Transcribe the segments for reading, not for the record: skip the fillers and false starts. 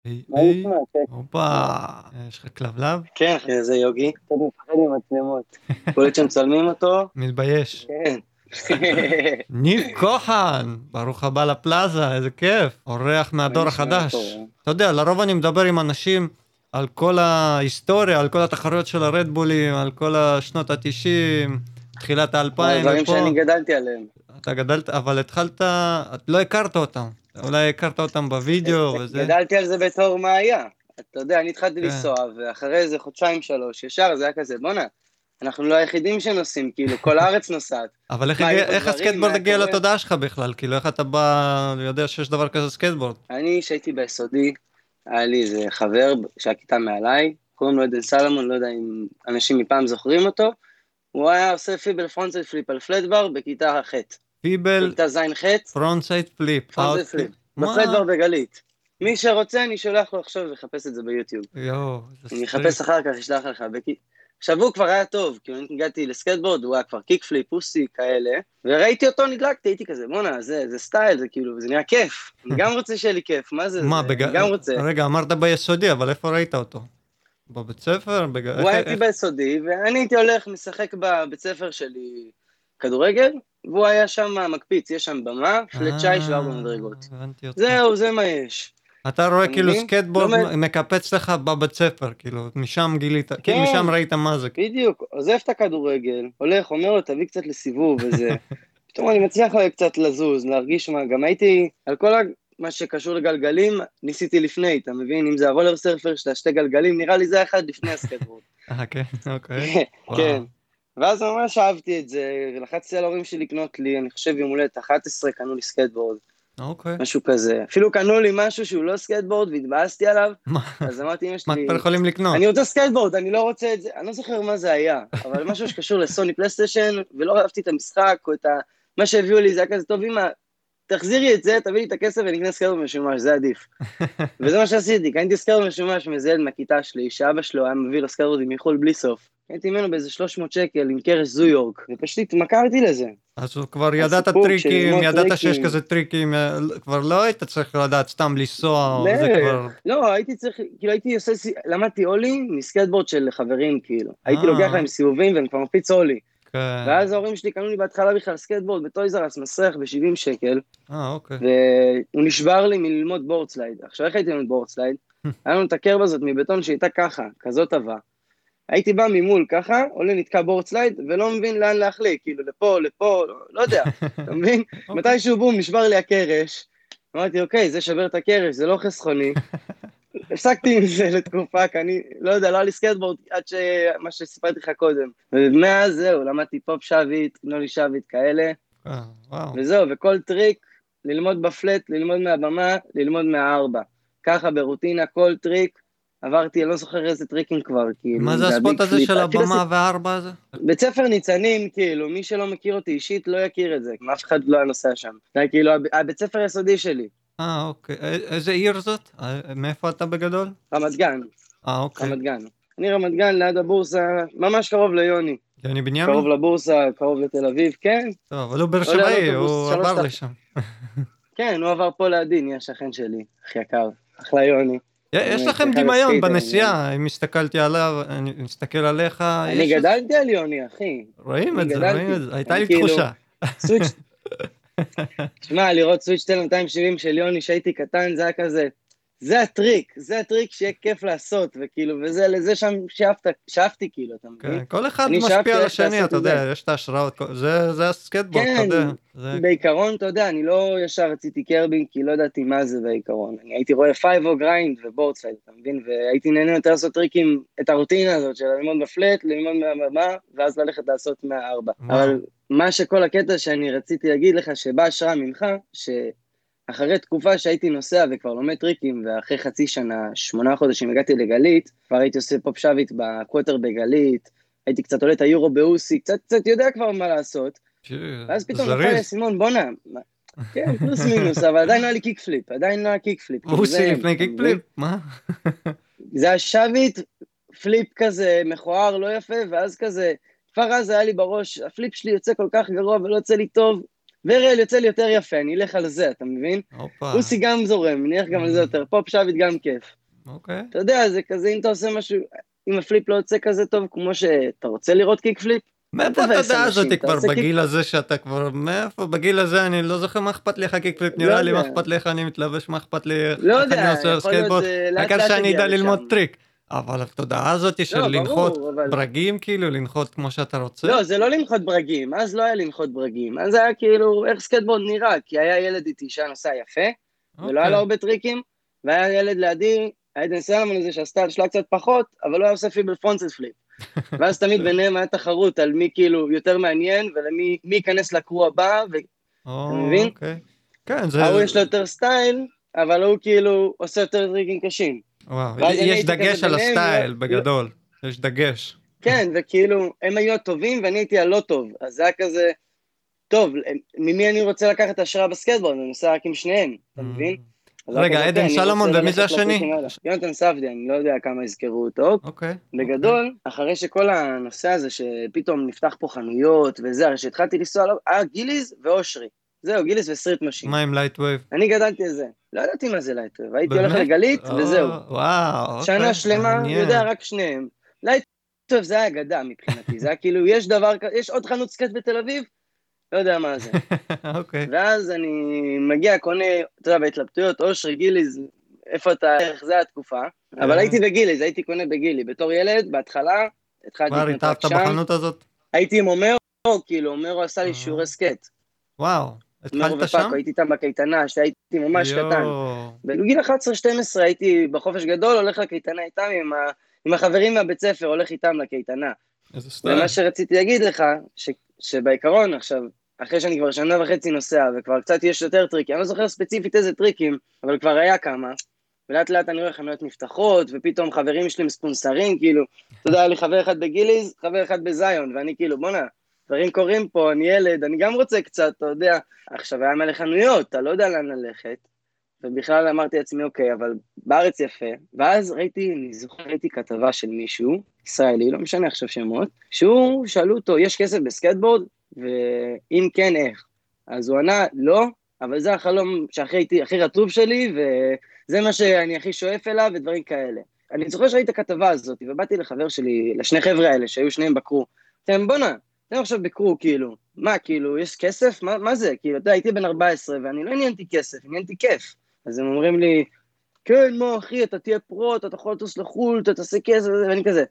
היי, מה היי, נשמע? כן. הופה, יש לך כלבלב? כן, אחי, זה יוגי. קצת מפחד ממצלמות. יכול להיות שמצלמים אותו? מתבייש. כן. ניב כוחן, ברוך הבא לפלאזה, איזה כיף. אורח מה מהדור נשמע החדש. אותו? אתה יודע, לרוב אני מדבר עם אנשים על כל ההיסטוריה, על כל התחרויות של הרדבולים, על כל השנות ה-90, תחילת ה-2000, דברים שאני ופה גדלתי עליהם. אתה גדלת, אבל התחלת, לא הכרת אותם. אולי הכרת אותם בווידאו וזה. גדלתי על זה בתור מה היה. אתה יודע, אני התחלתי כן. לנסוע, ואחרי איזה חודשיים שלוש, ישר זה היה כזה, בואנה, אנחנו לא היחידים שנוסעים, כאילו, כל הארץ נוסעת. אבל מה, היו פה איך דברים, מה הסקטבורד היה הגיע קורה? לתודעה שלך בכלל? כאילו, איך אתה בא, יודע שיש דבר כזה סקטבורד? אני, שהייתי ביסודי, היה לי איזה חבר שהיה כיתה מעליי, קוראים לו עדן סלומון, לא יודע אם אנשים מפעם זוכרים אותו, הוא היה עושה פיבל פרונטסייד פליפ על פלטבר בכיתה ח', פיבל בכיתה ז'-ח', פרונט-סייד פליפ. פרונטסייד אוקיי. פליפ, מה? בפלטבר בגלית. מי שרוצה, אני שולח לו עכשיו לחפש את זה ביוטיוב. יואו, זה אני אחפש סטריק. אחר כך, אשלח לך. עכשיו הוא כבר היה טוב, כאילו אני הגעתי לסקטבורד, הוא היה כבר קיק פליפ, פוסי, כאלה, וראיתי אותו, נדלקתי, הייתי כזה, בואנה, זה סטייל, זה כאילו, זה נראה כיף. אני גם רוצה שיהיה לי כיף, מה זה, מה, אני גם רוצה. רגע, אמרת ביסודי, אבל איפה ראית אותו? בבית ספר? הוא היה איתי ביסודי, ואני הייתי הולך, משחק בבית ספר שלי כדורגל, והוא היה שם מקפיץ, יש שם במה, פלט שיש וארבע מדרגות. הבנתי אותך. זהו, זה מה יש. אתה רואה אתה כאילו מבין? סקטבורד לומד, מקפץ לך בבית ספר, כאילו, משם גילית, כאילו, כן, משם ראית מה זה. בדיוק, עוזב את הכדורגל, הולך, אומר לו, תביא קצת לסיבוב וזה. פתאום אני מצליח קצת לזוז, להרגיש מה, גם הייתי, על כל מה שקשור לגלגלים, ניסיתי לפני, אתה מבין? אם זה הרולר סרפר, שאתה שתי גלגלים, נראה לי זה אחד לפני הסקטבורד. כן, אוקיי. וואו. כן. ואז ממש אהבתי את זה, ולחצתי על ההורים שלי לקנות לי, אני חושב יום הולדת 11, קנו לי סקטבורד, אוקיי. משהו כזה. אפילו קנו לי משהו שהוא לא סקטבורד, והתבאסתי עליו, מה אז אמרתי אמא מה כבר שלי, יכולים לקנות? אני רוצה סקייטבורד, אני לא רוצה את זה, אני לא זוכר מה זה היה, אבל משהו שקשור לסוני פלייסטיישן, ולא אהבתי את המשחק, או את מה שהביאו לי, זה היה כזה, טוב אמא, תחזירי את זה, תביא לי את הכסף ונקנה סקייטבורד משומש, זה עדיף. וזה מה שעשיתי, קניתי סקייטבורד משומש מאיזה ילד מהכיתה שלי, שאבא שלו היה מביא לו סקייטבורדים מחו"ל בלי סוף. קניתי ממנו באיזה 300 שקל עם קרש זו יורק, ופשוט התמכרתי לזה. אז הוא כבר ידעת הסיפוק של טריקים, ללמוד ידעת שיש טריקים. כזה טריקים, כבר לא היית צריך לדעת סתם לנסוע, לא, וזה כבר... לא, הייתי צריך, כאילו הייתי עושה, למדתי אולי מסקייטבורד של חברים, כאילו. הייתי לוקח להם סיבובים והם כבר מפיץ אולי. כן. ואז ההורים שלי קנו לי בהתחלה בכלל סקייטבורד בטויזרס מסריח ב-70 שקל, אוקיי. והוא נשבר לי מללמוד בורדסלייד. עכשיו איך הייתי ללמוד בורדסלייד? היה לנו את הקרב הזאת מבטון שהייתה ככה, כזאת עבה. הייתי בא ממול ככה, עולה נתקע בורדסלייד, ולא מבין לאן להחליק, כאילו לפה, לפה, לא יודע, אתה מבין? אוקיי. מתישהו בום, נשבר לי הקרש, אמרתי, אוקיי, זה שבר את הקרש, זה לא חסכוני. הפסקתי עם זה לתקופה, כי אני, לא יודע, לא היה לי סקייטבורד עד מה שסיפרתי לך קודם. ומאז זהו, למדתי פופ שביט, נולי שביט כאלה, וואו. וזהו, וכל טריק, ללמוד בפלט, ללמוד מהבמה, ללמוד מהארבע. ככה ברוטינה, כל טריק, עברתי, אני לא זוכר איזה טריקים כבר, כאילו, מה אם זה זה הספוט הביג הזה פליפ, של אפילו הבמה והארבע הזה? בית ספר ניצנים, כאילו, מי שלא מכיר אותי אישית לא יכיר את זה, אף אחד לא היה נוסע שם. זה היה כאילו הבית ספר היסודי שלי, אוקיי. איזה עיר זאת? מאיפה אתה בגדול? רמת גן, אוקיי. רמת גן. אני רמת גן, ליד הבורסה, ממש קרוב ליוני. יוני בנימין? קרוב לבורסה, קרוב לתל אביב, כן. טוב, אבל הוא באר עולה על שבעי, אוטובוס, הוא שלוש עבר תחנות. לשם. כן, הוא עבר פה לידי, נהיה שכן שלי, הכי יקר. אחלה יוני. יש באמת, לכם אחד דמיון הסקייטרים, יוני. בנסיעה, אם הסתכלתי עליו, אני מסתכל עליך, אני יש איזה... גדלתי על יוני, אחי. רואים אני את זה, רואים גדלתי. את זה, הייתה אני לי כאילו, תחושה. סוויץ', שמע, לראות סוויץ' טל 270 של יוני שהייתי קטן, זה היה כזה, זה הטריק שיהיה כיף לעשות, וכאילו, וזה, לזה שם שאפתי, כאילו, אתה מבין? כן, כל אחד אני משפיע שאפתי על ללכת השני, לעשות אתה את זה. יודע, יש את ההשראות, זה הסקטבורד, אתה כן, יודע. זה... בעיקרון, אתה יודע, אני לא ישר רציתי קרבינג, כי לא ידעתי מה זה בעיקרון. אני הייתי רואה פייבו גריינד ובורדסייד, אתה מבין? והייתי נהנה יותר לעשות טריקים, את הרוטינה הזאת של ללמוד בפלט, ללמוד מהבמה, ואז ללכת לעשות מהארבע. וואו. אבל מה שכל הקטע שאני רציתי להגיד לך, שבא השראה ממך, שאחרי תקופה שהייתי נוסע וכבר לומד טריקים, ואחרי חצי שנה, 8 חודשים הגעתי לגלית, כבר הייתי עושה פופ שביט בקווטר בגלית, הייתי קצת עולה את היורו באוסי, קצת יודע כבר מה לעשות, ואז פתאום נפל לי זריז. הסימון, בואנה, כן, פלוס מינוס, אבל עדיין לא היה לי קיק פליפ, עדיין לא היה קיק פליפ, הוא כאילו זה עושה אין, לפני אתה קיק מבין? פליפ? מה? זה היה שביט, פליפ כזה מכוער, לא יפה, ואז כזה, כבר אז היה לי בראש, הפליפ שלי יוצא כל כך גרוע ולא יוצא לי טוב, ורל יוצא לי יותר יפה, אני אלך על זה, אתה מבין? הופה. רוסי גם זורם, נלך גם על זה יותר, פופ שביט גם כיף. אוקיי. אתה יודע, זה כזה, אם אתה עושה משהו, אם הפליפ לא יוצא כזה טוב, כמו שאתה רוצה לראות קיק פליפ, מאיפה אתה יודע הזאת כבר בגיל הזה שאתה כבר, מאיפה בגיל הזה אני לא זוכר מה אכפת לי איך הקיק פליפ נראה לי, מה אכפת לי איך אני מתלבש, מה אכפת לי איך אני עושה סקייטבורד, העיקר שאני אדע ללמוד טריק. אבל התודעה הזאת של לנחות ברגים כאילו, לנחות כמו שאתה רוצה? לא, זה לא לנחות ברגים, אז לא היה לנחות ברגים, אז היה כאילו איך סקייטבורד נראה, כי היה ילד איתי שהיה נוסע יפה, ולא היה לו הרבה טריקים, והיה ילד לידי, עדן סלומון הזה שעשתה שלה קצת פחות, אבל לא היה עושה פיבל פרונטד פליפ. ואז תמיד ביניהם היה תחרות על מי כאילו יותר מעניין, ולמי ייכנס לקרו הבא, אתה מבין? הוא יש לו יותר סטייל, אבל הוא כאילו עושה יותר טריקים קשים. יש דגש על הסטייל בגדול, יש דגש. כן, וכאילו הם היו הטובים ואני הייתי הלא טוב, אז זה היה כזה, טוב, ממי אני רוצה לקחת השראה בסקייטבורד, אני נוסע רק עם שניהם, אתה מבין? רגע, עדן סלומון, ומי זה השני? יונתן ספדי, אני לא יודע כמה יזכרו אותו. בגדול, אחרי שכל הנושא הזה שפתאום נפתח פה חנויות וזה, הרי שהתחלתי לנסוע עליו, היה גיליז ואושרי. זהו, גיליז וסטריט משין. מה עם לייטווייב? אני גדלתי על זה. לא ידעתי מה זה לייטווייב, הייתי הולך לגלית וזהו. וואו, שנה שלמה, יודע רק שניהם. לייטווייב זה היה אגדה מבחינתי, זה היה כאילו, יש עוד חנות סקייט בתל אביב, לא יודע מה זה. ואז אני מגיע, קונה, אתה יודע, בהתלבטויות, אושרי, גיליז, איפה אתה, איך זה התקופה, אבל הייתי בגיליז, הייתי קונה בגילי, בתור ילד, בהתחלה, התחלתי לקנות רק שם, הייתי עם אומרו, כאילו, אומרו עשה לי שיעורי סקייט. וואו, התחלת שם? הייתי איתם בקייטנה, שהייתי ממש קטן. בגיל 11-12 הייתי בחופש גדול, הולך לקייטנה איתם, עם החברים מהבית ספר, הולך איתם לקייטנה. ומה שרציתי להגיד לך, שבעיקרון עכשיו, אחרי שאני כבר שנה וחצי נוסע, וכבר קצת יש יותר טריקים, אני לא זוכר ספציפית איזה טריקים, אבל כבר היה כמה, ולאט לאט אני רואה חנויות נפתחות, ופתאום חברים שלי מספונסרים, כאילו, אתה יודע, היה לי חבר אחד בגיליז, חבר אחד בזיון, ואני כאילו, בונה, דברים קורים פה, אני ילד, אני גם רוצה קצת, אתה יודע, עכשיו היה מלא חנויות, אתה לא יודע לאן ללכת, ובכלל אמרתי לעצמי, אוקיי, אבל בארץ יפה, ואז אני זוכר, ראיתי כתבה של מישהו, ישראלי, לא משנה עכשיו שמות, שהוא, שאלו אותו, יש כסף בסקייטבורד? ואם כן, איך? אז הוא ענה, לא, אבל זה החלום הכי רטוב שלי, וזה מה שאני הכי שואף אליו, ודברים כאלה. אני זוכר שראיתי את הכתבה הזאת, ובאתי לחבר שלי, לשני חבר'ה האלה, שהיו שניהם בקרו, אתם בונה, אתם עכשיו בקרו, כאילו, מה, כאילו, יש כסף? מה זה? כאילו, אתה הייתי בן 14, ואני לא עניינתי כסף, עניינתי כיף. אז הם אומרים לי, כן, מה, אחי, אתה תהיה פרו, אתה יכול לטוס לחול, אתה תעשה כסף, ואני כזה,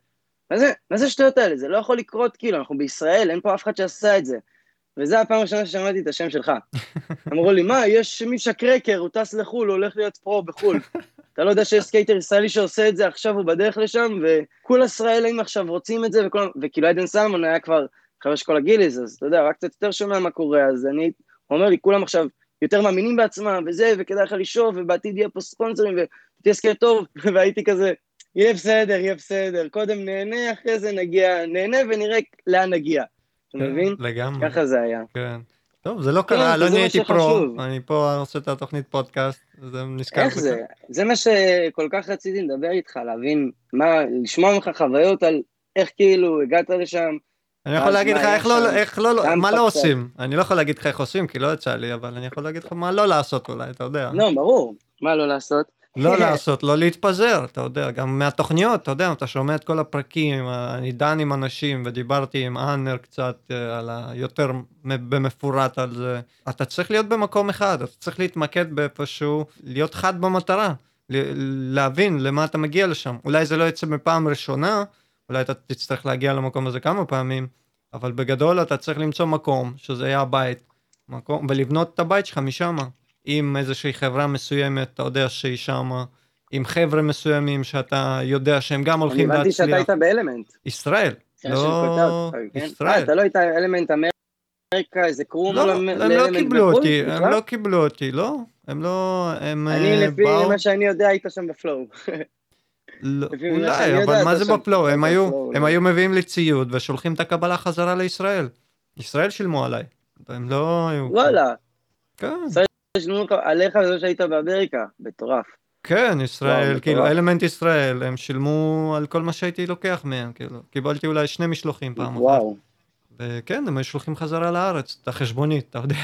מה זה שטויות האלה? זה לא יכול לקרות, כאילו, אנחנו בישראל, אין פה אף אחד שעשה את זה. וזה הפעם הראשונה ששמעתי את השם שלך. אמרו לי, מה, יש מישה קרקר, הוא טס לחול, הוא הולך להיות פרו בחול. אתה לא יודע שיש סקייטר ישראלי שעושה את זה, עכשיו הוא בדרך לשם, וכול ישראלים עכשיו רוצים את זה, וכאילו עדן סלומון היה כבר חבר של כל הגיליז, אז אתה יודע, רק קצת יותר שומע מה קורה, אז הוא אומר לי, כולם עכשיו יותר מאמינים בעצמם, וזה, וכדאי לך לשאוף, ובעתיד יהיה פה ספונסרים, ותהיה סקייט טוב, והייתי כזה, יהיה בסדר, קודם נהנה, אחרי זה נהנה ונראה לאן נגיע. אתה מבין? לגמרי. ככה זה היה. כן. טוב, זה לא קרה, לא נהייתי פרו, אני פה עושה את התוכנית פודקאסט, זה נזכר. איך זה? זה מה שכל כך רציתי לדבר איתך, להבין, לשמוע ממך חוויות על איך כאילו הגעת לשם. אני יכול להגיד לך מה לא עושים, אני לא יכול להגיד לך איך עושים, כי לא יצא לי, אבל אני יכול להגיד לך מה לא לעשות אולי, אתה יודע. לא, ברור, מה לא לעשות. לא לעשות, לא להתפזר, אתה יודע, גם מהתוכניות, אתה יודע, אתה שומע את כל הפרקים, אני דן עם אנשים, ודיברתי עם אנר קצת, יותר במפורט על זה, אתה צריך להיות במקום אחד, אתה צריך להתמקד בפשהו, להיות חד במטרה, להבין למה אתה מגיע לשם, אולי זה לא יצא בפעם ראשונה, אולי אתה תצטרך להגיע למקום הזה כמה פעמים, אבל בגדול אתה צריך למצוא מקום, שזה יהיה הבית, ולבנות את הבית שלך משם, עם איזושהי חברה מסוימת, אתה יודע שהיא שמה, עם חבר'ה מסוימים שאתה יודע שהם גם הולכים להצליח. אני הבנתי שאתה היית באלמנט. ישראל, לא... ישראל. אתה לא היית אלמנט אמריקה, איזה קרום לאלמנט בחו"ל? הם לא קיבלו אותי, לא? אני לפי מה שאני יודע היית שם בפלואו. אולי, אבל מה זה בפלואו? הם היו מביאים לי ציוד ושולחים את הקבלה חזרה לישראל. ישראל שילמו עליי. הם לא היו... וואלה. כן. עליך זה שהיית באמריקה, בטורף. כן, ישראל, כאילו, אלמנט ישראל, הם שילמו על כל מה שהייתי לוקח מהם, כאילו, קיבלתי אולי 2 משלוחים פעם אחת. וכן, הם היו שולחים חזרה לארץ, את החשבונית, אתה יודע.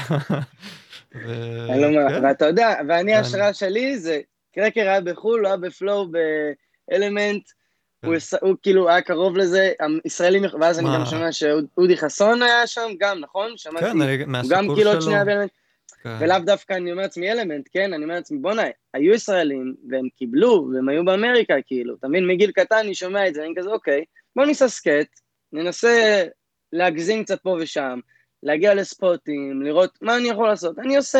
ואתה יודע, ואני ההשראה שלי זה, קרקר היה בחול, הוא היה בפלואו, באלמנט, הוא כאילו היה קרוב לזה, ישראלים, ואז אני גם שומע שאודי חסון היה שם, גם, נכון? שמעתי, הוא גם כאילו עוד שנייה באלמנט, ולאו דווקא אני אומר לעצמי אלמנט, כן? אני אומר לעצמי, בוא נהיה, היו ישראלים, והם קיבלו, והם היו באמריקה, כאילו, אתה מבין, מגיל קטן אני שומע את זה, אני כזה, אוקיי, בוא נססקט, ננסה להגזים קצת פה ושם, להגיע לספוטים, לראות מה אני יכול לעשות. אני עושה,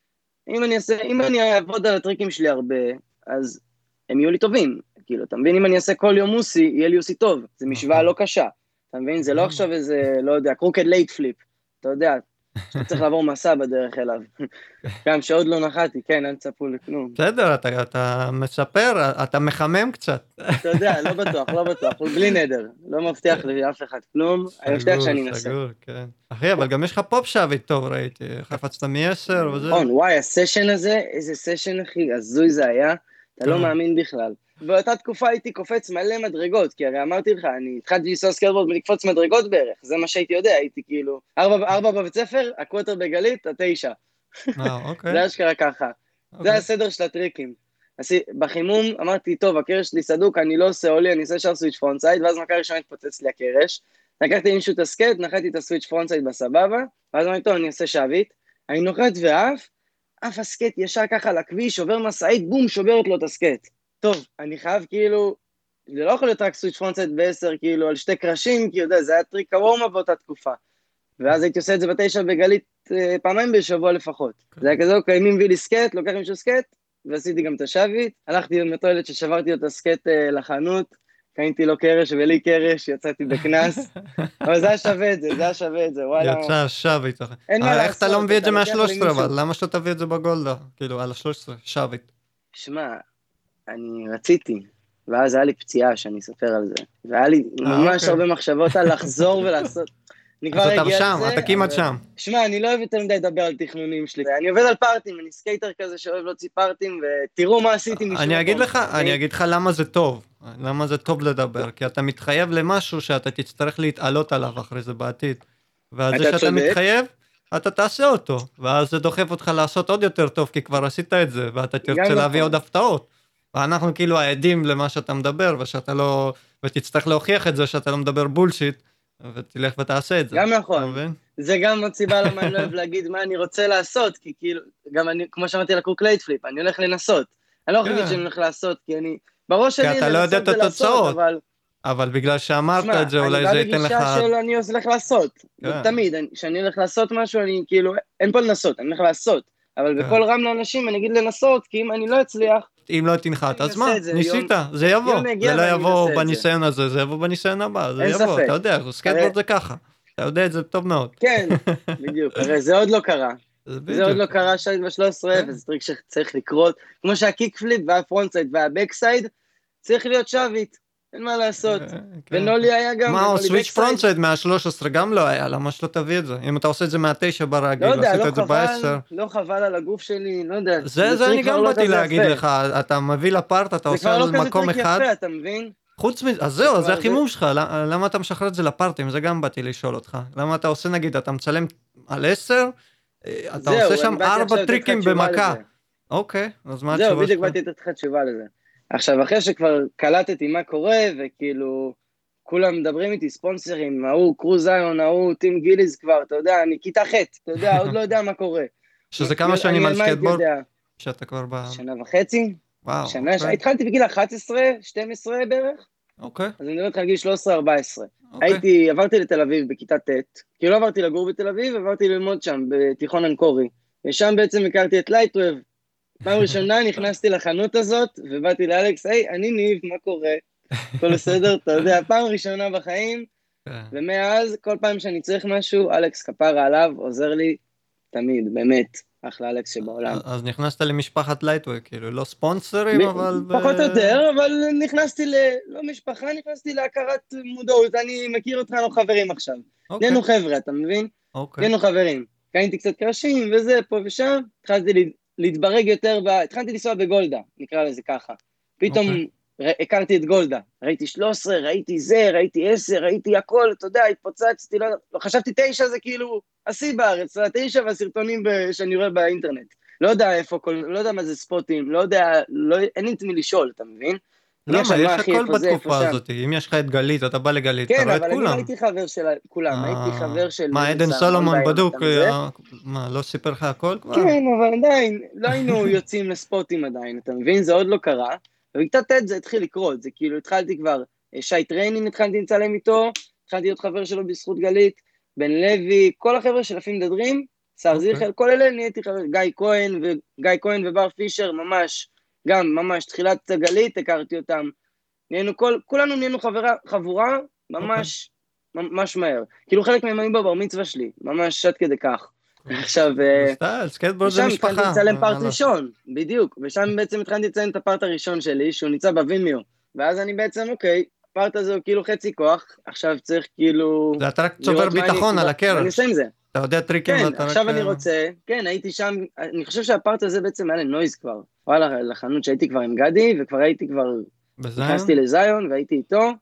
אם אני אעבוד על הטריקים שלי הרבה, אז הם יהיו לי טובים. כאילו, אתה מבין, אם אני אעשה כל יום מוסי, יהיה לי עושי טוב. זה משוואה לא קשה. אתה מבין, זה לא עכשיו איזה, לא יודע, קרוקד לייט פליפ. אתה יודע, שאתה צריך לעבור מסע בדרך אליו. גם שעוד לא נחתי, כן, אין צפו לכלום. בסדר, אתה מספר, אתה מחמם קצת. אתה יודע, לא בטוח, בלי נדר. לא מבטיח לאף אחד כלום, אני מבטיח שאני אנסה. סגור, כן. אחי, אבל גם יש לך פופ שווית טוב, ראיתי. חפצת מ-10 וזה. נכון, וואי, הסשן הזה, איזה סשן, אחי, הזוי זה היה, אתה לא מאמין בכלל. באותה תקופה הייתי קופץ מלא מדרגות, כי הרי אמרתי לך, אני התחלתי לנסוע סקייטבורד ולקפוץ מדרגות בערך, זה מה שהייתי יודע, הייתי כאילו, 4 בבית ספר, הקווטר בגלית, 9. זה אשכרה ככה. זה הסדר של הטריקים. בחימום אמרתי, טוב, הקרש שלי סדוק, אני לא עושה עולי, אני עושה שם סוויץ' פרונטסייד, ואז מכה ראשונה התפוצץ לי הקרש, לקחתי מישהו את הסקט, נחתי את הסוויץ' פרונטסייד בסבבה, ואז אמרתי, טוב, אני אעשה שווית, אני נוחת אף הסקט ישר ככה לכביש, עובר מסעית, בום, שוברת לו את הסקט. טוב, אני חייב כאילו, זה לא יכול להיות רק סוויץ' פרונטסייד ב10, כאילו, על 2 קרשים, כי יודע, זה היה טריק הוורמה באותה תקופה. ואז הייתי עושה את זה ב9 בגלית פעמיים בשבוע לפחות. זה היה כזה, אוקיי, מי מביא לי סקט, לוקח מישהו סקט, ועשיתי גם את השווית, הלכתי למתו ילד ששברתי את הסקט לחנות, קניתי לו קרש ולי קרש, יצאתי בכנס, אבל זה היה שווה את זה, וואלה. יצא שווית. איך אתה לא מביא את זה מה-13, אבל למה שאתה תביא את זה בגולדה, כאילו, על ה-13, שווית? שמע, אני רציתי, ואז היה לי פציעה שאני אספר על זה, והיה לי ממש הרבה מחשבות על לחזור ולעשות. אז אתה שם, אתה כמעט שם. שמע, אני לא אוהב יותר מדי לדבר על תכנונים שלי, אני עובד על פארטים, אני סקייטר כזה שאוהב להוציא פארטים, ותראו מה עשיתי משום אני אגיד לך למה זה טוב, למה זה טוב לדבר, כי אתה מתחייב למשהו שאתה תצטרך להתעלות עליו אחרי זה בעתיד, ועל זה שאתה מתחייב, אתה תעשה אותו, ואז זה דוחף אותך לעשות עוד יותר טוב, כי כבר עשית את זה, ואתה תרצה להביא עוד הפתעות, ואנחנו כאילו העדים למה שאתה מדבר, ותצטרך להוכיח את זה שאתה לא מדבר בולשיט, ותלך ותעשה את זה. גם נכון. זה גם עוד סיבה למה אני לא אוהב להגיד מה אני רוצה לעשות, כי כאילו, גם אני, כמו שאמרתי לקרוק לייט פליפ, אני הולך לנסות. אני לא יכול להגיד שאני הולך לעשות, כי אני, בראש שלי זה לנסות ולעשות, אבל בגלל שאמרת את זה, אולי זה ייתן לך... אני בא בגישה של אני הולך לעשות. תמיד, כשאני הולך לעשות משהו, אני כאילו, אין פה לנסות, אני הולך לעשות. אבל בכל רם לאנשים אני אגיד לנסות, כי אם אני לא אצליח... אם לא תנחת, אז מה? ניסית, זה יבוא. זה לא יבוא בניסיון הזה, זה יבוא בניסיון הבא, זה יבוא, אתה יודע, סקייטבורד זה ככה. אתה יודע את זה טוב מאוד. כן, בדיוק, הרי זה עוד לא קרה. זה עוד לא קרה שייט ב-13, וזה טריק שצריך לקרות. כמו שהקיק פליפ והפרונטסייד והבקסייד, צריך להיות שווית. אין מה לעשות. ונולי היה גם... מה, סוויץ' פרונטסייד מה-13 גם לא היה, למה שלא תביא את זה? אם אתה עושה את זה מה-9 ברגיל, עשית את זה ב-10. לא חבל על הגוף שלי, לא יודע. זה אני גם באתי להגיד לך, אתה מביא לפארט, אתה עושה על מקום אחד. זה כבר לא כזה טריק יפה, אתה מבין? חוץ מזה, אז זהו, זה החימום שלך, למה אתה משחרר את זה לפארטים? זה גם באתי לשאול אותך. למה אתה עושה, נגיד, אתה מצלם על 10, אתה עושה שם 4 טריקים במכה. אוקיי, אז מה התשובה שלך? זהו, בדיוק באתי לתת לך תשובה לזה. עכשיו, אחרי שכבר קלטתי מה קורה, וכאילו, כולם מדברים איתי, ספונסרים, ההוא קרוזיון, ההוא טים גיליז כבר, אתה יודע, אני כיתה ח', אתה יודע, עוד לא יודע מה קורה. שזה כמה שנים על סקייטבורד? שאתה כבר שנה וחצי. וואו. התחלתי בגיל 11, 12 בערך. אוקיי. אז אני מדבר איתך על גיל 13-14. עברתי לתל אביב בכיתה ט', כי לא עברתי לגור בתל אביב, עברתי ללמוד שם, בתיכון אנקורי. ושם בעצם הכרתי את לייטווב. פעם ראשונה נכנסתי לחנות הזאת, ובאתי לאלכס, היי, אני ניב, מה קורה? כל בסדר, אתה יודע, פעם ראשונה בחיים, ומאז, כל פעם שאני צריך משהו, אלכס כפרה עליו, עוזר לי תמיד, באמת, אחלה אלכס שבעולם. אז נכנסת למשפחת לייטווב, כאילו, לא ספונסרים, אבל... פחות או יותר, אבל נכנסתי לא משפחה, נכנסתי להכרת מודעות, אני מכיר אותך, אנחנו חברים עכשיו. נהיינו חבר'ה, אתה מבין? נהיינו חברים. קניתי קצת קרשים וזה, פה ושם, התחלתי להתברג יותר, התחלתי לנסוע בגולדה, נקרא לזה ככה. פתאום הכרתי את גולדה, ראיתי 13, ראיתי זה, ראיתי 10, ראיתי הכל, אתה יודע, התפוצצתי, לא חשבתי 9 זה כאילו השיא בארץ, 9 והסרטונים שאני רואה באינטרנט. לא יודע איפה, לא יודע מה זה ספוטים, לא יודע, אין לי את מי לשאול, אתה מבין? למה? יש הכל בתקופה הזאת. אם יש לך את גלית, אתה בא לגלית, אתה רואה את כן, אבל אני לא כולם. הייתי חבר של כולם, הייתי חבר של... מה, עדן סולומון בדוק, מה, לא סיפר לך הכל כבר? כן, אבל עדיין, לא היינו יוצאים לספוטים עדיין, אתה מבין? זה עוד לא קרה. ובכיתה ט' זה התחיל לקרות, זה כאילו התחלתי כבר, שי טריינין התחלתי לצלם איתו, התחלתי להיות חבר שלו בזכות גלית, בן לוי, כל החבר'ה של אפים דדרים, שר זיכל, כל אלה נהייתי חבר, גיא כהן ובר פישר, ממש, גם ממש, תחילת גלית, הכרתי אותם, כולנו נהיינו חבורה, ממש, ממש מהר. כאילו חלק מהם היו בבר מצווה שלי, ממש עד כדי כך. עכשיו, סקייטבורד זה משפחה. התחלתי לצלם פארט ראשון, בדיוק, ושם בעצם התחלתי לצלם את הפארט הראשון שלי, שהוא ניצא בווימיו, ואז אני בעצם, אוקיי, הפארט הזה הוא כאילו חצי כוח, עכשיו צריך כאילו... זה אתה רק צובר ביטחון על הקרש. אני עושה עם זה. אתה יודע טריקים. כן, עכשיו אני רוצה, כן, הייתי שם, אני חושב שהפארט הזה בעצם היה לנויז כבר, וואלה, לחנות שהייתי כבר עם גדי, וכבר הייתי כבר... נכנסתי לזיון והייתי איתו,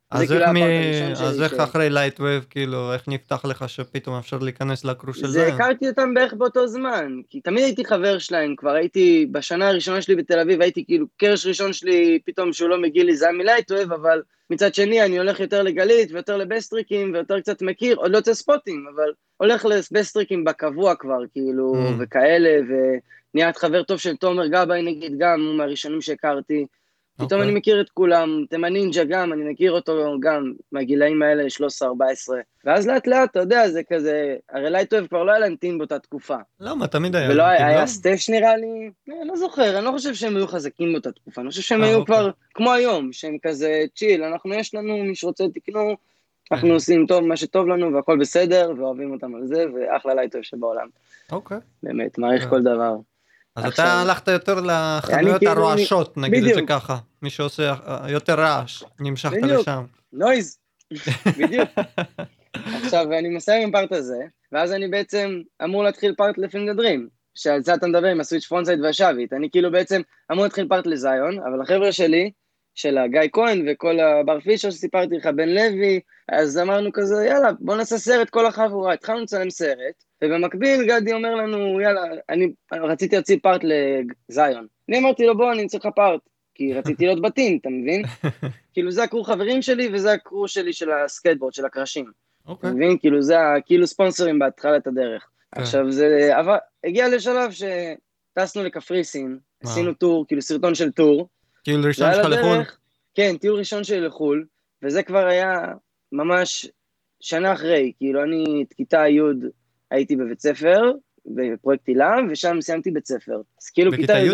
אז איך אחרי לייטווייב, כאילו, איך נפתח לך שפתאום אפשר להיכנס לקרוס של זיון? זה הכרתי אותם בערך באותו זמן, כי תמיד הייתי חבר שלהם, כבר הייתי, בשנה הראשונה שלי בתל אביב, הייתי כאילו, קרש ראשון שלי, פתאום שהוא לא מגיע לי, זה היה מלייטווייב, אבל מצד שני אני הולך יותר לגלית, ויותר לבסטריקים, ויותר קצת מכיר, עוד לא יוצא ספוטים, אבל הולך לבסטריקים בקבוע כבר, כאילו, וכאלה, ונהיית חבר טוב של תומר גבאי, נגיד, גם, הוא מהראשונים שהכרתי. פתאום אני מכיר את כולם, תימנינג'ה גם, אני מכיר אותו גם מהגילאים האלה, 13-14. ואז לאט לאט, אתה יודע, זה כזה, הרי לייטווייב כבר לא היה לנטין באותה תקופה. למה? תמיד היה. ולא היה סטש נראה לי, לא זוכר, אני לא חושב שהם היו חזקים באותה תקופה, אני חושב שהם היו כבר כמו היום, שהם כזה צ'יל, יש לנו, מי שרוצה תקנו, אנחנו עושים טוב מה שטוב לנו, והכל בסדר, ואוהבים אותם על זה, ואחלה לייטווייב שבעולם. אוקיי. באמת, מעריך כל דבר. אז אתה הלכת יותר לחנויות הרועשות, נגיד את זה ככה. מי שעושה יותר רעש, נמשכת לשם. נויז, בדיוק. עכשיו, אני מסיים עם פארט הזה, ואז אני בעצם אמור להתחיל פארט לפילם דדרים, שעל זה אתה מדבר עם הסוויץ' פרונטסייד והשווית. אני כאילו בעצם אמור להתחיל פארט לזיון, אבל החבר'ה שלי, של גיא כהן וכל הבר פישר שסיפרתי לך, בן לוי, אז אמרנו כזה, יאללה, בוא נעשה סרט כל החבורה, התחלנו לצלם סרט, ובמקביל גדי אומר לנו, יאללה, אני רציתי להוציא פארט לזיון. אני אמרתי לו, בוא, אני צריך פארט, כי רציתי להיות בתים, אתה מבין? כאילו זה הקרו חברים שלי, וזה הקרו שלי של הסקייטבורד, של הקרשים. אתה מבין? כאילו זה כאילו ספונסרים בהתחלת הדרך. עכשיו זה, אבל הגיע לשלב שטסנו לקפריסין, עשינו טור, כאילו סרטון של טור. טיול ראשון שלך לחול? כן, טיול ראשון שלי לחול, וזה כבר היה ממש שנה אחרי, כאילו אני את כיתה י' הייתי בבית ספר, בפרויקט הילה, ושם סיימתי בית ספר. אז כאילו כיתה י'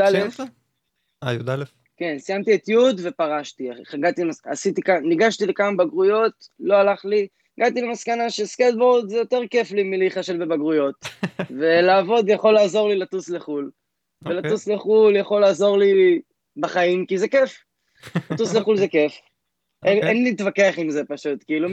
י' כן, סיימתי את י' ופרשתי, ניגשתי לכמה בגרויות, לא הלך לי, הגעתי למסקנה שסקייטבורד זה יותר כיף לי מלהיחשל בבגרויות, ולעבוד יכול לעזור לי לטוס לחול, ולטוס לחול יכול לעזור לי בחיים, כי זה כיף, לטוס לחול זה כיף, אין לי להתווכח עם זה פשוט, כאילו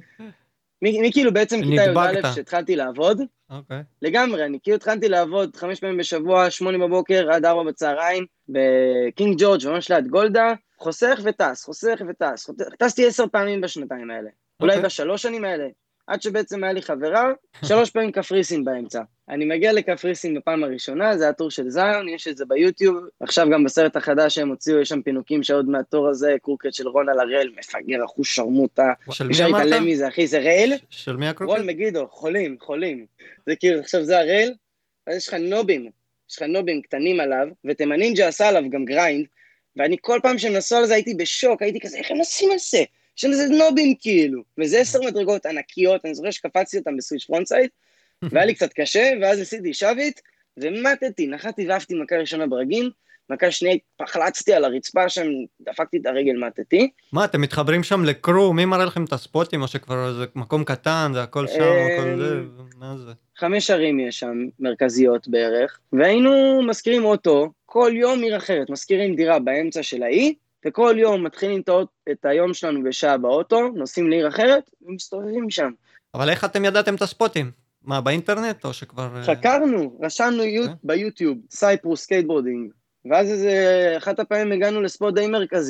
מכאילו בעצם כיתה י' שהתחלתי לעבוד, לגמרי, אני כאילו התחלתי לעבוד 5 פעמים בשבוע, 8 בבוקר עד 4 בצהריים, בקינג ג'ורג' ממש ליד גולדה, חוסך וטס, טסתי 10 פעמים בשנתיים האלה, אולי ב3 שנים האלה, עד שבעצם היה לי חברה, 3 פעמים קפריסין באמצע. אני מגיע לקפריסין בפעם הראשונה, זה הטור של זיון, יש את זה ביוטיוב, עכשיו גם בסרט החדש שהם הוציאו, יש שם פינוקים שעוד מהטור הזה, קורקט של רון על הראל, מפגר, אחוש שרמוטה. של מי אמרת? להתעלם מזה, אחי, זה ראל? של מי הקורקט? רון מגידו, חולים. זה כאילו, עכשיו זה הראל, אז יש לך נובים קטנים עליו, ותימנינג'ה עשה עליו גם גריינד, ואני כל פעם שהם נסו על זה הייתי בשוק, הייתי כזה, איך הם נסים על זה? יש לזה נובים כאילו, וזה 10 מדרגות ענקיות, אני זוכר שקפצתי אותם בסוויץ' פרונטסייד, והיה לי קצת קשה, ואז עשיתי שווית, ומטתי, נחתי ואהבתי מכה ראשונה ברגים, מכה שנייה פחלצתי על הרצפה שם, דפקתי את הרגל, מטתי. מה, אתם מתחברים שם לקרו, מי מראה לכם את הספוטים, או שכבר זה מקום קטן, זה הכל שם, הכל זה, מה זה? 5 ערים יש שם, מרכזיות בערך, והיינו מזכירים אוטו, כל יום עיר אחרת, מזכירים דירה באמצע של האי, וכל יום מתחילים את היום שלנו בשעה באוטו, נוסעים לעיר אחרת, ומסתובבים שם. אבל איך אתם ידעתם את הספוטים? מה, באינטרנט או שכבר... חקרנו, רשמנו ביוטיוב, סייפרוס סקייטבורדינג, ואז אחת הפעמים הגענו לספוט די מרכזי,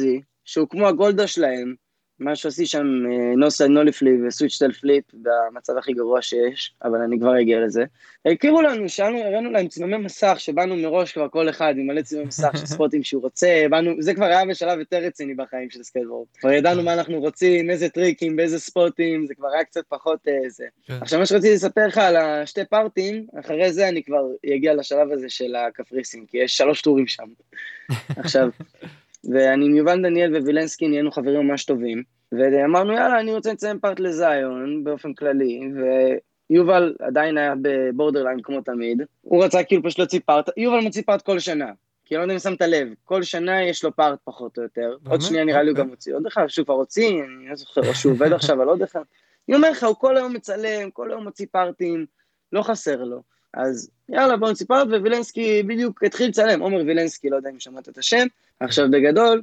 שהוא כמו הגולדה שלהם, מה שעשי שם נוסה נולי פליפ וסוויץ' פליפ במצב הכי גרוע שיש, אבל אני כבר אגיע לזה. הכירו לנו, הראינו להם צילומי מסך, שבאנו מראש כבר כל אחד עם מלא צילומי מסך של ספוטים שהוא רוצה, זה כבר היה בשלב יותר רציני בחיים של סקייטבורד. כבר ידענו מה אנחנו רוצים, איזה טריקים, באיזה ספוטים, זה כבר היה קצת פחות זה. עכשיו מה שרציתי לספר לך על השתי פארטים, אחרי זה אני כבר אגיע לשלב הזה של הקפריסין, כי יש 3 טורים שם. עכשיו, ואני עם יובל דניאל ווילנסקי נהיינו חברים ממש טובים, ואמרנו יאללה אני רוצה לציין פארט לזיון באופן כללי, ויובל עדיין היה בבורדרליין כמו תמיד, הוא רצה כאילו פשוט להוציא פארט, יובל מוציא פארט כל שנה, כי לא יודע אם שמת לב, כל שנה יש לו פארט פחות או יותר, עוד שנייה נראה לי הוא גם מוציא, עוד אחד שהוא כבר הוציא, אני לא זוכר, או שהוא עובד עכשיו על עוד אחד, אני אומר לך, הוא כל היום מצלם, כל היום מוציא פארטים, לא חסר לו, אז יאללה בוא נוציא פארט, ווילנסקי בדיוק התחיל לצלם, עומר וילנסקי, לא יודע אם שמעת את השם, עכשיו בגדול,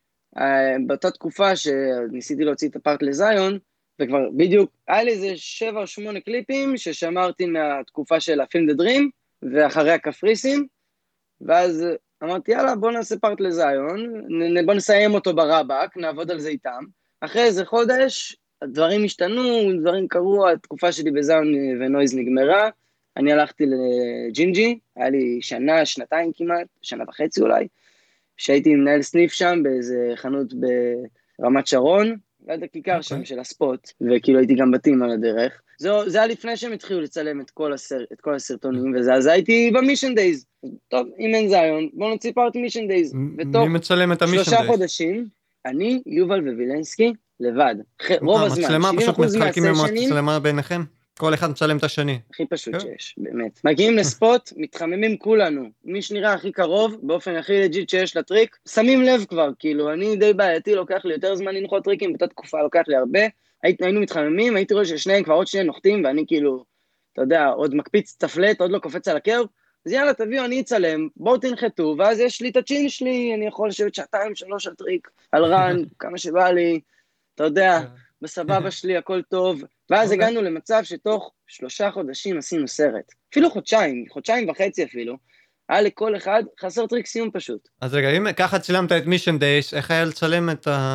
באותה תקופה שניסיתי להוציא את הפארט לזיון, וכבר בדיוק, היה לי איזה 7 או 8 קליפים ששמרתי מהתקופה של הפילם דה דרים, ואחרי הקפריסין, ואז אמרתי, יאללה, בוא נעשה פארט לזיון, בוא נסיים אותו ברבק, נעבוד על זה איתם. אחרי איזה חודש, הדברים השתנו, דברים קרו, התקופה שלי בזיון ונויז נגמרה, אני הלכתי לג'ינג'י, היה לי שנה, שנתיים כמעט, שנה וחצי אולי, שהייתי מנהל סניף שם באיזה חנות ברמת שרון, ליד הכיכר שם של הספוט, וכאילו הייתי גם בתים על הדרך. זה היה לפני שהם התחילו לצלם את כל הסרטונים, אז הייתי במישן דייז. טוב, אם אין זיון, בואו נוציא פארט מישן דייז. מי מצלם את המישן דייז? 3 חודשים, אני, יובל ווילנסקי, לבד. רוב הזמן, 70% מצלמה פשוט מתחלקים עם מהסשנים, המצלמה ביניכם? כל אחד מצלם את השני. הכי פשוט שיש, באמת. מגיעים לספוט, מתחממים כולנו. מי שנראה הכי קרוב, באופן הכי לג'יט שיש לטריק, שמים לב כבר, כאילו, אני די בעייתי, לוקח לי יותר זמן לנחות טריקים, באותה תקופה לוקח לי הרבה. היינו מתחממים, הייתי רואה ששניהם כבר עוד 2 נוחתים, ואני כאילו, אתה יודע, עוד מקפיץ תפלט, עוד לא קופץ על הקרב, אז יאללה, תביאו, אני אצלם, בואו תנחתו, ואז יש לי את הצ'ין שלי, אני יכול לשבת 2-3 על טריק, על רן, כמה שבא לי, אתה יודע, בסבבה שלי, הכל טוב, ואז הגענו למצב שתוך 3 חודשים עשינו סרט, אפילו חודשיים וחצי אפילו, היה לכל אחד חסר טריק סיום פשוט. אז רגע, אם ככה צילמת את מישן דייס, איך היה לצלם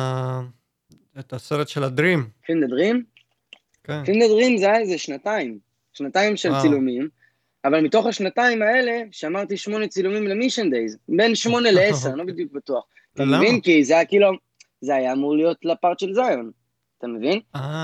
את הסרט של הדרים? פילם דה דרים? כן. פילם דה דרים זה היה איזה שנתיים של צילומים, אבל מתוך השנתיים האלה, שמרתי 8 צילומים למישן דייז, בין 8 ל-10, לא בדיוק בטוח. אתה מבין? כי זה היה כאילו, זה היה אמור להיות לפארט של זיון. אתה מבין?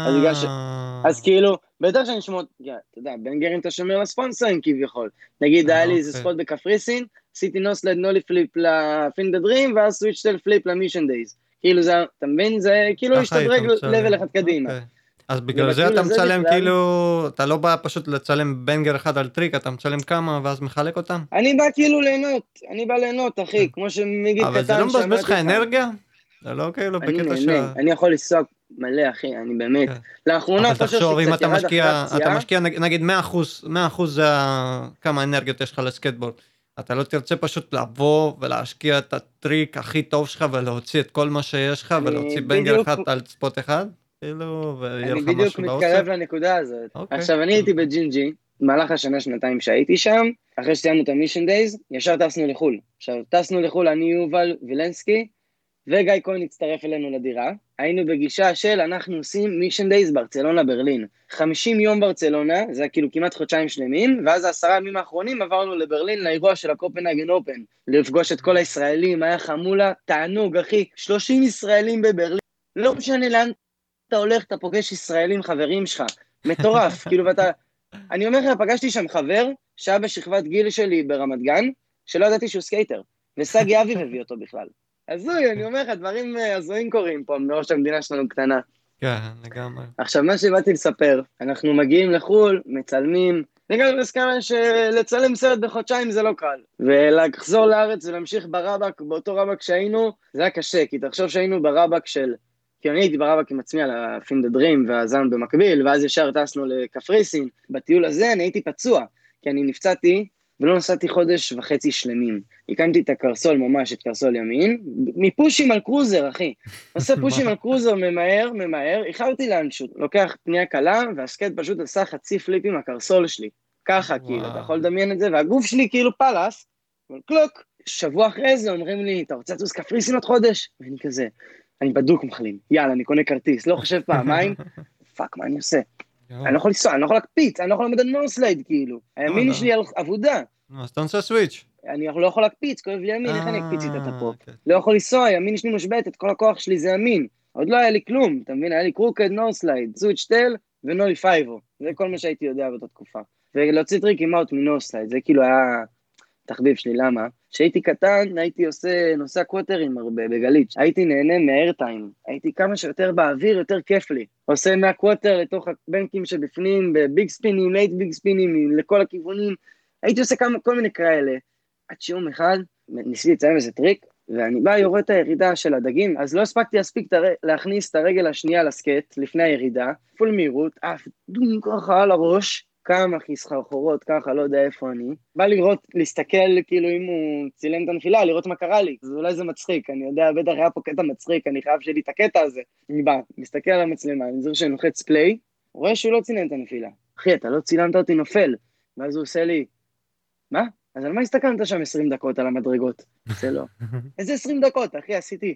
אז כאילו, בטח שאני שמות, אתה יודע, בן גרין אתה שומר לספונסרים כביכול. נגיד, היה לי איזה ספוט בקפריסין, עשיתי נוסלד נולי פליפ לפילם דה דרים, ואז סוויץ' פליפ למישן דייז. כאילו זה, אתה מבין? זה כאילו השתדרג לבל אחד קדימה. אז בגלל זה אתה מצלם כאילו, אתה לא בא פשוט לצלם בנגר אחד על טריק, אתה מצלם כמה ואז מחלק אותם? אני בא כאילו ליהנות, אחי, כמו שמיגי קטן. אבל זה לא מבזבז לך אנרגיה? זה לא כאילו בקטע אני יכול לנסוע מלא, אחי, אני באמת. לאחרונה, אבל תחשוב, אם אתה משקיע נגיד 100% זה כמה אנרגיות יש לך לסקייטבורד. אתה לא תרצה פשוט לבוא ולהשקיע את הטריק הכי טוב שלך ולהוציא את כל מה שיש לך ולהוציא בנגר אחד על ספוט אחד? אני בדיוק מתקרב לנקודה הזאת. עכשיו, אני הייתי בג'ינג'י, במהלך השנה-שנתיים שהייתי שם, אחרי שסיימנו את המישן דייז, ישר טסנו לחול. עכשיו, טסנו לחול, אני יובל וילנסקי, וגיא כהן הצטרף אלינו לדירה. היינו בגישה של אנחנו עושים מישן דייז ברצלונה ברלין. 50 יום ברצלונה, זה היה כאילו כמעט חודשיים שלמים, ואז 10 ימים האחרונים עברנו לברלין, לאירוע של הקופנהגן אופן, לפגוש את כל הישראלים, היה חמולה, תענוג, אחי, 30 ישראלים בברלין, לא משנה לאן אתה הולך, אתה פוגש ישראלים חברים שלך, מטורף, כאילו ואתה, אני אומר לך, פגשתי שם חבר, שהיה בשכבת גיל שלי ברמת גן, שלא ידעתי שהוא סקייטר, וסגי אביב הביא אותו בכלל. הזוי, אני אומר לך, דברים הזויים קורים פה, מראש המדינה שלנו קטנה. כן, לגמרי. עכשיו, מה שבאתי לספר, אנחנו מגיעים לחול, מצלמים, נגענו לסקאלה שלצלם סרט בחודשיים זה לא קל, ולחזור לארץ ולהמשיך ברבק, באותו רבק שהיינו, זה היה קשה, כי תחשוב שהיינו ברבק של, כי אני הייתי ברבק עם עצמי על הפילם דה דרים והזן במקביל, ואז ישר טסנו לקפריסין, בטיול הזה אני הייתי פצוע, כי אני נפצעתי, ולא נסעתי 1.5 חודש שלמים. הקמתי את הקרסול ממש, את קרסול ימין, מפושים על קרוזר, אחי. עושה פושים על קרוזר, ממהר, איחרתי לאנשהו, לוקח פנייה קלה, והסקייט פשוט עשה חצי פליפ עם הקרסול שלי. ככה, כאילו, אתה יכול לדמיין את זה, והגוף שלי כאילו פלס, אבל קלוק. שבוע אחרי זה אומרים לי, אתה רוצה לטוס קפריסין עוד חודש? ואני כזה, אני בדוק מחלים, יאללה, אני קונה כרטיס, לא חושב פעמיים, פאק, מה אני עושה? אני לא יכול לנסוע, אני לא יכול להקפיץ, אני לא יכול לעמוד על נורסלייד, כאילו. הימין יש לי על עבודה. אז אתה נעשה סוויץ'. אני לא יכול להקפיץ, כואב לי ימין, איך אני אקפיץ איתה את הפה? כן. לא יכול לנסוע, ימין יש לי משבטת, כל הכוח שלי זה ימין. עוד לא היה לי כלום, אתה מבין? היה לי קרוקד, נורסלייד, סוויץ' טל ונולי פייבו. זה כל מה שהייתי יודע באותה תקופה. ולהוציא טריקים אאוט מנורסלייד, זה כאילו היה תחביב שלי, למה? כשהייתי קטן, הייתי נוסע קווטרים הרבה בגליץ', הייתי נהנה מהארטיים, הייתי כמה שיותר באוויר, יותר כיף לי. עושה מהקווטר לתוך הבנקים שבפנים, בביג ספינים, לייט ביג ספינים, לכל הכיוונים, הייתי עושה כל מיני כאלה. עד שיום אחד, ניסיתי לציין איזה טריק, ואני בא יורד את הירידה של הדגים, אז לא הספקתי להכניס את הרגל השנייה לסקט, לפני הירידה, פול מהירות, אף דום ככה על הראש, כמה סחרחורות ככה, לא יודע איפה אני. בא להסתכל כאילו אם הוא צילם את הנפילה, לראות מה קרה לי. אז אולי זה מצחיק, אני יודע, בטח היה פה קטע מצחיק, אני חייב שלי את הקטע הזה. אני בא, מסתכל על המצלמה, אני זוכר שאני לוחץ פליי, רואה שהוא לא צילם את הנפילה. אחי, אתה לא צילמת אותי נופל. ואז הוא עושה לי, מה? אז על מה הסתכלת שם 20 דקות על המדרגות? זה לא. איזה 20 דקות, אחי, עשיתי.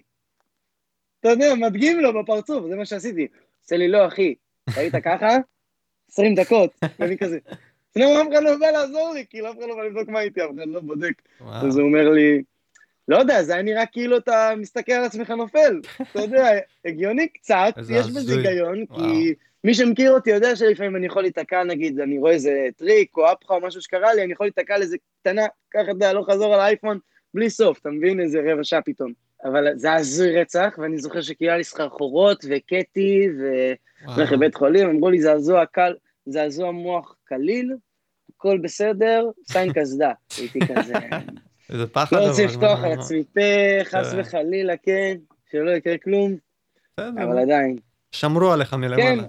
אתה יודע, מדגים לו בפרצוף, זה מה שעשיתי. עושה לי, לא, אחי, ראית ככה? 20 דקות, ואני כזה, אף אחד לא בא לעזור לי, כאילו אף אחד לא בא לבדוק מה איתי, אף אחד לא בודק. אז הוא אומר לי, לא יודע, זה היה נראה כאילו אתה מסתכל על עצמך נופל, אתה יודע, הגיוני קצת, יש בזה היגיון, כי מי שמכיר אותי יודע שלפעמים אני יכול להתקע, נגיד, אני רואה איזה טריק או אפחה או משהו שקרה לי, אני יכול להתקע על איזה קטנה, ככה אתה יודע, לא חזור על האייפון, בלי סוף, אתה מבין, איזה רבע שעה פתאום. אבל זה הזוי רצח, ואני זוכר שקילה לי סחרחורות וקטי, והולך לבית חולים, אמרו לי זעזוע קל, זעזוע מוח קליל, הכל בסדר, סיין כסדה, הייתי כזה. איזה פחד. לא רוצה לפתוח על עצמי פה, חס וחלילה, כן, שלא יקרה כלום, אבל עדיין. שמרו עליך מלמעלה.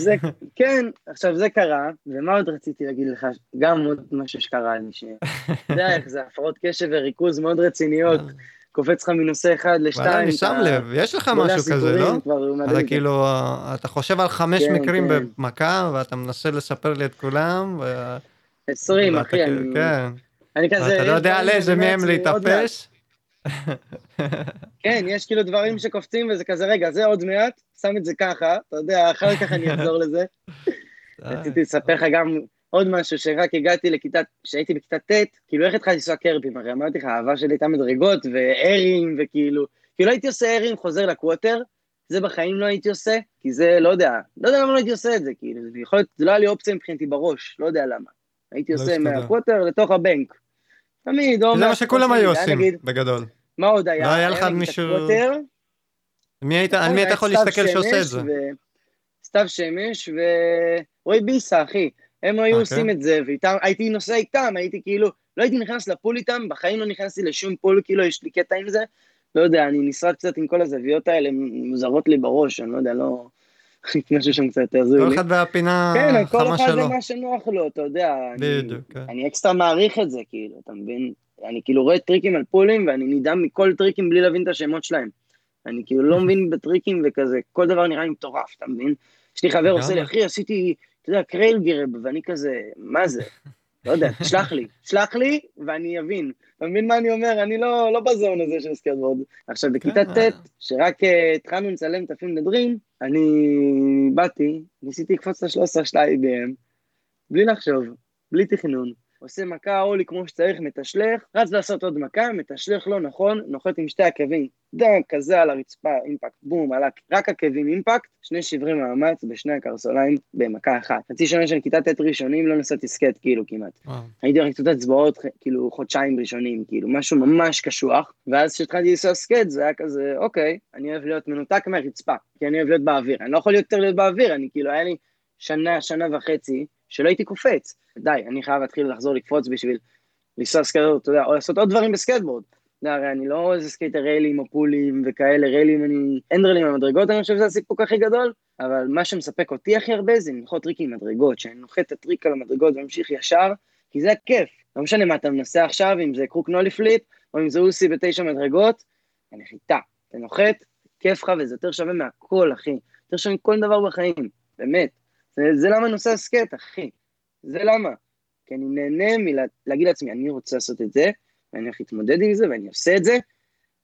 כן, עכשיו זה קרה, ומה עוד רציתי להגיד לך, גם עוד משהו שקרה לי, יודע איך זה, הפרעות קשב וריכוז מאוד רציניות, קופץ לך מנושא אחד לשתיים. אני שם לב, יש לך משהו כזה, לא? אתה כאילו, אתה חושב על 5 מקרים במכה, ואתה מנסה לספר לי את כולם. 20, אחי, אני כזה... אתה לא יודע על איזה מהם להתאפס? כן, יש כאילו דברים שקופצים, וזה כזה, רגע, זה עוד מעט, שם את זה ככה, אתה יודע, אחר כך אני אחזור לזה. רציתי לספר לך גם עוד משהו, שרק הגעתי לכיתה, כשהייתי בכיתה ט', כאילו איך התחלתי לנסוע קרבים, הרי אמרתי לך, האהבה שלי הייתה מדרגות, וארים, וכאילו, כאילו הייתי עושה ארים, חוזר לקווטר, זה בחיים לא הייתי עושה, כי זה, לא יודע למה לא הייתי עושה את זה, כאילו, זה לא היה לי אופציה מבחינתי בראש, לא יודע למה. הייתי עושה מהקווטר לתוך הבנק. תמיד, זה מה שכולם היו עושים, בגדול. מה עוד היה? לא היה לך מישהו... על מי אתה יכול להסתכל שעושה את זה? סתיו שמש ורועי ביסה, אחי. הם היו עושים את זה, והייתי נוסע איתם, הייתי כאילו, לא הייתי נכנס לפול איתם, בחיים לא נכנסתי לשום פול, כאילו יש לי קטע עם זה, לא יודע, אני נשרד קצת עם כל הזוויות האלה, מוזרות לי בראש, אני לא יודע, לא... משהו שם קצת יותר זוי. כל אחד והפינה חמה שלו. כן, כל אחד שלו. זה מה שנוח לו, אתה יודע. בדיוק, כן. אני אקסטרה מעריך את זה, כאילו, אתה מבין? אני כאילו רואה טריקים על פולים, ואני נדהם מכל טריקים בלי להבין את השמות שלהם. אני כאילו לא מבין בטריקים וכזה, כל דבר נראה לי מטורף, אתה מבין? יש לי חבר עושה לי, אחי, עשיתי, אתה יודע, קרייל גרב, ואני כזה, מה זה? לא יודע, שלח לי, ואני אבין. אתה מבין מה אני אומר? אני לא בזון הזה של סקייטבורד. עכשיו, בכיתה ט', שרק התחלנו לצלם תפים נדרים, אני באתי, ניסיתי לקפוץ ל-13 של ה-IBM, בלי לחשוב, בלי תכנון. עושה מכה אולי כמו שצריך, מתשלך, רץ לעשות עוד מכה, מתשלך לא נכון, נוחת עם שתי עקבים, כזה על הרצפה, אימפקט, בום, עלה, רק עקבים אימפקט, 2 שברי מאמץ בשני הקרסוליים במכה אחת. חצי שנה של כיתה ט' ראשונים, לא נסעתי סקט כאילו כמעט. הייתי רק קצת אצבעות, כאילו חודשיים ראשונים, כאילו משהו ממש קשוח, ואז כשהתחלתי לנסוע סקט, זה היה כזה, אוקיי, אני אוהב להיות מנותק מהרצפה, כי אני אוהב להיות באוויר, אני לא יכול יותר להיות באוויר, אני כאילו, היה לי שנה וחצי, שלא הייתי קופץ. די, אני חייב להתחיל לחזור לקפוץ בשביל לנסוע סקייטבורד, אתה יודע, או לעשות עוד דברים בסקייטבורד. הרי אני לא איזה סקייטר ריילים או פולים וכאלה, ריילים, אין ריילים במדרגות, אני חושב שזה הסיפוק הכי גדול, אבל מה שמספק אותי הכי הרבה זה לנחות טריקים מדרגות, שאני נוחת את הטריק על המדרגות וממשיך ישר, כי זה הכיף. לא משנה מה אתה מנסה עכשיו, אם זה קרוק נולי פליפ, או אם זה אוסי ב9 מדרגות, הנחיתה, אתה נוחת, כיף לך וזה יותר שווה מהכל, אחי. יותר שווה מכל דבר בחיים, באמת. זה למה נושא הסקייט, אחי. זה למה. כי אני נהנה מלהגיד לעצמי, אני רוצה לעשות את זה, ואני הולך להתמודד עם זה, ואני עושה את זה.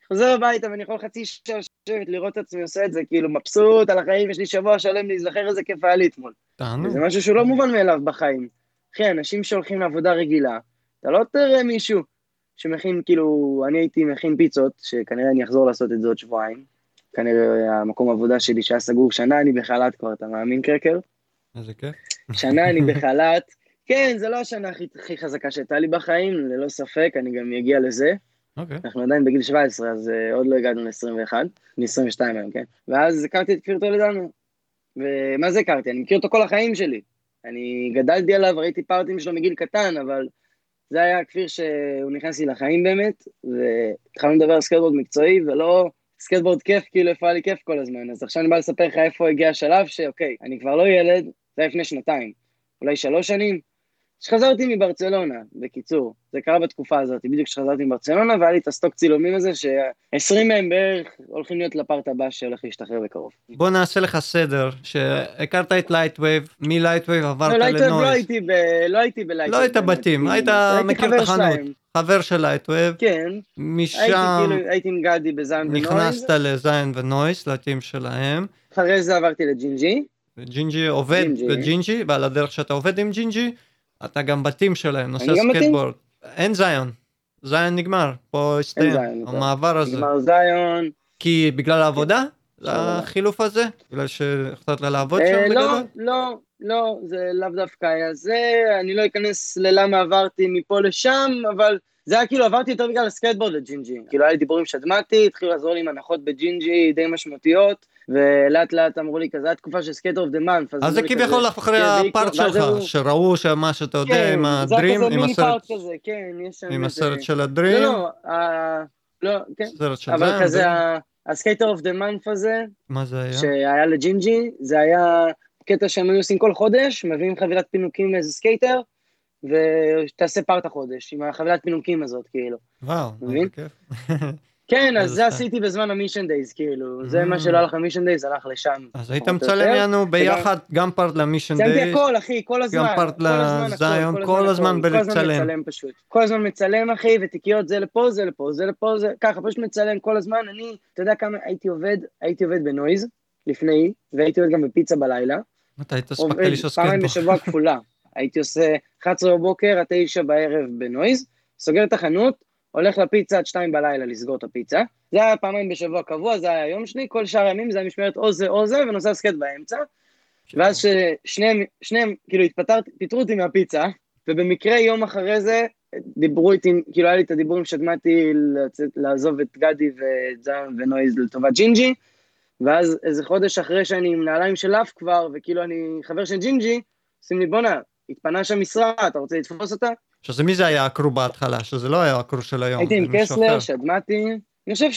חוזר הביתה ואני יכול חצי שעה לשבת, לראות את עצמי עושה את זה, כאילו מבסוט על החיים, יש לי שבוע שלם להיזכר איזה כיף היה לי אתמול. זה משהו שהוא לא מובן מאליו בחיים. אחי, אנשים שהולכים לעבודה רגילה, אתה לא תראה מישהו שמכין, כאילו, אני הייתי מכין פיצות, שכנראה אני אחזור לעשות את זה עוד שבועיים, כנראה המקום העבודה שלי שהיה סגור, שנה אני בחל"ת כבר, אתה מאמין קרקר? איזה כיף. שנה אני בחל"ת, כן, זה לא השנה הכי חזקה שהייתה לי בחיים, ללא ספק, אני גם אגיע לזה. אנחנו עדיין בגיל 17, אז עוד לא הגענו ל-21, אני 22 היום, כן? ואז הכרתי את כפיר טולדנו, ומה זה הכרתי? אני מכיר אותו כל החיים שלי, אני גדלתי עליו, ראיתי פארטים שלו מגיל קטן, אבל זה היה כפיר שהוא נכנס לי לחיים באמת, והתחלנו לדבר על סקייטבורד מקצועי, ולא סקייטבורד כיף, כאילו איפה היה לי כיף כל הזמן, אז עכשיו אני בא לספר לך איפה הגיע השלב שאוקיי, אני כבר לא ילד, זה לפני שנתיים, אולי 3 שנים, שחזרתי מברצלונה, בקיצור, זה קרה בתקופה הזאת, בדיוק שחזרתי מברצלונה, והיה לי את הסטוק צילומים הזה, ש20 מהם בערך הולכים להיות לפארט הבא שהולך להשתחרר בקרוב. בוא נעשה לך סדר, שהכרת את לייטווייב, מלייטווייב עברת לנויז. לא הייתי בלייטווייב. לא היית בתים, היית מכיר את החנות, חבר של לייטווייב. כן, משם הייתי עם גדי בזיין ונויז. נכנסת לזיין ונויז, לתים שלהם. אחרי זה עברתי לג'ינג'י. ג'ינג'י עובד בג'ינג'י, ועל הדרך שאתה עובד עם ג'ינג'י, אתה גם בתים שלהם, נושא סקייטבורד. אין זיון, זיון נגמר, פה הסתיים, המעבר הזה. נגמר זיון. כי בגלל העבודה? החילוף הזה? בגלל שהחלטת לעבוד שם בגדול? לא, זה לאו דווקא היה זה, אני לא אכנס ללמה עברתי מפה לשם, אבל זה היה כאילו עברתי יותר בגלל הסקייטבורד לג'ינג'י. כאילו היה לי דיבורים שדמתי, התחילו לעזור לי עם הנחות בג'ינג'י די משמעותיות, ולאט לאט אמרו לי כזה, היה תקופה של סקייטר אוף דה מאנט. אז זה כביכול אחרי הפארט שלך, שראו שמה שאתה יודע עם הדרים, עם הסרט של הדרים. לא, כן. אבל כזה הסקייטר אוף דה מאנט הזה, מה זה היה? שהיה לג'ינג'י, זה היה קטע שהם היו עושים כל חודש, מביאים חבילת פינוקים לאיזה סקייטר, ותעשה פארט החודש, עם החבילת פינוקים הזאת, כאילו. וואו, מבין? כן, אז זה עשיתי בזמן המישן דייז, כאילו, זה מה שלא הלך למישן דייז, הלך לשם. אז היית מצלם לנו ביחד, גם פארט למישן דייז. צלמתי הכל, אחי, כל הזמן. גם פארט לזיון, כל הזמן בלצלם. כל הזמן מצלם, אחי, ותיקיות, זה לפה, זה לפה, זה לפה, זה ככה, פשוט מצלם כל הזמן. אני, אתה יודע כמה הייתי עובד בנויז, לפני, והייתי עובד גם בפיצה בלילה. מתי התספקת לשעוס סקייטבורד? פעמיים בשבוע כפולה. הייתי עושה 11 בבוקר, 9 בערב בנויז, סוגר את החנות, הולך לפיצה עד 2 בלילה לסגור את הפיצה. זה היה פעמיים בשבוע קבוע, זה היה היום שלי, כל שאר הימים זה היה משמרת או זה, ונוסע סקייט באמצע. ואז ששניהם, כאילו, פיטרו אותי מהפיצה, ובמקרה יום אחרי זה, דיברו איתי, כאילו, היה לי את הדיבורים שדמתי לעזוב את גדי וזיון ונויז לטובת ג'ינג'י, ואז איזה חודש אחרי שאני עם נעליים של אף כבר, וכאילו אני חבר של ג'ינג'י, עושים לי בונה, התפנה שם משרה, אתה רוצה לתפוס אותה? שזה מי זה היה הקרו בהתחלה, שזה לא היה הקרו של היום. הייתי עם קסלר, שדמתי, אני חושב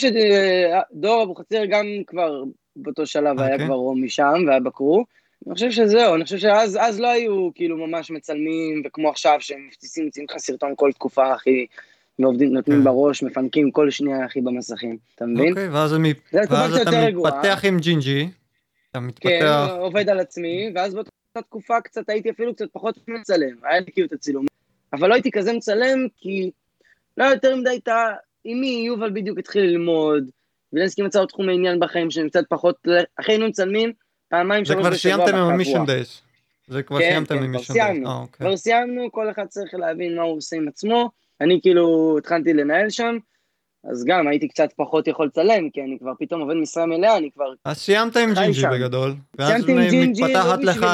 שדור אבוחצירא גם כבר באותו שלב היה כבר משם, והיה בקרו, אני חושב שזהו, אני חושב שאז לא היו כאילו ממש מצלמים, וכמו עכשיו שהם מפציצים, מציעים לך סרטון כל תקופה, אחי, ועובדים, נותנים בראש, מפנקים כל שנייה, אחי, במסכים, אתה מבין? אוקיי, ואז אתה מתפתח עם ג'ינג'י, אתה מתפתח... כן, עובד על עצמי, ואז באותה תקופה קצת הייתי אפילו קצת פחות מצלם, היה לי כאילו את הצילום, אבל לא הייתי כזה מצלם, כי לא יותר מדי הייתה, אמי יובל בדיוק התחיל ללמוד, ולנסקי מצא עוד תחום העניין בחיים, שהם קצת פחות, אחרי היינו מצלמים, פעמיים שלוש בשבוע. זה כבר סיימתם עם המישן דייס. זה כבר סיימתם עם מישן דייס. כבר סיימנו, כל אחד צריך להבין מה הוא עושה עם עצמו, אני כאילו התחלתי לנהל שם, אז גם הייתי קצת פחות יכול לצלם, כי אני כבר פתאום עובד משרה מלאה, אני כבר... אז סיימת עם ג'ינג'י בגדול, ואז מתפתחת לך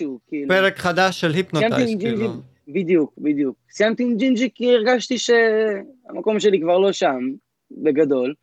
פרק חדש של היפנוטייז, כאילו. בדיוק. סיימתי עם ג'ינג'י כי הרגשתי שהמקום שלי כבר לא שם, בגדול,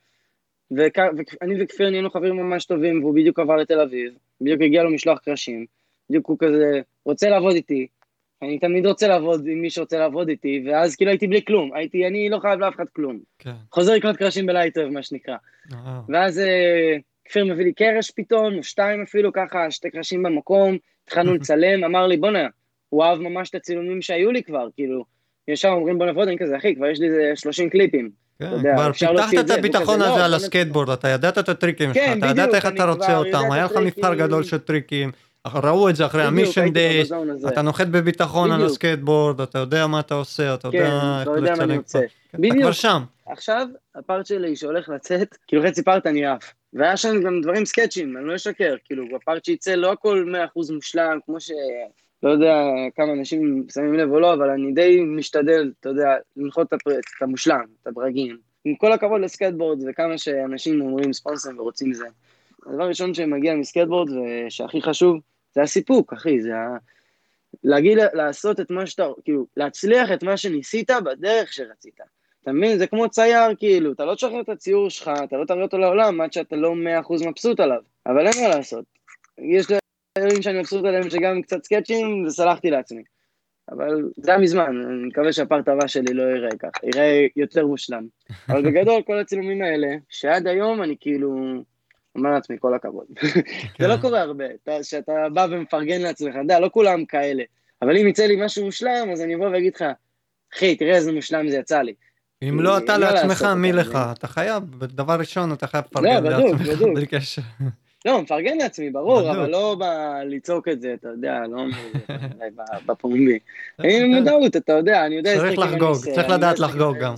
ואני וכפיר נהיינו חברים ממש טובים, והוא בדיוק עבר לתל אביב, בדיוק הגיע לו משלוח קרשים, בדיוק הוא כזה רוצה לעבוד איתי, אני תמיד רוצה לעבוד עם מי שרוצה לעבוד איתי, ואז כאילו הייתי בלי כלום, אני לא חייב לאף אחד כלום. חוזר לקנות קרשים בלייטר, מה שנקרא. ואז כפיר מביא לי קרש פתאום, או 2 אפילו ככה, 2 קרשים במקום, התחלנו לצלם, אמר לי בוא הוא אהב ממש את הצילומים שהיו לי כבר, כאילו, ישר אומרים בוא נפרוד, אני כזה, אחי, כבר יש לי 30 קליפים. כבר פיתחת את הביטחון הזה על הסקייטבורד, אתה ידעת את הטריקים שלך, אתה ידעת איך אתה רוצה אותם, היה לך מבחר גדול של טריקים, ראו את זה אחרי המישן דייס, אתה נוחת בביטחון על הסקייטבורד, אתה יודע מה אתה עושה, אתה יודע איך לצלם. אתה כבר שם. עכשיו, הפארט שלי שהולך לצאת, כאילו חצי פארט אני עף. והיה שם גם דברים סקצ'ים, אני לא אשקר, כאילו, בפארט שיצא לא הכל 100% מושלם, כמו ש... לא יודע כמה אנשים שמים לב או לא, אבל אני די משתדל, אתה יודע, לנחות את המושלם, את הברגים. עם כל הכבוד לסקייטבורד, וכמה שאנשים אומרים ספונסרים ורוצים זה. הדבר הראשון שמגיע מסקייטבורד, ושהכי חשוב, זה הסיפוק, אחי, זה להגיד, לעשות את מה שאתה, כאילו, להצליח את מה שניסית בדרך שרצית. אתה מבין? זה כמו צייר, כאילו, אתה לא תשחרר את הציור שלך, אתה לא תראה אותו לעולם, עד שאתה לא 100% מבסוט עליו. אבל אין מה לעשות. יש דברים שאני מבסוט עליהם שגם קצת סקצ'ים, וסלחתי לעצמי. אבל זה היה מזמן, אני מקווה שהפארט הבא שלי לא יראה כך, יראה יותר מושלם. אבל בגדול, כל הצילומים האלה, שעד היום אני כאילו אומר לעצמי כל הכבוד. זה לא קורה הרבה, שאתה בא ומפרגן לעצמך, אתה יודע, לא כולם כאלה. אבל אם יצא לי משהו מושלם, אז אני אבוא ואגיד לך, אחי, תראה איזה מושלם זה יצא לי. אם לא אתה לעצמך, מי לך? אתה חייב, בדבר ראשון אתה חייב לפרגן לעצמך בלי קשר. לא, מפרגן לעצמי, ברור, אבל לא לצעוק את זה, אתה יודע, לא בפומבי. אני מודעות, אתה יודע, אני יודע... צריך לחגוג, צריך לדעת לחגוג גם.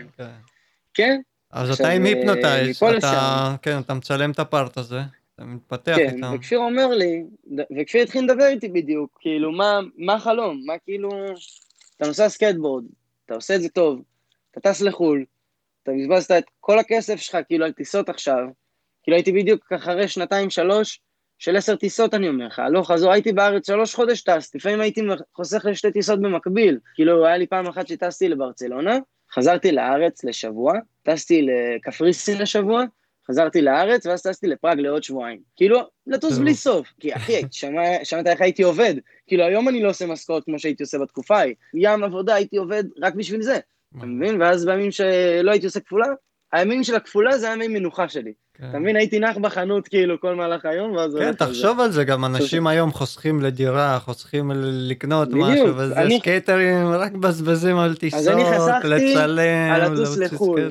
כן? אז אתה עם היפנוטייז, אתה מצלם את הפארט הזה, אתה מתפתח איתם. כן, וכפיר אומר לי, וכפיר התחיל לדבר איתי בדיוק, כאילו, מה החלום? מה כאילו... אתה נוסע סקייטבורד, אתה עושה את זה טוב, אתה טס לחול, אתה מבזבזת את כל הכסף שלך, כאילו, על טיסות עכשיו, כאילו הייתי בדיוק אחרי 2-3 של 10 טיסות, אני אומר לך, לא חזור, הייתי בארץ 3 חודש טס, לפעמים הייתי חוסך ל2 טיסות במקביל, כאילו היה לי פעם אחת שטסתי לברצלונה, חזרתי לארץ לשבוע, טסתי לקפריסין לשבוע, חזרתי לארץ, ואז טסתי לפראג לעוד שבועיים, כאילו, לטוס בלי סוף, כי אחי, שמעת איך הייתי עובד, כאילו היום אני לא עושה משכורת כמו שהייתי עושה בתקופה, ים עבודה הייתי עובד רק בשביל זה, אתה מבין? ואז בימים שלא הייתי עושה כפולה, הימים של הכפולה זה הימים מנוחה שלי. אתה מבין, הייתי נח בחנות כאילו כל מהלך היום, ואז... כן, תחשוב על זה, גם אנשים היום חוסכים לדירה, חוסכים לקנות משהו, וזה סקייטרים רק בזבזים על טיסות, לצלם. אז אני חסכתי על לטוס לחול.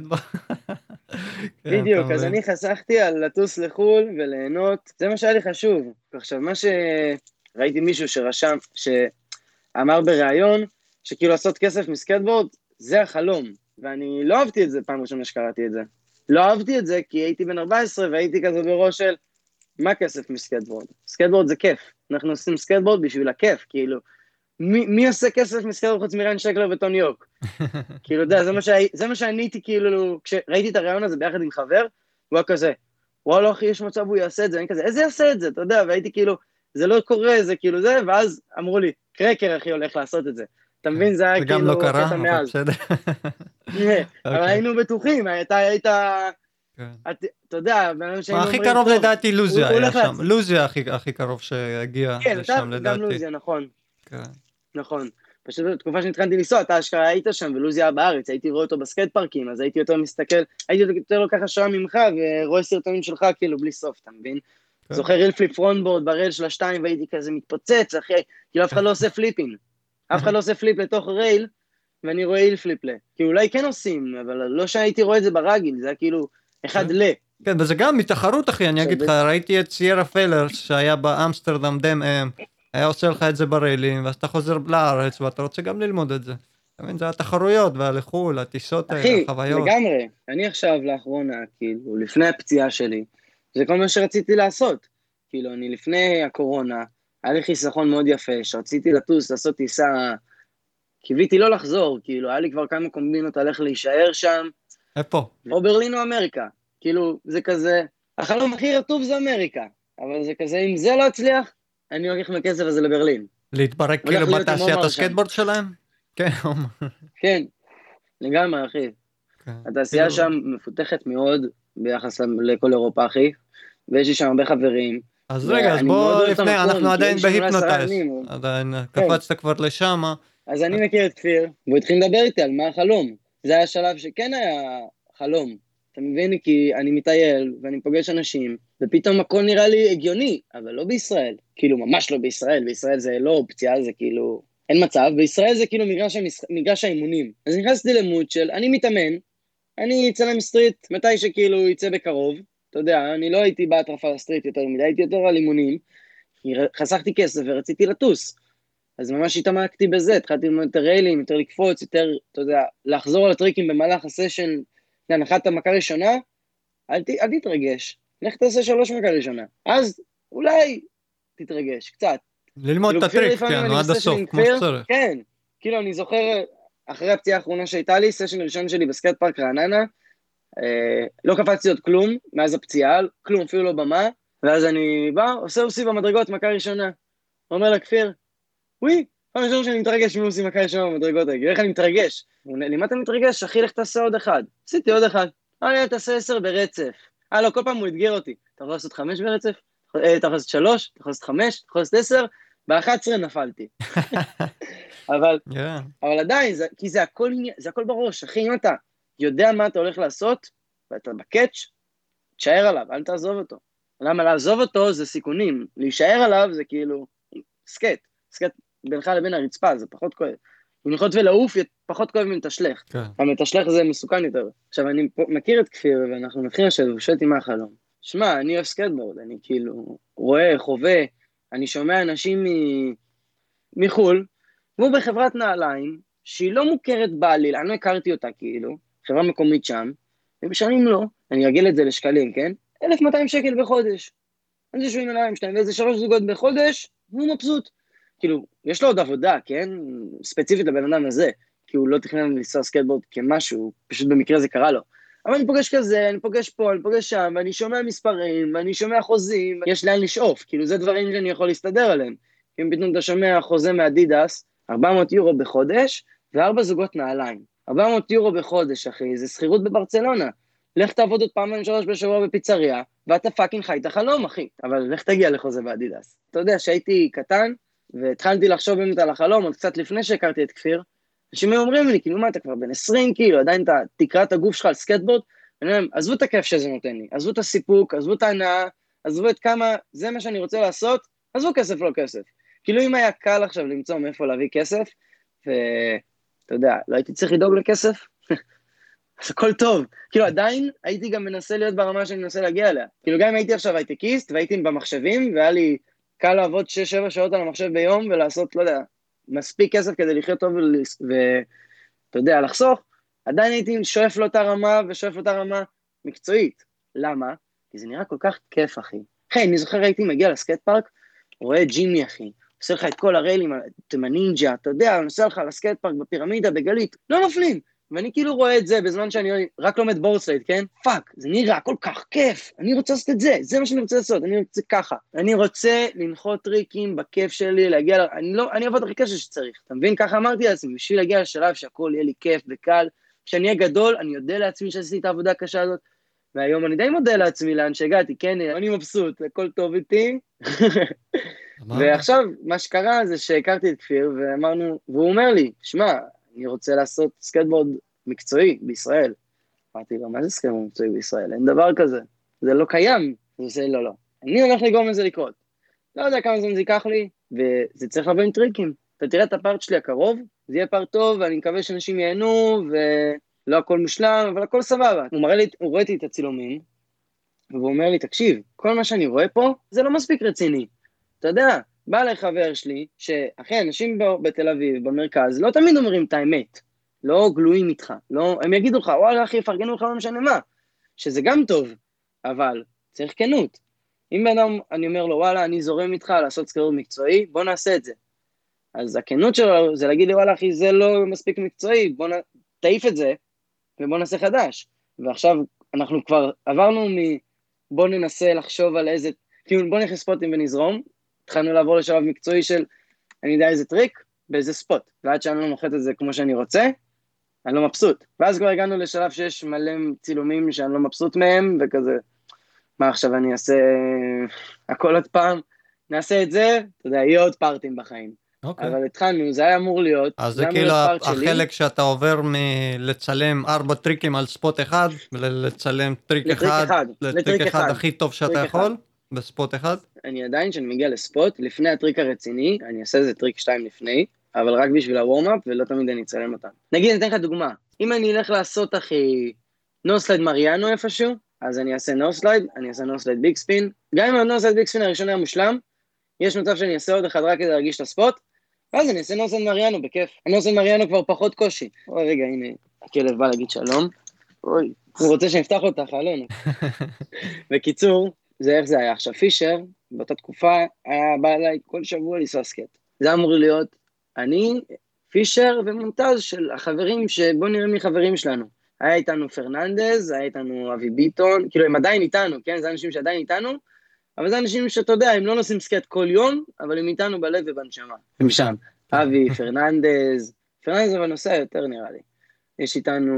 בדיוק, אז אני חסכתי על לטוס לחול וליהנות, זה מה שהיה לי חשוב. עכשיו, מה שראיתי מישהו שרשם, שאמר בראיון, שכאילו לעשות כסף מסקייטבורד, זה החלום. ואני לא אהבתי את זה פעם ראשונה שקראתי את זה. לא אהבתי את זה כי הייתי בן 14 והייתי כזה בראש של מה כסף מסקייטבורד? סקייטבורד זה כיף. אנחנו עושים סקייטבורד בשביל הכיף, כאילו. מי עושה כסף מסקייטבורד חוץ מריין שקלר וטוני יוק? כאילו, יודע, זה מה שאני הייתי כאילו, כשראיתי את הרעיון הזה ביחד עם חבר, הוא היה כזה, וואלה אחי, יש מצב הוא יעשה את זה, אני כזה, איזה יעשה את זה? אתה יודע, והייתי כאילו, זה לא קורה, זה כאילו זה, ואז אמרו לי, קרקר אחי הולך לעשות את זה. אתה מבין, זה היה כאילו... זה גם לא קרה, אבל בסדר. אבל היינו בטוחים, אתה היית... אתה יודע, הכי קרוב לדעתי לוזיה היה שם, לוזיה הכי קרוב שהגיע לשם לדעתי. כן, גם לוזיה, נכון. נכון. פשוט בתקופה שנתחלתי לנסוע, אתה אשכרה היית שם, ולוזיה בארץ, הייתי רואה אותו בסקייט פארקים, אז הייתי יותר מסתכל, הייתי יותר לוקח השראה ממך, ורואה סרטונים שלך כאילו בלי סוף, אתה מבין? זוכר ריל פליפ פרונבורד ברייל של 2, והייתי כזה מתפוצץ, אחי, כאילו אף אחד לא עושה פליפים. אף אחד לא עושה פליפ לתוך רייל, ואני רואה איל פליפ כי אולי כן עושים, אבל לא שהייתי רואה את זה ברגיל, זה היה כאילו אחד כן, וזה גם מתחרות, אחי, אני אגיד לך, ראיתי את סיירה פיילר, שהיה באמסטרדם דם היה עושה לך את זה בריילים, ואז אתה חוזר לארץ, ואתה רוצה גם ללמוד את זה. זה התחרויות, והלחול, הטיסות, החוויות. אחי, לגמרי, אני עכשיו לאחרונה, כאילו, לפני הפציעה שלי, זה כל מה שרציתי לעשות. כאילו, אני לפני הקורונה, היה לי חיסכון מאוד יפה, שרציתי לטוס, לעשות טיסה, קיוויתי לא לחזור, כאילו, היה לי כבר כמה קומבינות על איך להישאר שם. איפה? או ברלין או אמריקה. כאילו, זה כזה, החלום הכי רטוב זה אמריקה, אבל זה כזה, אם זה לא הצליח, אני לוקח מהכסף הזה לברלין. להתברק כאילו בתעשיית הסקייטבורד שלהם? כן. כן, לגמרי, אחי. התעשייה שם מפותחת מאוד ביחס לכל אירופה, אחי, ויש לי שם הרבה חברים. אז רגע, אז בוא לפני, אנחנו עדיין בהיפנוטייז, עדיין קפצת כבר לשם. אז אני מכיר את כפיר, והוא התחיל לדבר איתי על מה החלום. זה היה שלב שכן היה חלום. אתה מבין לי, כי אני מטייל, ואני פוגש אנשים, ופתאום הכל נראה לי הגיוני, אבל לא בישראל. כאילו, ממש לא בישראל. בישראל זה לא אופציה, זה כאילו, אין מצב. בישראל זה כאילו מגרש האימונים. אז נכנסתי למוד של, אני מתאמן, אני אצלם סטריט, מתי שכאילו יצא בקרוב, אתה יודע, אני לא הייתי בהטרפה לסטריט יותר מדי, הייתי יותר על אימונים, חסכתי כסף ורציתי לטוס. אז ממש התעמקתי בזה, התחלתי ללמוד יותר ריילים, יותר לקפוץ, יותר, אתה יודע, לחזור על הטריקים במהלך הסשן, נחת מכה ראשונה, אל תתרגש, לך תעשה 3 מכה ראשונה, אז אולי תתרגש, קצת. ללמוד את הטריק, כן, עד הסוף, כמו שצריך. כן, כאילו אני זוכר, אחרי הפציעה האחרונה שהייתה לי, סשן ראשון שלי בסקייט פארק רעננה, לא קפצתי עוד כלום, מאז הפציעה, כלום, אפילו לא במה, ואז אני בא, עושה אוסי במדרגות, מכה ראשונה. הוא אומר לכפיר, וואי, פעם ראשונה שאני מתרגש מי עושים מכה ראשונה במדרגות, איך אני מתרגש? הוא אומר לי, מה אתה מתרגש? אחי, לך תעשה עוד אחד. עשיתי עוד אחד. תעשה 10 ברצף. לא, כל פעם הוא אתגר אותי. אתה יכול לעשות 5 ברצף? אתה יכול לעשות 3? אתה יכול לעשות 5? אתה יכול לעשות 10? ב-11 נפלתי. אבל עדיין, כי זה הכל בראש, אחי, אם אתה יודע מה אתה הולך לעשות, ואתה בקאץ', תשאר עליו, אל תעזוב אותו. למה לעזוב אותו זה סיכונים, להישאר עליו זה כאילו סקט בינך לבין הרצפה, זה פחות כואב. לנחות ולעוף פחות כואב מתשלך. המתשלך זה מסוכן יותר. עכשיו אני מכיר את כפיר, ואנחנו מתחילים לשבת, ושואלת עם החלום. שמע, אני אוהב סקטבורד, אני כאילו רואה, חווה, אני שומע אנשים מחול, והוא בחברת נעליים, שהיא לא מוכרת בעליל, אני לא הכרתי אותה כאילו, חברה מקומית שם, ובשנים לא, אני אגל את זה לשקלים, כן? 1,200 שקל בחודש. אני יושבים עליהם שתיים, ואיזה 3 זוגות בחודש, הוא מבסוט. כאילו, יש לו עוד עבודה, כן? ספציפית לבן אדם הזה, כי הוא לא תכנן לנסוע סקייטבורד כמשהו, פשוט במקרה זה קרה לו. אבל אני פוגש כזה, אני פוגש פה, אני פוגש שם, ואני שומע מספרים, ואני שומע חוזים, יש לאן לשאוף, כאילו זה דברים שאני יכול להסתדר עליהם. אם פתאום אתה שומע חוזה מאדידס, 400 יורו בחודש, ו4 זוגות נעליים. 400 יורו בחודש, אחי, זה שכירות בברצלונה. לך תעבוד עוד 2-3 בשבוע בפיצריה, ואתה פאקינג חי את החלום, אחי. אבל לך תגיע לחוזה באדידס. אתה יודע שהייתי קטן, והתחלתי לחשוב באמת על החלום, עוד קצת לפני שהכרתי את כפיר, אנשים אומרים לי, כאילו מה, אתה כבר בן 20, כאילו, עדיין אתה תקרא את הגוף שלך על סקייטבורד, ואני אומר, עזבו את הכיף שזה נותן לי, עזבו את הסיפוק, עזבו את ההנאה, עזבו את כמה, זה מה שאני רוצה לעשות, עזבו כסף לא כסף. כאילו אם היה קל עכשיו למצוא מאיפה להביא כסף, ואתה יודע, לא הייתי צריך לדאוג לכסף, אז הכל טוב. כאילו עדיין הייתי גם מנסה להיות ברמה שאני מנסה להגיע אליה. כאילו גם אם הייתי עכשיו הייטקיסט, והייתי במחשבים, והיה לי קל לעבוד 6-7 שעות על המחשב ביום, ולעשות, לא יודע, מספיק כסף כדי לחיות טוב, ואתה יודע, לחסוך, עדיין הייתי שואף לאותה רמה, ושואף לאותה רמה מקצועית. למה? כי זה נראה כל כך כיף, אחי. אחי, אני זוכר הייתי מגיע לסקייט פארק, רואה ג'ימי, אחי, עושה לך את כל הריילים, אתם הנינג'ה, אתה יודע, הוא נוסע לך לסקייט פארק בפירמידה, בגלית, לא נופלים. ואני כאילו רואה את זה בזמן שאני רק לומד בורדסלייד, כן? פאק, זה נראה כל כך כיף, אני רוצה לעשות את זה, זה מה שאני רוצה לעשות, אני רוצה ככה. אני רוצה לנחות טריקים בכיף שלי, להגיע, אני אעבוד הכי קשה שצריך, אתה מבין? ככה אמרתי לעצמי, בשביל להגיע לשלב שהכל יהיה לי כיף וקל, כשאני אהיה גדול, אני יודע לעצמי שעשיתי את העבודה הקשה הזאת, והיום אני די מודה לעצמי לאן שהגעתי, כן? אני מבסוט, הכל טוב איתי. ועכשיו, מה שקרה זה שהכרתי את כפיר, והוא אומר לי, שמע, אני רוצה לעשות סקייטבורד מקצועי בישראל. אמרתי לו, מה זה סקייטבורד מקצועי בישראל? אין דבר כזה. זה לא קיים. הוא עושה, לא. אני הולך לגרום לזה לקרות. לא יודע כמה זמן זה ייקח לי, וזה צריך לבוא עם טריקים. אתה תראה את הפארט שלי הקרוב, זה יהיה פארט טוב, ואני מקווה שאנשים ייהנו, ולא הכל מושלם, אבל הכל סבבה. הוא רואה לי את הצילומים, והוא אומר לי, תקשיב, כל מה שאני רואה פה, זה לא מספיק רציני. אתה יודע, בא אליי חבר שלי, שאחי, אנשים בתל אביב, במרכז, לא תמיד אומרים את האמת, לא גלויים איתך, לא, הם יגידו לך, וואלה אחי, פרגנו לך לא משנה מה, שזה גם טוב, אבל צריך כנות. אם בן אני אומר לו, וואלה, אני זורם איתך לעשות סקייטבורד מקצועי, בוא נעשה את זה. אז הכנות שלו זה להגיד לי, וואלה אחי, זה לא מספיק מקצועי, בוא תעיף את זה, ובוא נעשה חדש. ועכשיו אנחנו כבר עברנו בוא ננסה לחשוב על איזה, כאילו בוא נכנס ספוטים ונזרום, התחלנו לעבור לשלב מקצועי של, אני יודע איזה טריק, באיזה ספוט, ועד שאני לא מוחט את זה כמו שאני רוצה, אני לא מבסוט. ואז כבר הגענו לשלב שיש מלא צילומים שאני לא מבסוט מהם, וכזה, מה עכשיו אני אעשה הכל עוד פעם, נעשה את זה, אתה יודע, יהיה עוד פארטים בחיים. אבל התחלנו, זה היה אמור להיות. אז זה כאילו החלק שאתה עובר מלצלם 4 טריקים על ספוט אחד, ולצלם טריק אחד הכי טוב שאתה יכול, בספוט אחד. אני עדיין, כשאני מגיע לספוט, לפני הטריק הרציני, אני אעשה איזה טריק 2 לפני, אבל רק בשביל הוורמאפ, ולא תמיד אני אצלם אותם. נגיד, אני אתן לך דוגמה. אם אני אלך לעשות, אחי, נורסלייד מריאנו איפשהו, אז אני אעשה נורסלייד, אני אעשה נורסלייד ביג ספין. גם אם הנורסלייד ביג ספין הראשון היה מושלם, יש מצב שאני אעשה עוד אחד רק כדי להרגיש את הספוט, ואז אני אעשה נורסלייד מריאנו בכיף. הנורסלייד מריאנו כבר פחות קושי. רגע, הנה, הכלב בא להגיד שלום. אוי, הוא רוצה שנפתח לו את החלון. בקיצור, זה איך זה היה. עכשיו, פישר, באותה תקופה, היה בא אליי כל שבוע לנסוע סקייט. זה אמור להיות אני, פישר ומונטז של החברים, שבוא נראה מי חברים שלנו. היה איתנו פרננדז, היה איתנו אבי ביטון, כאילו הם עדיין איתנו, כן? זה אנשים שעדיין איתנו, אבל זה אנשים שאתה יודע, הם לא נוסעים סקייט כל יום, אבל הם איתנו בלב ובנשמה. הם שם. אבי, פרננדז אבל נוסע יותר נראה לי. יש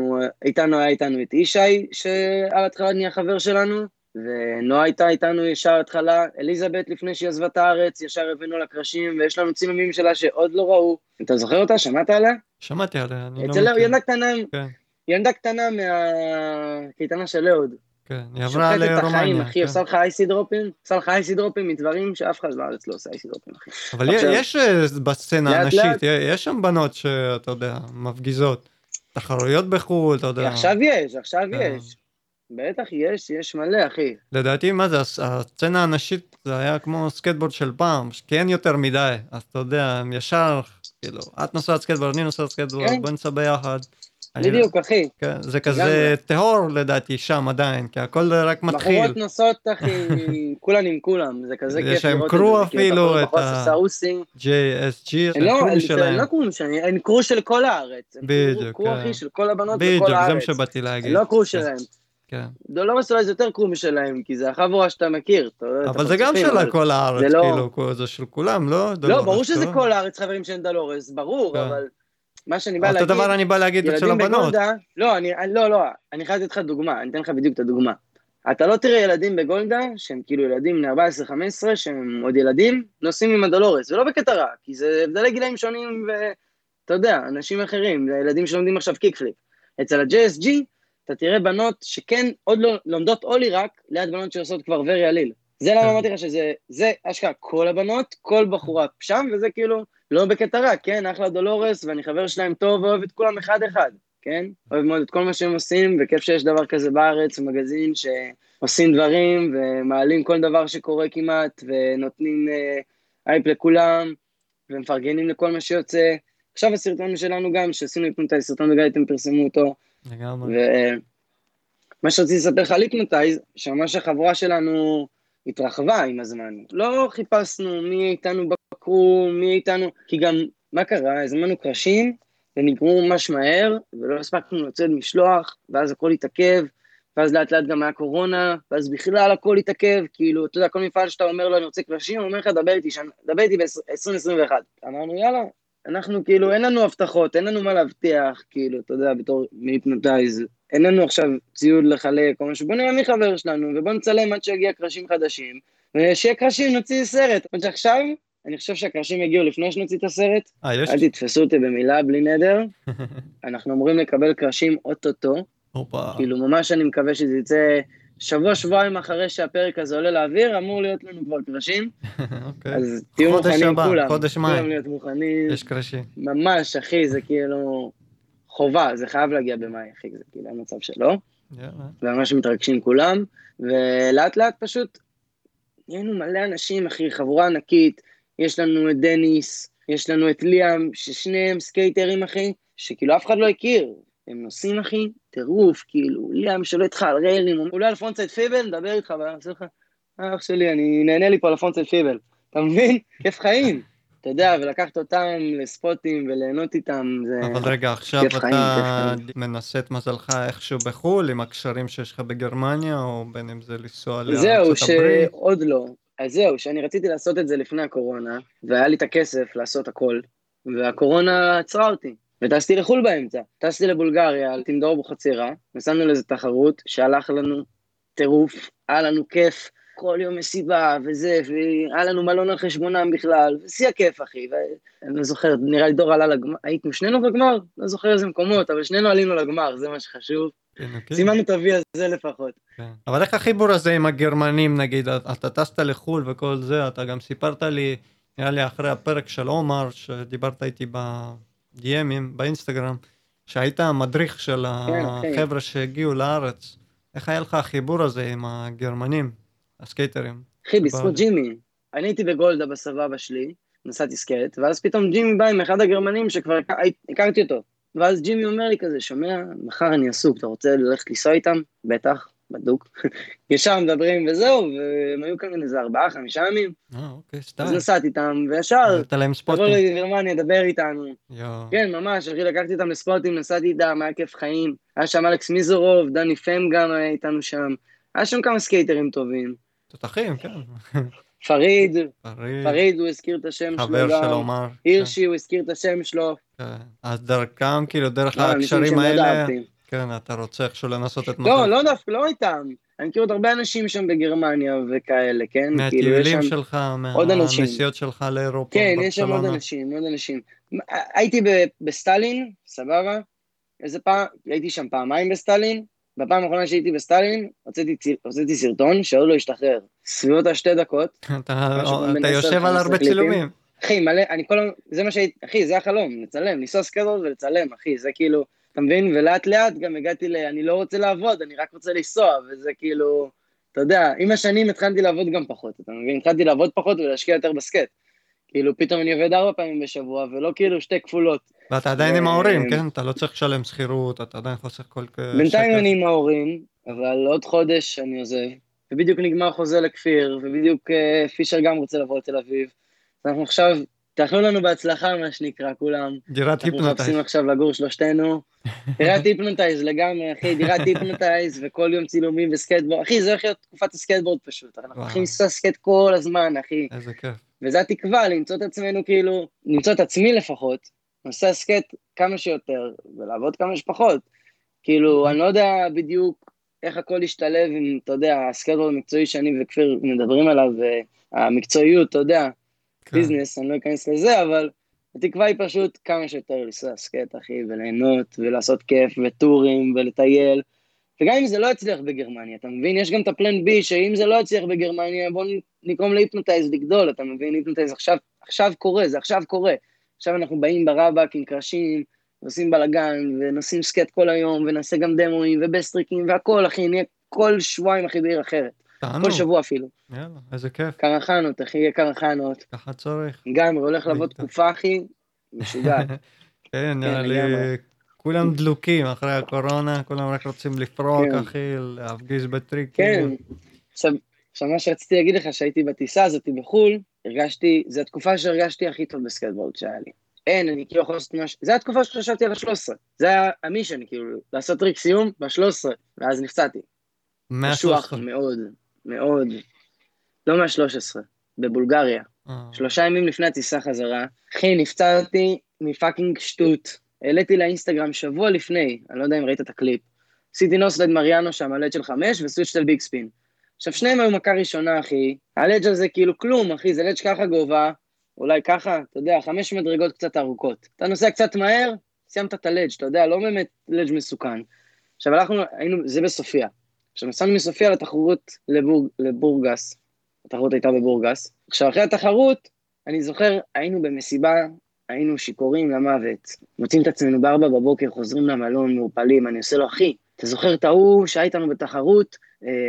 היה איתנו את ישי, שעל התחלה נהיה חבר שלנו, ונועה הייתה איתנו ישר התחלה, אליזבת לפני שהיא עזבה את הארץ, ישר הבאנו לקרשים, ויש לנו ציממים שלה שעוד לא ראו. אתה זוכר אותה? שמעת עליה? שמעתי עליה, אני לא מכיר. ילדה קטנה מהקייטנה של אהוד. כן, היא עברה לרומניה. שופטת את החיים, אחי, עושה לך אייסי דרופים מדברים שאף אחד בארץ לא עושה אייסי דרופים, אחי. אבל יש בסצנה הנשית, יש שם בנות שאתה יודע, מפגיזות, תחרויות בחו"ל, אתה יודע. עכשיו יש. בטח יש מלא, אחי. לדעתי, מה זה, הסצנה הנשית זה היה כמו סקייטבורד של פעם, כי אין יותר מדי, אז אתה יודע, הם ישר, כאילו, את נוסעת סקייטבורד, אני נוסעת סקייטבורד, בוא נצא ביחד. בדיוק, אחי. כן, זה כזה טהור לדעתי שם עדיין, כי הכל רק מתחיל. בחורות נוסעות, אחי, כולן עם כולם, זה כזה כיף לראות את זה. יש להם קרו אפילו, את ה-JSG, הקרו שלהם. לא קרו משנה, הם קרו של כל הארץ. בדיוק. קרו, אחי, של כל הבנות בכל הארץ. בדיוק, זה מה שבאתי להגיד. לא קרו שלהם. כן. לא מסולי זה יותר קרו משלהם, כי זה החבורה שאתה מכיר. אבל זה גם של כל הארץ, כאילו, זה של כולם, לא? לא, ברור שזה כל הארץ חברים של דלורס, ברור, אבל מה שאני בא להגיד... אותו דבר אני בא להגיד את של הבנות. לא, אני חייב לתת לך דוגמה, אני אתן לך בדיוק את הדוגמה. אתה לא תראה ילדים בגולדה, שהם כאילו ילדים בני 14-15, שהם עוד ילדים, נוסעים עם הדלורס, ולא בקטע רע, כי זה הבדלי גילאים שונים, ואתה יודע, אנשים אחרים, זה ילדים שלומדים עכשיו קיקפליפ. אצל ה-JSG, אתה תראה בנות שכן עוד לא לומדות אולי רק, ליד בנות שעושות כבר ורי עליל. זה למה אמרתי לך שזה אשכרה כל הבנות, כל בחורה שם, וזה כאילו לא בקטע רע, כן, אחלה דולורס, ואני חבר שלהם טוב, ואוהב את כולם אחד-אחד, כן? אוהב מאוד את כל מה שהם עושים, וכיף שיש דבר כזה בארץ, מגזין שעושים דברים, ומעלים כל דבר שקורה כמעט, ונותנים אייפ לכולם, ומפרגנים לכל מה שיוצא. עכשיו הסרטון שלנו גם, שעשינו היפנוטייז, סרטון וגליתם פרסמו אותו, ומה שרציתי לספר לך על היפנוטייז, שממש החבורה שלנו התרחבה עם הזמן. לא חיפשנו מי איתנו בקרו, מי איתנו, כי גם, מה קרה? הזמנו קרשים, ונגרו ממש מהר, ולא הספקנו לצאת משלוח, ואז הכל התעכב, ואז לאט לאט גם היה קורונה, ואז בכלל הכל התעכב, כאילו, אתה יודע, כל מפעל שאתה אומר לו, אני רוצה קרשים, הוא אומר לך, דבר איתי ב-2021. אמרנו, יאללה, אנחנו כאילו, אין לנו הבטחות, אין לנו מה להבטיח, כאילו, אתה יודע, בתור מהיפנוטייז, אין לנו עכשיו ציוד לחלק, או משהו, בוא נראה מי חבר שלנו, ובוא נצלם עד שיגיע קרשים חדשים, ושיהיה קרשים, נוציא סרט. עוד שעכשיו, אני חושב שהקרשים יגיעו לפני שנוציא את הסרט, אל תתפסו אותי במילה, בלי נדר, אנחנו אמורים לקבל קרשים אוטוטו, כאילו, ממש אני מקווה שזה יצא שבוע-שבועיים אחרי שהפרק הזה עולה לאוויר, אמור להיות לנו כבר קרשים, אז תהיו מוכנים כולם, כולם להיות מוכנים, יש קרשים. ממש, אחי, זה כאילו חובה, זה חייב להגיע במאי, אחי, זה כאילו המצב שלו, וממש מתרגשים כולם, ולאט לאט פשוט, נהיינו מלא אנשים, אחי, חבורה ענקית, יש לנו את דניס, יש לנו את ליאם, ששניהם סקייטרים, אחי, שכאילו אף אחד לא הכיר, הם נוסעים, אחי, טירוף, כאילו, ליאם שלא איתך על ריילים, אולי על פרונטסייד פיבל, מדבר איתך, ועושה לך, אח שלי, אני נהנה לי פה על הפרונטסייד פיבל, אתה מבין? כיף חיים, אתה יודע, ולקחת אותם לספוטים וליהנות איתם, זה כיף חיים. אבל רגע, עכשיו אתה מנסה את מזלך איכשהו בחול, עם הקשרים שיש לך בגרמניה, או בין אם זה לנסוע לארצות הברית? זהו, שעוד לא. אז זהו, שאני רציתי לעשות את זה לפני הקורונה, והיה לי את הכסף לעשות הכל, והקורונה עצרה אותי. וטסתי לחול באמצע, טסתי לבולגריה, על טינדור בוחצירה, נסענו לאיזו תחרות שהלך לנו טירוף, היה לנו כיף, כל יום מסיבה וזה, והיה לנו מלון על חשבונם בכלל, ושיא הכיף אחי, ואני לא זוכר, נראה לי דור עלה לגמר, הייתנו שנינו בגמר, לא זוכר איזה מקומות, אבל שנינו עלינו לגמר, זה מה שחשוב, סימנו את אבי הזה לפחות. אבל איך החיבור הזה עם הגרמנים נגיד, אתה טסת לחול וכל זה, אתה גם סיפרת לי, נראה לי אחרי הפרק של עומר, שדיברת איתי ב-DMים, באינסטגרם, שהיית המדריך של החבר'ה שהגיעו לארץ, איך היה לך החיבור הזה עם הגרמנים, הסקייטרים? אחי, בזכות ג'ימי, אני הייתי בגולדה בסבבה שלי, נסעתי סקייט, ואז פתאום ג'ימי בא עם אחד הגרמנים שכבר הכרתי אותו, ואז ג'ימי אומר לי כזה, שומע, מחר אני עסוק, אתה רוצה ללכת לנסוע איתם? בטח, בדוק. ישר מדברים וזהו, והם היו כאן איזה 4-5 ימים. אוקיי, אז סטייל. נסעתי איתם, וישר, הבאת להם תבוא ספוטים. לגרמניה, דבר איתנו. יואו. כן, ממש, אחי, לקחתי אותם לספוטים, נסעתי איתם, היה כיף חיים. היה שם אלכס מיזורוב, דני פם גם היה איתנו שם. היה שם כמה סקייטרים טובים. תותחים, כן. פריד, פריד, פריד, הוא הזכיר את השם שלו חבר של גם. עומר. הירשי, הוא הזכיר את השם שלו. כן. אז דרכם, כאילו, דרך אנשים הקשרים שמאוד האלה, אהבתי. כן, אתה רוצה איכשהו לנסות את לא, מזל. לא דווקא, לא איתם. אני מכיר עוד הרבה אנשים שם בגרמניה וכאלה, כן? כאילו, יש מהטיולים שם שלך, עוד אנשים. מהנסיעות שלך לאירופה, כן, יש שם עוד ברצלונה. אנשים, עוד אנשים. הייתי בסטלין, סבבה? איזה פעם, הייתי שם פעמיים בסטלין. בפעם האחרונה שהייתי בסטלין, הוצאתי סרטון שעוד לא השתחרר. סביבות 2 דקות. אתה יושב על הרבה צילומים. אחי, מלא, אני כל... זה מה שהייתי... אחי, זה החלום, לצלם, לנסוע סקייטבורד ולצלם, אחי, זה כאילו... אתה מבין? ולאט לאט גם הגעתי אני לא רוצה לעבוד, אני רק רוצה לנסוע, וזה כאילו... אתה יודע, עם השנים התחלתי לעבוד גם פחות, אתה מבין? התחלתי לעבוד פחות ולהשקיע יותר בסקייט. כאילו, פתאום אני עובד 4 פעמים בשבוע, ולא כאילו 2 כפולות. ואתה עדיין עם ההורים, כן? אתה לא צריך לשלם שכירות, אתה עדיין חוסך כל בינתיים שקל. אני עם ההורים, אבל עוד חודש אני עוזב, ובדיוק נגמר חוזה לכפיר, ובדיוק פישר גם רוצה לבוא לתל אביב. אנחנו עכשיו, תאכלו לנו בהצלחה, מה שנקרא, כולם. דירת אנחנו היפנוטייז. מחפשים עכשיו לגור שלושתנו. דירת היפנוטייז לגמרי, אחי, דירת היפנוטייז, וכל יום צילומים וסקייטבורד. אחי, זה הולך להיות תקופת הסקייטבורד פשוט. אנחנו הולכים לנסוע סקייט כל הזמן, אחי. איזה כיף. וזה התקווה, למצוא את עצמנו כאילו, למצוא את עצמי לפחות, נוסע סקייט כמה שיותר, ולעבוד כמה שפחות. כאילו, אני לא יודע בדיוק איך הכל ישתלב עם, אתה יודע, הסקייטבורד המקצועי שאני וכפיר מדברים עליו, והמקצועיות, אתה יודע, ביזנס, אני לא אכנס לזה, אבל התקווה היא פשוט כמה שיותר לנסוע סקייט, אחי, וליהנות, ולעשות כיף, וטורים, ולטייל, וגם אם זה לא יצליח בגרמניה, אתה מבין? יש גם את הפלן בי, שאם זה לא יצליח בגרמניה, בוא נקרום להיפנוטייז לגדול, אתה מבין? היפנוטייז עכשיו קורה, זה עכשיו קורה. עכשיו אנחנו באים ברבק עם קרשים, ועושים בלגן, ונוסעים סקט כל היום, ונעשה גם דמוים, ובסטריקים, והכל, אחי, נהיה כל שבועיים אחי בעיר אחרת. כל שבוע אפילו. יאללה, איזה כיף. קרחנות, אחי, יהיה קרחנות. ככה צריך. גם, הולך לעבוד תקופה, אחי, משוגעת. כן, נראה לי, כולם דלוקים אחרי הקורונה, כולם רק רוצים לפרוק, אחי, להפגיז בטריקים. כן, עכשיו מה שרציתי להגיד לך, שהייתי בטיסה הזאת בחול, זו התקופה שהרגשתי הכי טוב בסקייטבורד שהיה לי. אין, אני כאילו יכול לעשות משהו, זו התקופה שחשבתי על ה-13, זה היה המישן, כאילו, לעשות טריק סיום ב-13, ואז נפצעתי. משוח מאוד, מאוד, לא מה-13, בבולגריה. 3 ימים לפני הטיסה חזרה, אחי, נפצעתי מפאקינג שטות, העליתי לאינסטגרם שבוע לפני, אני לא יודע אם ראית את הקליפ, עשיתי נוסלד מריאנו שם, הלד של 5, וסוויץ' של ביג ספין. עכשיו, שניהם היו מכה ראשונה, אחי, הלד הזה כאילו כלום, אחי, זה לד שככה גובה, אולי ככה, אתה יודע, 5 מדרגות קצת ארוכות. אתה נוסע קצת מהר, סיימת את הלד, אתה יודע, לא באמת לד מסוכן. עכשיו, היינו, זה בסופיה. עכשיו, נסענו מסופיה לתחרות לבורגס, התחרות הייתה בבורגס. עכשיו, אחרי התחרות, אני זוכר, היינו במסיבה, היינו שיכורים למוות, מוצאים את עצמנו ב4 בבוקר, חוזרים למלון, מעופלים, אני עושה לו, אחי, אתה זוכר את ההוא שהיה איתנו בתחרות,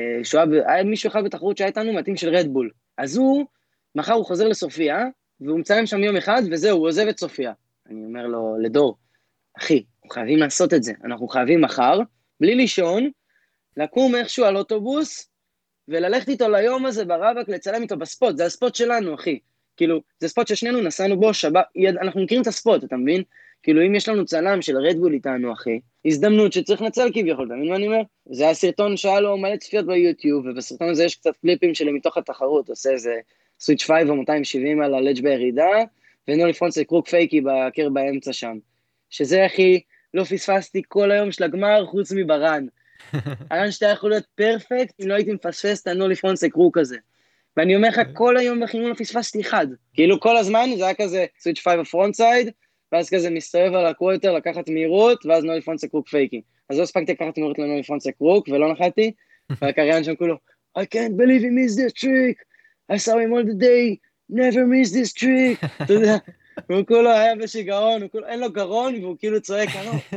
היה מישהו אחד בתחרות שהיה איתנו מתאים של רדבול, אז מחר הוא חוזר לסופיה, והוא מצלם שם יום אחד, וזהו, הוא עוזב את סופיה. אני אומר לו, לדור, אחי, אנחנו חייבים לעשות את זה, אנחנו חייבים מחר, בלי לישון, לקום איכשהו על אוטובוס, וללכת איתו ליום הזה ברבק, לצלם איתו בספוט, זה הספוט שלנו, אחי. כאילו, זה ספוט ששנינו נסענו בו, אנחנו מכירים את הספוט, אתה מבין? כאילו, אם יש לנו צלם של רדבול איתנו, אחי, הזדמנות שצריך לנצל כביכול, אתה מבין מה אני אומר? זה היה סרטון שהיה לו מלא צפיות ביוטיוב, ובסרטון הזה יש קצת קליפים שלי מתוך התחרות, עושה איזה סוויץ' 5 או 270 על הלדג' בירידה, ונולי פרונס קרוק פייקי בקר באמצע שם. שזה, אחי, לא פספסתי כל היום של הגמר, חוץ מברן. הרן שאתה יכול להיות פרפקט, אם לא הייתי מפספס את הנולי פרונס קרוק הזה. ואני אומר לך, כל היום בחימון לא פספסתי אחד. כאילו כל הזמן זה היה כזה סוויץ' 5 הפרונט סייד, ואז כזה מסתובב על הקוויטר, לקחת מהירות, ואז נולי פרונט קרוק פייקי. אז לא הספקתי לקחת מהירות לנולי פרונט קרוק, ולא נחתי, והקריין שם כולו, I can't believe he missed this trick, I saw him all the day, never miss this trick, אתה יודע, והוא כולו היה בשיגעון, אין לו גרון, והוא כאילו צועק,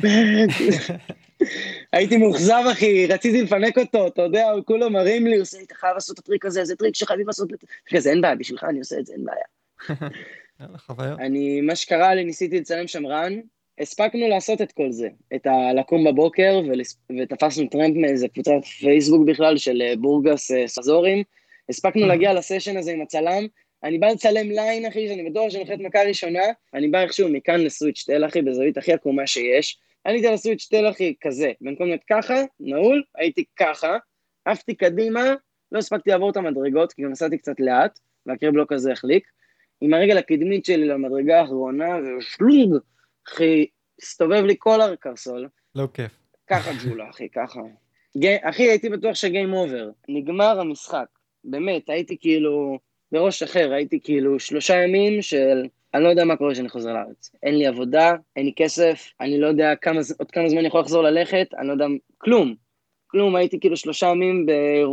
הייתי מוחזב אחי, רציתי לפנק אותו, אתה יודע, הוא כולו מרים לי, הוא עושה, אתה חייב לעשות את הטריק הזה, זה טריק שחייבים לעשות, כזה, אין בעיה, בשבילך אני עושה את זה, אין בעיה. מה שקרה לי, ניסיתי לצלם שם רן, הספקנו לעשות את כל זה, לקום בבוקר, ותפסנו טרמפ מאיזה קבוצת פייסבוק בכלל של בורגס סזורים, הספקנו להגיע לסשן הזה עם הצלם, אני בא לצלם ליין, אחי, שאני בטוח שאני הולכת מכה ראשונה, אני בא איכשהו מכאן לסוויץ' טל, אחי, בזווית הכי עקומה שיש, עליתי לסוויץ' טל, אחי, כזה, במקום להיות ככה, נעול, הייתי ככה, עפתי קדימה, לא הספקתי לעבור את המדרגות, כי גם נסעתי קצת לאט, והקרב לא כזה החליק, עם הרגל הקדמית שלי למדרגה האחרונה, ושלוג, אחי, הסתובב לי כל הקרסול. לא כיף. ככה ג'ולה, אחי, ככה. אחי, הייתי בטוח שגיים אובר. נגמר המשחק. באמת, הייתי כאילו, בראש אחר, הייתי כאילו 3 ימים של, אני לא יודע מה קורה שאני חוזר לארץ. אין לי עבודה, אין לי כסף, אני לא יודע עוד כמה זמן אני יכול לחזור ללכת, אני לא יודע, כלום, הייתי כאילו 3 ימים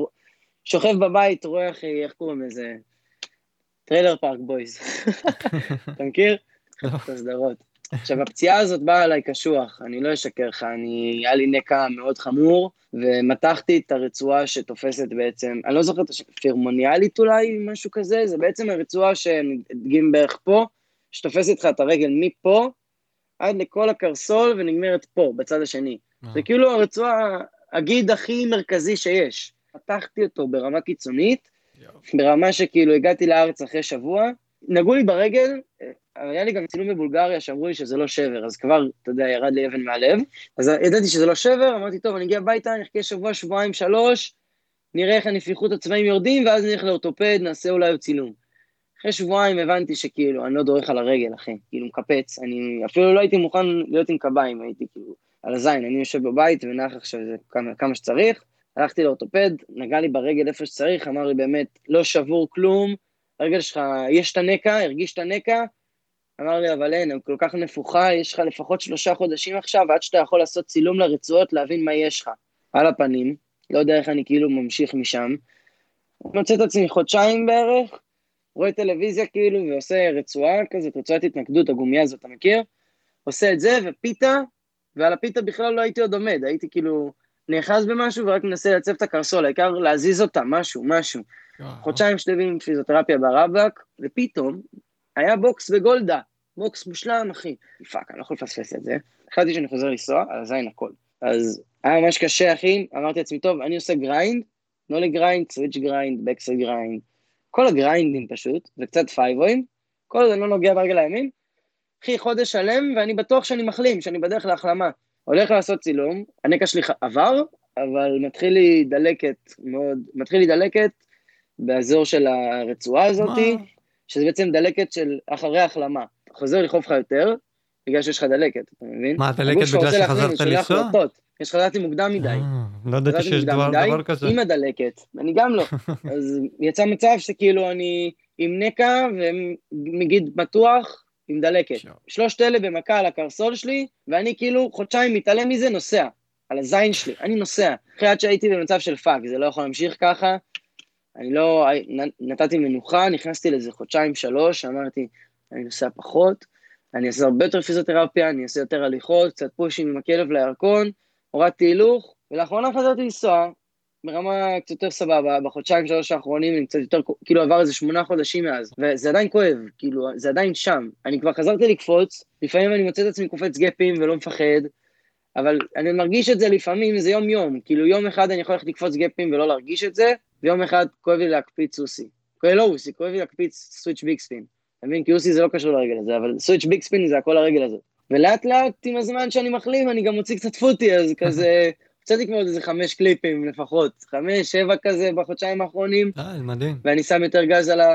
שוכב בבית, רואה אחי, איך קוראים לזה? טריילר פארק בויז. אתה מכיר? את הסדרות. עכשיו, הפציעה הזאת באה עליי קשוח, אני לא אשקר לך, היה לי נקע מאוד חמור, ומתחתי את הרצועה שתופסת בעצם, אני לא זוכר את פירמוניאלית אולי, משהו כזה, זה בעצם הרצועה שנדגים בערך פה, שתופסת לך את הרגל מפה, עד לכל הקרסול, ונגמרת פה, בצד השני. זה כאילו הרצועה, הגיד הכי מרכזי שיש. פתחתי אותו ברמה קיצונית, ברמה שכאילו הגעתי לארץ אחרי שבוע, נגעו לי ברגל, היה לי גם צילום בבולגריה שאמרו לי שזה לא שבר, אז כבר, אתה יודע, ירד לי אבן מהלב, אז ידעתי שזה לא שבר, אמרתי, טוב, אני אגיע הביתה, נחכה שבוע, שבועיים, 3, נראה איך הנפיחות הצבעים יורדים, ואז נלך לאורתופד, נעשה אולי עוד צילום. אחרי שבועיים הבנתי שכאילו, אני לא דורך על הרגל, אחי, כאילו מקפץ, אני אפילו לא הייתי מוכן להיות עם קביים, הייתי כאילו על הזין, אני יושב בבית ונח עכשיו כמה שצריך, הלכתי לאורתופד, נגע לי ברגל איפה שצריך, אמר לי באמת, לא שבור כלום, הרגל שלך, יש את הנקע, הרגיש את הנקע, אמר לי, אבל אין, הם כל כך נפוחה, יש לך לפחות 3 חודשים עכשיו, עד שאתה יכול לעשות צילום לרצועות, להבין מה יש לך. על הפנים, לא יודע איך אני כאילו ממשיך משם, מוצא את עצמי 2 חודשים בערך, רואה טלוויזיה כאילו, ועושה רצועה כזאת, רצועת התנקדות, הגומיה הזאת, אתה מכיר? עושה את זה, ופיתה, ועל הפיתה בכלל לא הייתי עוד עומד, הייתי כאילו נאחז במשהו, ורק מנסה לצב את הקרסול, העיקר להזיז אותה, משהו. 2 חודשים שלבים פיזיותרפיה ברבק, ופתאום היה בוקס בגולדה, בוקס מושלם, אחי. פאק, אני לא יכול לפספס את זה. החלטתי שאני חוזר לנסוע, על הזין הכל. אז היה ממש קשה, אחי, אמרתי לעצמי, טוב, אני עושה גריינד, נולי גריינד, סוויץ' גריינד, בקסל גריינד, כל הגריינדים פשוט, וקצת פייבויים, כל זה לא נוגע ברגל הימין, אחי, חודש שלם, ואני בטוח שאני מחלים, שאני בדרך להחלמה. הולך לעשות צילום, הנקע שלי עבר, אבל מתחיל לי דלקת באזור של הרצועה הזאת, שזה בעצם דלקת של אחרי החלמה. חוזר לחוף לך יותר, בגלל שיש לך דלקת, אתה מבין? מה, דלקת בגלל שחזרת לנסוע? יש חזרתי מוקדם מדי. לא ידעתי שיש דבר כזה. עם הדלקת, אני גם לא. אז יצא מצב שכאילו אני עם נקע ומגיד מתוח עם דלקת. 3 אלה במכה על הקרסול שלי, ואני כאילו 2 חודשים מתעלם מזה, נוסע. על הזין שלי, אני נוסע. אחרי עד שהייתי במצב של פאק, זה לא יכול להמשיך ככה. אני לא, נתתי מנוחה, נכנסתי לזה 2-3 חודשים, אמרתי, אני נוסע פחות, אני אעשה הרבה יותר פיזיותרפיה, אני אעשה יותר הליכות, קצת פושים עם הכלב לירקון, הורדתי הילוך, ולאחרונה חזרתי לנסוע, ברמה קצת יותר סבבה, 2-3 חודשים האחרונים, אני קצת יותר, כאילו עבר איזה 8 חודשים מאז, וזה עדיין כואב, כאילו, זה עדיין שם, אני כבר חזרתי לקפוץ, לפעמים אני מוצא את עצמי קופץ גפים ולא מפחד, אבל אני מרגיש את זה לפעמים, זה יום, כאילו יום אחד אני יכול ללכת לקפוץ גפים ולא להרגיש את זה, ויום אחד כואב לי להקפיץ סוסי. כואב לי להקפיץ סוויץ' ביג ספין. אתה מבין? כי סוסי זה לא קשור לרגל הזה, אבל סוויץ' ביג ספין זה הכל הרגל הזה. ולאט לאט עם הזמן שאני מחלים, אני גם מוציא קצת פוטי, אז כזה, קצת כמו איזה 5 קליפים לפחות, 5-7 כזה בחודשיים האחרונים. מדהים. ואני שם יותר גז על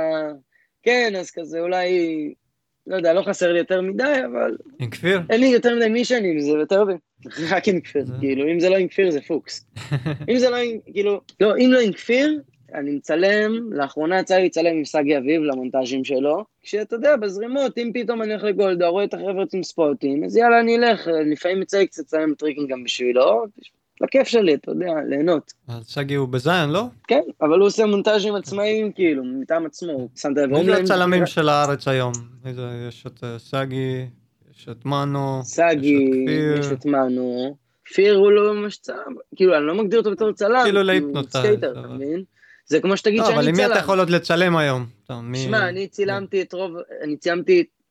כן, אז כזה אולי, לא יודע, לא חסר לי יותר מדי, אבל... עם כפיר? אין לי יותר מדי מישנים, זה יותר רק עם כפיר, כאילו, אם זה לא עם כפיר זה פוקס. אם זה לא עם, כאילו, לא, אם לא עם כפיר, אני מצלם, לאחרונה יצא לי לצלם עם סגי אביב למונטאז'ים שלו, כשאתה יודע, בזרימות, אם פתאום אני הולך לגולדה, רואה את החבר'ה עם ספורטים, אז יאללה, אני אלך, לפעמים יצא לי קצת לצלם טריקינג גם בשבילו, לכיף שלי, אתה יודע, ליהנות. אז סגי הוא בזיין, לא? כן, אבל הוא עושה מונטאז'ים עצמאיים, כאילו, מטעם עצמו, הוא שם את העברון להם. איזה הצלמים של הארץ היום? יש את סגי, יש את מנו, סגי, יש את מנו, כפיר הוא לא ממש צלם, כאילו, אני לא מגדיר אותו בתור צלם, כאילו סקייטר, אתה מבין? זה כמו שתגיד שאני צלם. אבל עם מי אתה יכול עוד לצלם היום? שמע, אני צילמתי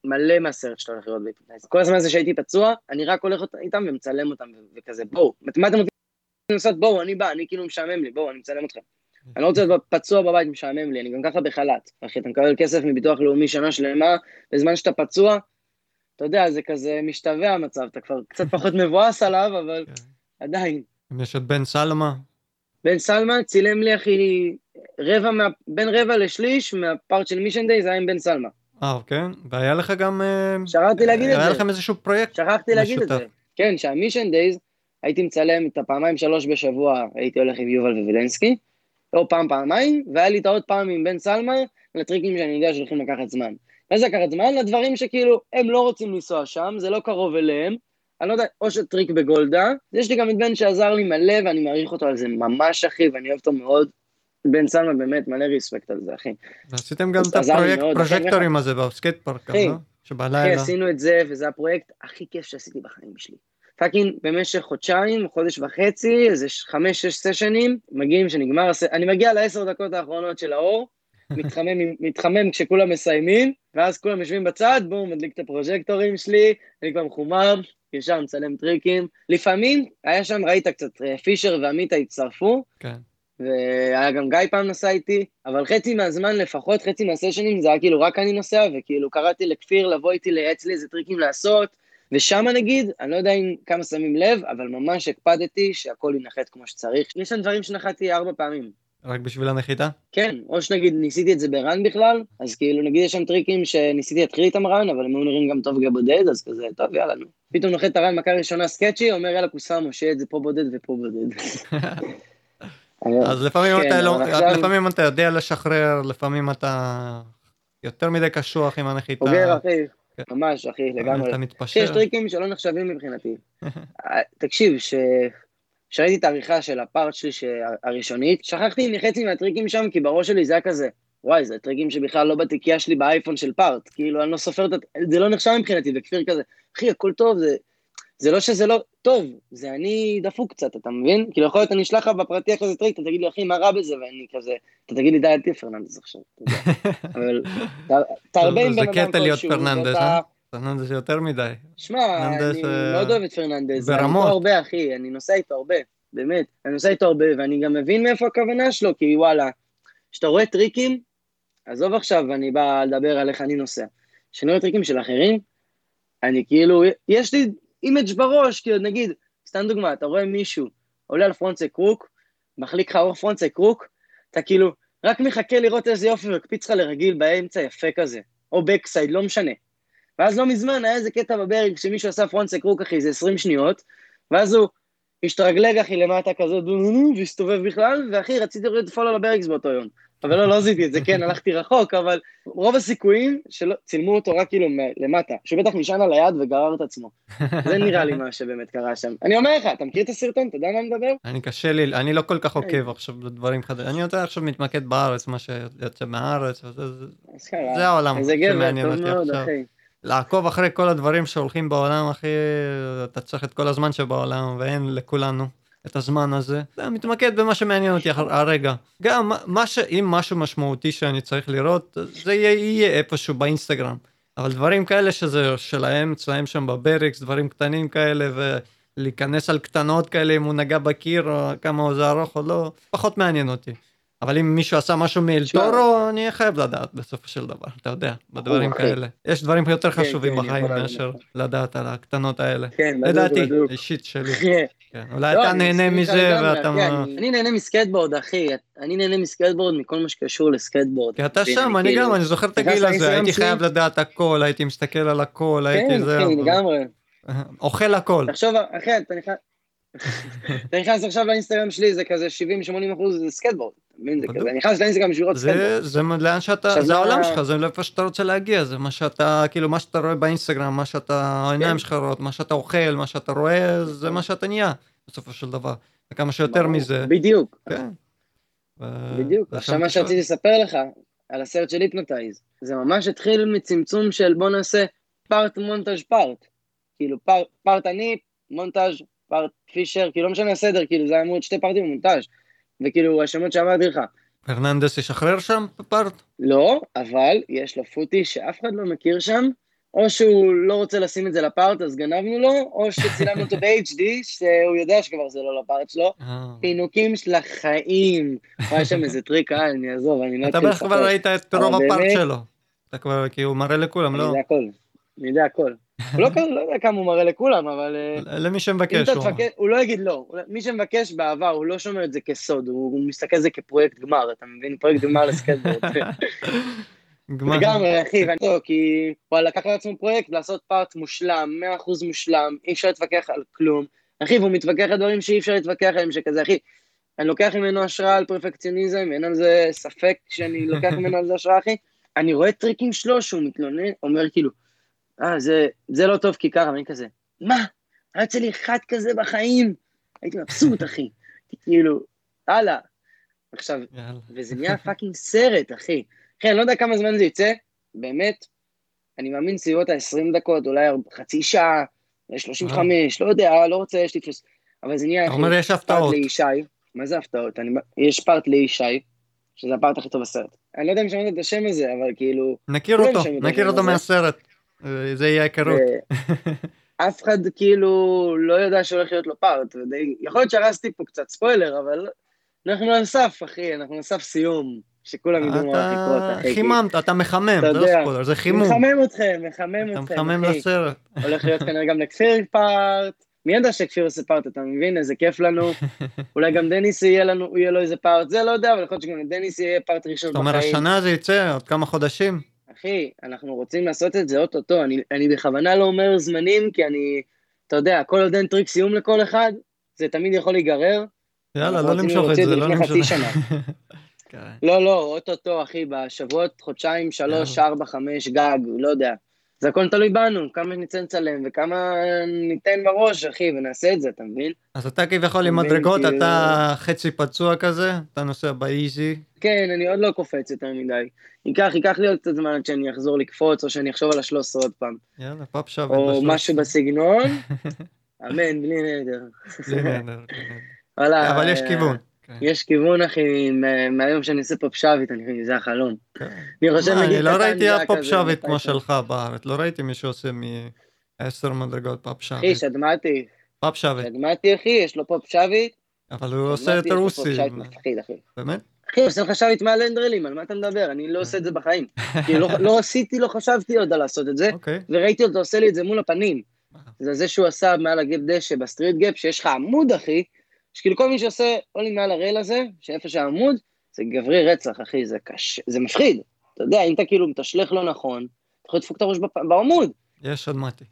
מלא מהסרט שאתה הולך לראות בהיפנוטייז. כל הזמן הזה שהייתי פצוע, אני רק הולך איתם ומצלם אותם, וכזה, בואו, מה אתם רוצים לעשות? בואו, אני בא, אני כאילו משעמם לי, בואו, אני מצלם אתכם. אני לא רוצה להיות פצוע בבית, משעמם לי, אני גם ככה בחל"ת. אחי, אתה מקבל כסף מביטוח לאומי שנה שלמה, בזמן שאתה פצוע, אתה יודע, זה כזה משתווה המצב, אתה כבר קצת פחות מבואס עליו, אבל עדיין. יש את בן סלמה. בן סלמה צילם לי, אחי, בין רבע לשליש מהפארט של מישן דיי, זה היה עם בן סלמה. כן, והיה לך גם... שכחתי להגיד את זה. היה לכם איזשהו פרויקט משותף. שכחתי להגיד את זה. כן, שהמישן דייז, הייתי מצלם את הפעמיים 3 בשבוע, הייתי הולך עם יובל ווילנסקי, או פעמיים, והיה לי את העוד פעם עם בן סלמה, לטריקים שאני יודע שהולכים לקחת זמן. וזה לקחת זמן לדברים שכאילו, הם לא רוצים לנסוע שם, זה לא קרוב אליהם, אני לא יודע, או שטריק בגולדה, יש לי גם את בן שעזר לי מלא, ואני מעריך אותו על זה ממש, אחי, ואני אוהב אותו מאוד. בן סלמה באמת, מלא ריספקט על זה, אחי. ועשיתם גם את הפרויקט פרוז'קטורים הזה בסקייט פארק, לא? שבלילה. אחי, עשינו את זה, וזה הפרויקט הכי כיף שעשיתי בחיים שלי. פאקינג במשך חודשיים, חודש וחצי, איזה 5-6 סשנים, מגיעים שנגמר, אני מגיע ל10 דקות האחרונות של האור, מתחמם כשכולם מסיימים, ואז כולם יושבים בצד, בואו, מדליק את הפרוז'קטורים שלי, אני כבר מחומר, ישר מצלם טריקים. לפעמים, היה שם, ראית קצת, פישר ועמיתה הצטרפו, כן. והיה גם גיא פעם נסע איתי, אבל חצי מהזמן לפחות, חצי מהסשנים, זה היה כאילו רק אני נוסע, וכאילו קראתי לכפיר לבוא איתי לייעץ לי איזה טריקים לעשות, ושם נגיד, אני לא יודע אם כמה שמים לב, אבל ממש הקפדתי שהכל ינחת כמו שצריך. יש שם דברים שנחתי 4 פעמים. רק בשביל הנחיתה? כן, או שנגיד ניסיתי את זה ברן בכלל, אז כאילו נגיד יש שם טריקים שניסיתי להתחיל איתם רן, אבל הם היו נראים גם טוב בודד, אז כזה, טוב, יאללה, נו. פתאום נוחת הרן מכה ראשונה סקצ'י, אומר יאללה קוסמו, שיהיה את זה פה בודד ופה בודד. אז לפעמים אתה יודע לשחרר, לפעמים אתה יותר מדי קשוח עם הנחיתה. אוגר, אחי, ממש, אחי, לגמרי. אתה מתפשר. יש טריקים שלא נחשבים מבחינתי. תקשיב, שראיתי את העריכה של הפארט שלי הראשונית, שכחתי מחצי מהטריקים שם, כי בראש שלי זה היה כזה, וואי, זה טריקים שבכלל לא בתיקייה שלי באייפון של פארט, כאילו, אני לא סופר זה לא נחשב מבחינתי, וכפיר כזה, אחי, הכל טוב, זה לא שזה לא טוב, זה אני דפוק קצת, אתה מבין? כאילו, יכול להיות, אני אשלח לך בפרטי כזה טריק, אתה תגיד לי, אחי, מה רע בזה? ואני כזה, אתה תגיד לי, די, אל תהיה פרננדס עכשיו. אבל, תרבה עם בן אדם כלשהו. פרננדס זה יותר מדי. שמע, אני מאוד אוהב את פרננדס, אני איתו הרבה, אחי, אני נוסע איתו הרבה, באמת, אני נוסע איתו הרבה, ואני גם מבין מאיפה הכוונה שלו, כי וואלה, כשאתה רואה טריקים, עזוב עכשיו, אני בא לדבר על איך אני נוסע. כשאני רואה טריקים של אחרים, אני כאילו, יש לי אימג' בראש, כאילו נגיד, סתם דוגמה, אתה רואה מישהו עולה על פרונטסי קרוק, מחליק לך אור פרונטסי קרוק, אתה כאילו רק מחכה לראות איזה יופי וקפיץ לך לרגיל באמצע יפה כזה, או בקסייד, לא משנה. ואז לא מזמן היה איזה קטע בברג שמישהו עשה פרונטסי קרוק, אחי, זה 20 שניות, ואז הוא השתרגלג, אחי, למטה כזה, והסתובב בכלל, ואחי, רציתי לראות פולו לברקס באותו יום. אבל לא זיתי את זה, כן, הלכתי רחוק, אבל רוב הסיכויים צילמו אותו רק כאילו למטה, שהוא בטח נשען על היד וגרר את עצמו. זה נראה לי מה שבאמת קרה שם. אני אומר לך, אתה מכיר את הסרטון? אתה יודע מה מדבר? אני קשה לי, אני לא כל כך עוקב עכשיו לדברים חדשים. אני יותר עכשיו מתמקד בארץ, מה שיוצא מהארץ, זה העולם שמעניין אותי עכשיו. לעקוב אחרי כל הדברים שהולכים בעולם, אחי, אתה צריך את כל הזמן שבעולם, ואין לכולנו את הזמן הזה. זה מתמקד במה שמעניין אותי הרגע. גם אם משהו משמעותי שאני צריך לראות, זה יהיה איפשהו באינסטגרם. אבל דברים כאלה שזה שלהם, אצלהם שם בברקס, דברים קטנים כאלה, ולהיכנס על קטנות כאלה, אם הוא נגע בקיר, או כמה הוא זה ארוך או לא, פחות מעניין אותי. אבל אם מישהו עשה משהו מאלתורו, אני חייב לדעת בסופו של דבר, אתה יודע, בדברים כאלה. יש דברים יותר חשובים בחיים מאשר לדעת על הקטנות האלה. לדעתי, אישית שלי. אולי אתה נהנה מזה ואתה... אני נהנה מסקייטבורד, אחי. אני נהנה מסקייטבורד מכל מה שקשור לסקייטבורד. כי אתה שם, אני גם, אני זוכר את הגיל הזה, הייתי חייב לדעת הכל, הייתי מסתכל על הכל, הייתי זה... כן, לגמרי. אוכל הכל. תחשוב, אחי, אתה נכנס עכשיו לאינסטגרם שלי, זה כזה 70-80% זה סקייטבורד. אני נכנס לאינסטגרם בשביל לראות סקייטבורד. זה לאן שאתה, זה העולם שלך, זה לאיפה שאתה רוצה להגיע, זה מה שאתה, כאילו מה שאתה רואה באינסטגרם, מה שאתה, העיניים שלך רואות, מה שאתה אוכל, מה שאתה רואה, זה מה שאתה נהיה, בסופו של דבר. וכמה שיותר מזה. בדיוק. כן. בדיוק. עכשיו מה שרציתי לספר לך, על הסרט של היפנוטייז, זה ממש התחיל מצמצום של בוא נעשה פארט מונטאז' פארט. כאילו פארט אני, מונטאז' פארט פישר, כאילו לא משנה הסדר, כאילו זה היה אמור 2 פארטים במונטאז' וכאילו השמות שעברתי לך. פרננדס ישחרר שם פארט? לא, אבל יש לו פוטי שאף אחד לא מכיר שם, או שהוא לא רוצה לשים את זה לפארט, אז גנבנו לו, או שצילמנו אותו ב-HD, שהוא יודע שכבר זה לא לפארט שלו, פינוקים של החיים. יש שם איזה טריק, אני אעזוב, אני לא אתה אתחיל בטח כבר ראית את רוב הפארט שלו. אתה כבר, כי הוא מראה לכולם, לא? אני יודע הכל. הוא לא יודע כמה הוא מראה לכולם, אבל... למי שמבקש. הוא לא יגיד לא. מי שמבקש בעבר, הוא לא שומר את זה כסוד, הוא מסתכל על זה כפרויקט גמר, אתה מבין? פרויקט גמר לסקייטבורד. לגמרי, אחי, כי הוא לקח לעצמו פרויקט לעשות פארט מושלם, 100% מושלם, אי אפשר להתווכח על כלום. אחי, והוא מתווכח על דברים שאי אפשר להתווכח עליהם, שכזה, אחי, אני לוקח ממנו השראה על פרפקציוניזם, אין על זה ספק שאני לוקח ממנו על זה השראה, אחי. אני רואה טריקים שלו שהוא מתלונן, אומר כאילו, זה לא טוב כי ככה, ואני כזה, מה? היה יוצא לי אחד כזה בחיים? הייתי מבסוט, אחי. כאילו, הלאה. עכשיו, וזה נהיה פאקינג סרט, אחי. אחי, אני לא יודע כמה זמן זה יצא, באמת, אני מאמין סביבות ה-20 דקות, אולי חצי שעה, 35, לא יודע, לא רוצה, יש לי תפוס, אבל זה נהיה, אתה אומר, יש הפתעות. מה זה הפתעות? יש פארט לישי, שזה הפארט הכי טוב בסרט. אני לא יודע אם שמעת את השם הזה, אבל כאילו... נכיר אותו מהסרט. זה יהיה הכרות. אף אחד כאילו לא יודע שהולך להיות לו פארט, יכול להיות שהרסתי פה קצת ספוילר, אבל אנחנו על סף, אחי, אנחנו על סף סיום, שכולם ידעו מה הולך לקרות, אחי. אתה חיממת, אתה מחמם, זה לא ספוילר, זה חימום. מחמם אתכם, אתה מחמם לסרט. הולך להיות כנראה גם לכפיר פארט, מי ידע שכפיר עושה פארט, אתה מבין? איזה כיף לנו. אולי גם דניס יהיה לו איזה פארט, זה לא יודע, אבל יכול להיות שגם לדניס יהיה פארט ראשון בחיים. זאת אומרת, השנה זה יצא, עוד כמה חודשים. אחי, אנחנו רוצים לעשות את זה אוטוטו, אני בכוונה לא אומר זמנים, כי אתה יודע, כל עוד אין טריק סיום לכל אחד, זה תמיד יכול להיגרר. יאללה, לא למשוך את זה, לא למשוך. לא, אוטוטו, אחי, בשבועות, חודשיים, 3, 4, 5, גג, לא יודע. זה הכל תלוי בנו, כמה ניתן לצלם, וכמה ניתן בראש, אחי, ונעשה את זה, אתה מבין? אז אתה כביכול עם מדרגות, אתה חצי פצוע כזה, אתה נוסע באיזי. כן, אני עוד לא קופץ יותר מדי. ייקח לי עוד קצת זמן עד שאני אחזור לקפוץ, או שאני אחשוב על ה-13 עוד פעם. יאללה, פאפ שווה. או משהו בסגנון. אמן, בלי נדר. בלי נדר. אבל יש כיוון. יש כיוון, אחי, מהיום שאני עושה פופ שווית, זה החלום. אני לא ראיתי פופ שווית כמו שלך בארץ, לא ראיתי מישהו עושה מ10 מדרגות פופ שווית. אחי, שדמתי. פופ שווית. שדמתי, אחי, יש לו פופ שווית. אבל הוא עושה את הרוסי. באמת? אחי, עושה לך שווית מעל אנדרלים, על מה אתה מדבר? אני לא עושה את זה בחיים. לא חשבתי עוד על לעשות את זה, וראיתי אותו עושה לי את זה מול הפנים. זה שהוא עשה מעל הגיב דשא בסטריט גאפ, שיש לך עמוד, אחי, שכאילו כל מי שעושה עולים מעל הרייל הזה, שאיפה שהעמוד, זה גברי רצח, אחי, זה קשה, זה מפחיד. אתה יודע, אם אתה כאילו מתשלך לא נכון, אתה יכול לדפוק את הראש בעמוד. יש שדמתי.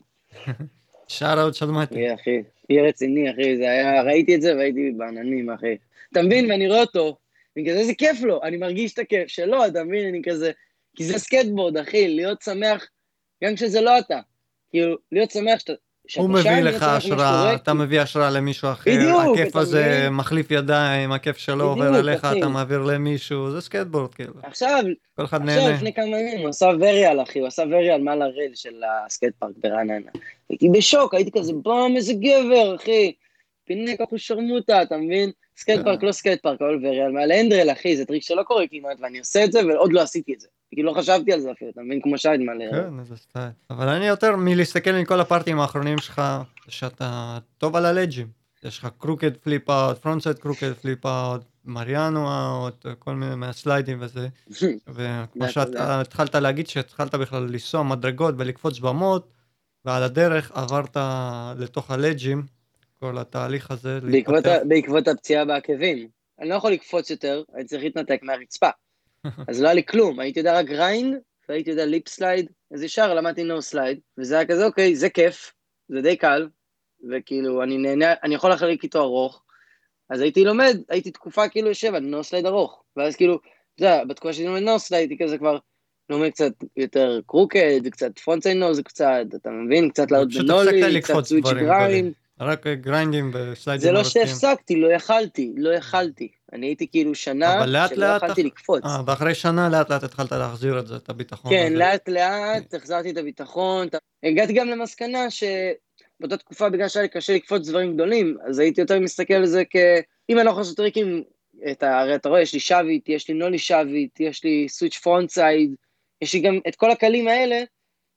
שער שדמתי. אחי, יהיה רציני, אחי, זה היה, ראיתי את זה והייתי בעננים, אחי. אתה מבין, ואני רואה אותו, אני כזה, איזה כיף לו, אני מרגיש את הכיף שלו, אתה מבין, אני כזה, כי זה סקייטבורד, אחי, להיות שמח, גם כשזה לא אתה, כאילו, להיות שמח שאתה הוא מביא לך השראה, אתה מביא השראה למישהו אחר, הכיף הזה מחליף ידיים, הכיף שלו עובר עליך, אתה מעביר למישהו, זה סקייטבורד כאילו. עכשיו, לפני כמה ימים, הוא עשה וריאל, אחי, הוא עשה וריאל מעל הרייל של הסקייט פארק ברעננה. הייתי בשוק, הייתי כזה, בום, איזה גבר, אחי, פינק, אחו שרמוטה, אתה מבין? סקייט פארק, לא סקייט פארק, אבל וריאל מעל אנדרל, אחי, זה טריק שלא קורה כמעט, ואני עושה את זה, ועוד לא עשיתי את זה. כי לא חשבתי על זה אפילו, אתה מבין? כמו שייד מלא. כן, זה סטייל. אבל אני יותר מלהסתכל מכל הפארטים האחרונים שלך, שאתה טוב על הלג'ים. יש לך קרוקד פליפ אאוט, פרונט-סייד קרוקד פליפ אאוט, מריאנו אאוט, כל מיני מהסליידים וזה. וכמו שאתה התחלת להגיד, שהתחלת בכלל לנסוע מדרגות ולקפוץ במות, ועל הדרך עברת לתוך הלג'ים, כל התהליך הזה. בעקבות הפציעה בעקבים. אני לא יכול לקפוץ יותר, אני צריך להתנתק מהרצפה. אז לא היה לי כלום, הייתי יודע רק גריינד, והייתי יודע ליפ סלייד, אז ישר למדתי נו סלייד, וזה היה כזה, אוקיי, זה כיף, זה די קל, וכאילו אני נהנה, אני יכול להחליק איתו ארוך, אז הייתי לומד, הייתי תקופה כאילו יושב על נו סלייד ארוך, ואז כאילו, אתה יודע, בתקופה שאני לומד נו סלייד, הייתי כזה כבר לומד קצת יותר קרוקד, קצת פרונט-סייד נוז, קצת, אתה מבין, קצת לעוד בנולי, קצת סוויץ' גריינד, רק גריינדים וסליידים. זה לא שהפסקתי, לא יכלתי. אני הייתי כאילו שנה שלא יכלתי לקפוץ. ואחרי שנה לאט לאט התחלת להחזיר את זה, את הביטחון. כן, לאט לאט החזרתי את הביטחון. הגעתי גם למסקנה שבאותה תקופה, בגלל שהיה לי קשה לקפוץ דברים גדולים, אז הייתי יותר מסתכל על זה אם אני לא יכול לעשות טריקים, הרי אתה רואה, יש לי שווית, יש לי נולי שווית, יש לי סוויץ' פרונט סייד, יש לי גם את כל הקלים האלה,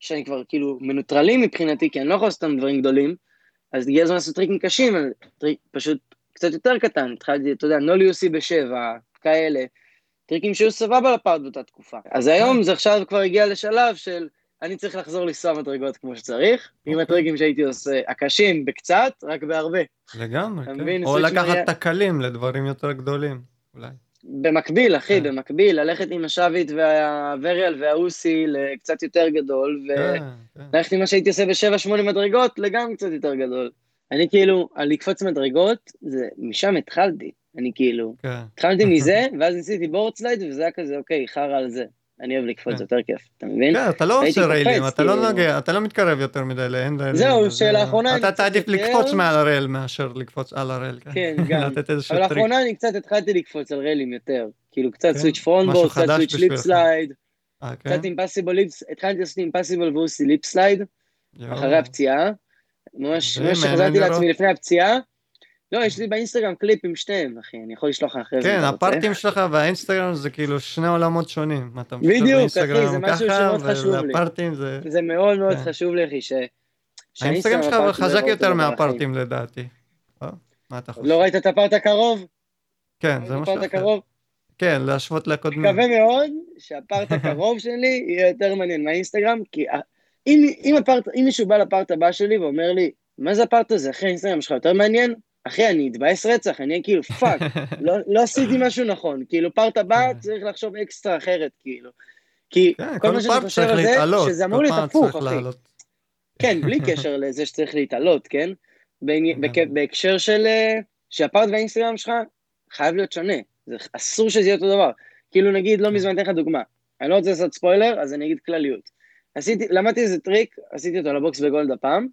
שאני כבר כאילו מנוטרלים מבחינתי, כי אני לא יכול לעשות אותם דברים גדולים, אז הגיע הזמן לעשות טריקים קשים, טריק פשוט קצת יותר קטן, התחלתי, אתה יודע, נולי יוסי בשבע, כאלה, טריקים שהיו סבבה לפארט באותה תקופה. אז היום זה עכשיו כבר הגיע לשלב של, אני צריך לחזור לנסוע מדרגות כמו שצריך, עם הטריקים שהייתי עושה, הקשים בקצת, רק בהרבה. לגמרי, כן. או לקחת את הקלים לדברים יותר גדולים, אולי. במקביל, אחי, במקביל, ללכת עם השווית והווריאל והאוסי לקצת יותר גדול, וללכת עם מה שהייתי עושה ב7-8 מדרגות, לגמרי קצת יותר גדול. אני כאילו, על לקפוץ מדרגות, משם התחלתי. אני כאילו, התחלתי מזה, ואז ניסיתי בורד סלייד, וזה היה כזה, אוקיי, חרה על זה. אני אוהב לקפוץ יותר כיף, אתה מבין? כן, אתה לא עושה ריילים, אתה לא נוגע, אתה לא מתקרב יותר מדי לאין ריילים. זהו, שלאחרונה אתה תעדיף לקפוץ מעל הרייל מאשר לקפוץ על הרייל. כן, גם. אבל לאחרונה אני קצת התחלתי לקפוץ על ריילים יותר. כאילו, קצת סוויץ' פרונטבורד, קצת סוויץ' ליפ סלייד, קצת אימפסיבל ליפס, התחלתי לעשות אימפסיבל ואוסי ליפ סלייד, אחרי הפציעה. ממש שחזרתי לעצמי לפני הפציעה. לא, יש לי באינסטגרם קליפ עם שתיהם, אחי, אני יכול לשלוח לך אחרי זה. כן, הפארטים שלך והאינסטגרם זה כאילו שני עולמות שונים. בדיוק, אחי, זה משהו שמאוד חשוב לי. זה... זה מאוד מאוד חשוב לי, אחי, האינסטגרם שלך חזק יותר מהפארטים לדעתי. מה אתה חושב? לא ראית את הפארט הקרוב? כן, זה משהו אחר. כן, להשוות לקודמים. מקווה מאוד שהפארט הקרוב שלי יהיה יותר מעניין מהאינסטגרם, כי אם מישהו בא לפארט הבא שלי ואומר לי, מה זה הפארט הזה? אחי, האינסטגרם שלך יותר מעניין? אחי, אני אתבאס רצח, אני אהיה כאילו, פאק, לא עשיתי משהו נכון, כאילו, פארט הבא צריך לחשוב אקסטרה אחרת, כאילו. כי כל מה שאני חושב על זה, שזה אמור להיות הפוך, אחי. כן, בלי קשר לזה שצריך להתעלות, כן? בהקשר של שהפארט והאינסטגרם שלך חייב להיות שונה, זה אסור שזה יהיה אותו דבר. כאילו, נגיד, לא מזמן אתן לך דוגמה, אני לא רוצה לעשות ספוילר, אז אני אגיד כלליות. למדתי איזה טריק, עשיתי אותו לבוקס בגולד הפעם,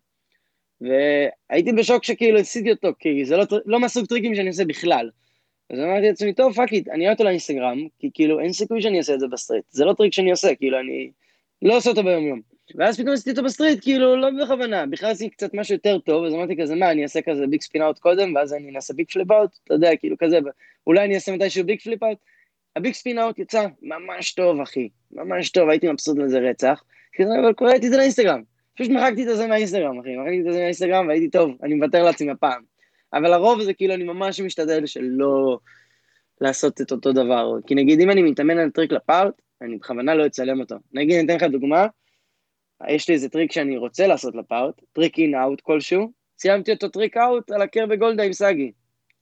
והייתי בשוק שכאילו עשיתי אותו, כי זה לא מסוג טריקים שאני עושה בכלל. אז אמרתי לעצמי, טוב, פאק איט, אני אראה אותו לאינסטגרם, כי כאילו אין סיכוי שאני אעשה את זה בסטריט, זה לא טריק שאני עושה, כאילו אני לא עושה אותו ביום יום. ואז פתאום עשיתי אותו בסטריט, כאילו לא בכוונה, בכלל עשיתי קצת משהו יותר טוב, אז אמרתי כזה, מה, אני אעשה כזה ביג ספין אאוט קודם, ואז אני אעשה ביג פליפ אאוט, אתה יודע, כאילו כזה, אולי אני אעשה מתישהו ביג פליפ אאוט. הביג ספין אאוט יצא ממש טוב, אחי, ממש טוב, הייתי מבסוט לזה רצח, אבל קראתי את זה לאינסטגרם. פשוט מחקתי את זה מהאינסטגרם, אחי, מחקתי את זה מהאינסטגרם, והייתי טוב, אני מוותר לעצמי הפעם. אבל הרוב זה כאילו, אני ממש משתדל שלא לעשות את אותו דבר. כי נגיד, אם אני מתאמן על טריק לפארט, אני בכוונה לא אצלם אותו. נגיד, אני אתן לך דוגמה, יש לי איזה טריק שאני רוצה לעשות לפארט, טריק אין-אאוט כלשהו, סיימתי אותו טריק אאוט על הקר בגולדה עם סגי.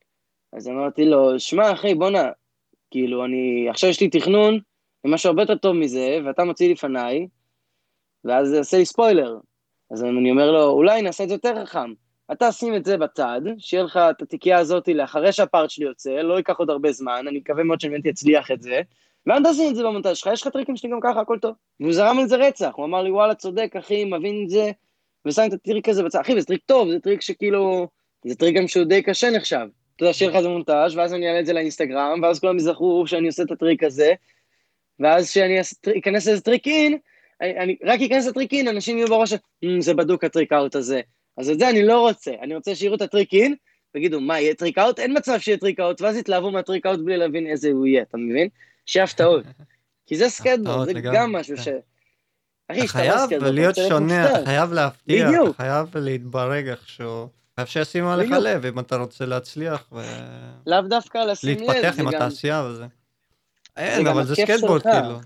אז אמרתי לו, שמע, אחי, בונה, כאילו, עכשיו יש לי תכנון, משהו הרבה יותר טוב מזה, ואתה מוציא לפניי, ואז זה עושה לי ספוילר. אז אני אומר לו, אולי נעשה את זה יותר חכם. אתה שים את זה בצד, שיהיה לך את התיקייה הזאת לאחרי שהפארט שלי יוצא, לא ייקח עוד הרבה זמן, אני מקווה מאוד שאני אצליח את זה, ואל תשים את זה במונטאז' שלך, יש לך טריקים שלי גם ככה, הכל טוב. והוא זרם על זה רצח, הוא אמר לי, וואלה, צודק, אחי, מבין את זה, ושם את הטריק הזה בצד. אחי, זה טריק טוב, זה טריק שכאילו, זה טריק גם שהוא די קשה נחשב. אתה יודע, שיהיה לך זה מונטאז', ואז אני אעלה את זה לאינסטגרם, ואז כולם יזכרו שאני עושה את הטריק הזה, ואז שאני אכנס לזה טריקין, אני רק אכנס לטריקין, אנשים יהיו בראש, זה בדוק הטריק-אאוט הזה. אז את זה אני לא רוצה, אני רוצה שיראו את הטריקין, וגידו, מה, יהיה טריק-אאוט? אין מצב שיהיה טריק-אאוט, ואז יתלהבו מהטריק-אאוט בלי להבין איזה הוא יהיה, אתה מבין? שיהיה הפתעות. כי זה סקטבורד, זה גם משהו ש... אתה חייב להיות שונה, אתה חייב להפתיע, אתה חייב להתברג איכשהו, חייב שישימו עליך לב, אם אתה רוצה להצליח לאו דווקא לשים לב, להתפתח עם התעשייה וזה. אין, אבל זה סקייטבורד כאילו.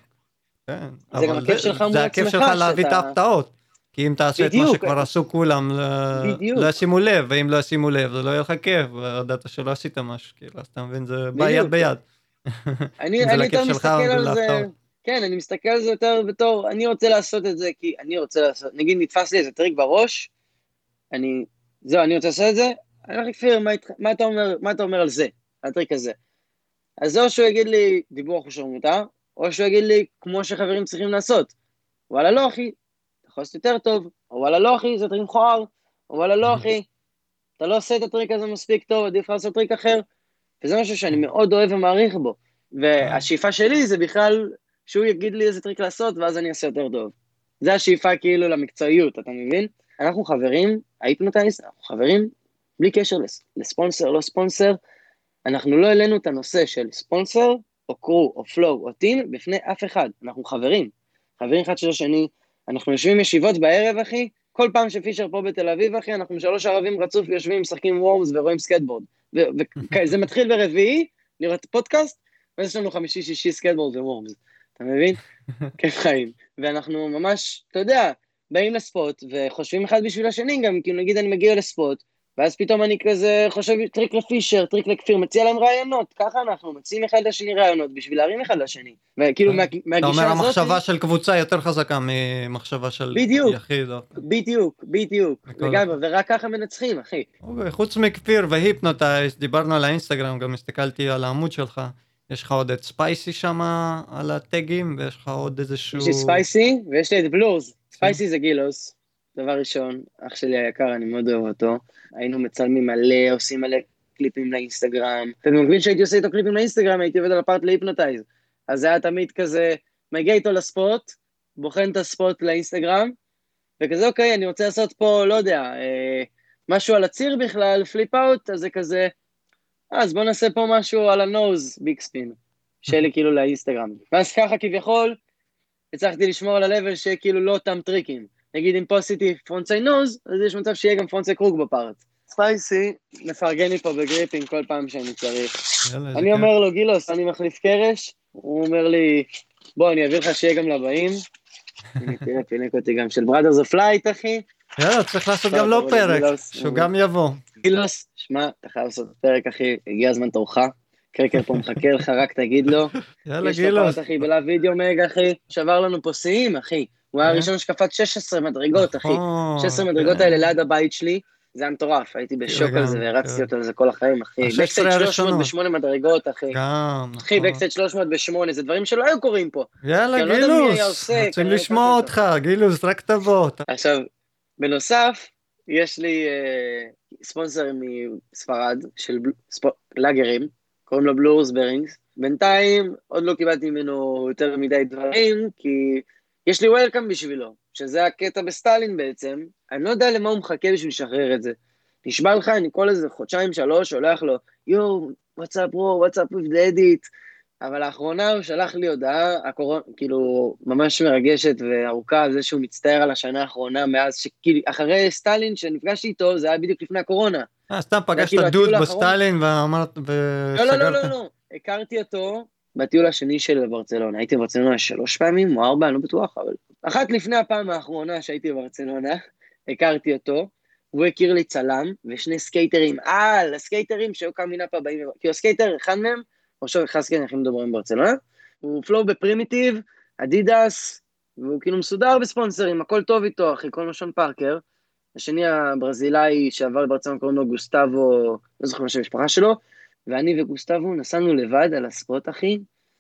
זה גם הכיף שלך מול עצמך. זה הכיף שלך להביא את ההפתעות. כי אם תעשה את מה שכבר עשו כולם, לא ישימו לב, ואם לא ישימו לב, זה לא יהיה לך כיף, והדעת שלא עשית משהו, כאילו, אז אתה מבין, זה בא יד ביד. אני יותר מסתכל על זה, כן, אני מסתכל על זה יותר בתור, אני רוצה לעשות את זה, כי אני רוצה לעשות, נגיד נתפס לי איזה טריק בראש, אני רוצה לעשות את זה, אני הולך לכפיר, מה אתה אומר על זה, על הטריק הזה? אז זה או שהוא יגיד לי, דיבור אחושרמוטה, או שהוא יגיד לי, כמו שחברים צריכים לעשות. וואלה לא, אחי, אתה יכול לעשות יותר טוב, או וואלה לא, אחי, זה טריק מכוער, או וואלה לא, אחי, אתה לא עושה את הטריק הזה מספיק טוב, עדיף לעשות טריק אחר, וזה משהו שאני מאוד אוהב ומעריך בו. והשאיפה שלי זה בכלל, שהוא יגיד לי איזה טריק לעשות, ואז אני אעשה יותר טוב. זה השאיפה כאילו למקצועיות, אתה מבין? אנחנו חברים, ההיפנוטייז, אנחנו חברים, בלי קשר לספונסר, לא ספונסר, אנחנו לא העלינו את הנושא של ספונסר, או קרו, או פלואו, או טים, בפני אף אחד. אנחנו חברים. חברים אחד של השני, אנחנו יושבים ישיבות בערב, אחי, כל פעם שפישר פה בתל אביב, אחי, אנחנו 3 ערבים רצוף יושבים, משחקים וורמס ורואים סקטבורד. וזה מתחיל ברביעי, לראות פודקאסט, ואז יש לנו חמישי, שישי סקטבורד וורמס. אתה מבין? כיף חיים. ואנחנו ממש, אתה יודע, באים לספוט, וחושבים אחד בשביל השני גם, כאילו נגיד אני מגיע לספוט, ואז פתאום אני כזה חושב טריק לפישר, טריק לכפיר, מציע להם רעיונות, ככה אנחנו מציעים אחד לשני רעיונות, בשביל להרים אחד לשני. וכאילו מהגישה הזאת... אתה אומר, המחשבה של קבוצה יותר חזקה ממחשבה של יחיד. בדיוק, לגמרי, ורק ככה מנצחים, אחי. חוץ מכפיר והיפנוטייז, דיברנו על האינסטגרם, גם הסתכלתי על העמוד שלך, יש לך עוד את ספייסי שם על הטגים, ויש לך עוד איזשהו... יש לי ספייסי, ויש לי את בלוז. ספייסי זה גילוס, דבר ראשון, אח שלי היקר, אני מאוד אוהב אותו. היינו מצלמים מלא, עושים מלא קליפים לאינסטגרם, ובמקביל שהייתי עושה איתו קליפים לאינסטגרם, הייתי עובד על הפארט להיפנוטייז. אז זה היה תמיד כזה, מגיע איתו לספוט, בוחן את הספוט לאינסטגרם, וכזה, אוקיי, אני רוצה לעשות פה, לא יודע, משהו על הציר בכלל, פליפ אאוט, אז זה כזה, אז בוא נעשה פה משהו על הנוז, ביג ספין, שלי כאילו לאינסטגרם. ואז ככה כביכול, הצלחתי לשמור על הלבל שכאילו לא אותם טריקים. נגיד אם פה עשיתי פרונטסי נוז, אז יש מצב שיהיה גם פרונטסי קרוק בפארט. ספייסי מפרגן לי פה בגריפים כל פעם שאני צריך. אני אומר לו, גילוס, אני מחליף קרש, הוא אומר לי, בוא, אני אעביר לך שיהיה גם לבאים. תראה, פינק אותי גם של בראדרס אוף פלייט, אחי. יאללה, צריך לעשות גם לו פרק, שהוא גם יבוא. גילוס, שמע, אתה חייב לעשות פרק, אחי, הגיע הזמן תורך. קרקר פה מחכה לך, רק תגיד לו. יאללה, יש גילוס. לו פרט, אחי, בלב וידאו מג, אחי. שבר לנו פה שיאים, אחי. הוא היה הראשון שקפץ 16 מדרגות, אחי. 16 מדרגות האלה ליד הבית שלי. זה היה מטורף, הייתי בשוק על זה, והרצתי אותו על זה כל החיים, אחי. בקסטייג' 308 מדרגות, אחי. אחי, בקסטייג' 308, זה דברים שלא היו קורים פה. יאללה, גילוס. רוצים לשמוע אותך, גילוס, רק תבוא. עכשיו, בנוסף, יש לי ספונסר מספרד, של לאגרים, קוראים לו בלורס ברינגס. בינתיים, עוד לא קיבלתי ממנו יותר מדי דברים, כי יש לי וולקאם בשבילו, שזה הקטע בסטלין בעצם. אני לא יודע למה הוא מחכה בשביל לשחרר את זה. נשבע לך, אני כל איזה חודשיים, 3, הולך לו, יו, וואטסאפ ברו, וואטסאפ with the edit. אבל לאחרונה הוא שלח לי הודעה, כאילו, ממש מרגשת וארוכה, על זה שהוא מצטער על השנה האחרונה, מאז שכאילו, אחרי סטלין שנפגשתי איתו, זה היה בדיוק לפני הקורונה. סתם פגשת דוד בסטלין ואמרת, לא, הכרתי אותו בטיול השני של ברצלונה, הייתי בברצלונה 3 פעמים או 4, אני לא בטוח, אבל אחת לפני הפעם האחרונה שהייתי בברצלונה, הכרתי אותו, הוא הכיר לי צלם, ושני סקייטרים, הסקייטרים שהיו כמה מינה פה באים, כי הסקייטר אחד מהם, או שוב אחד סקייטרים הכי מדברים בברצלונה, הוא פלואו בפרימיטיב, אדידס, והוא כאילו מסודר בספונסרים, הכל טוב איתו, אחי, כל משון פארקר, השני הברזילאי שעבר לברצלונה קוראים לו גוסטבו, לא זוכר מה שם המשפחה שלו, ואני וגוסטבו נסענו לבד על הספוט, אחי,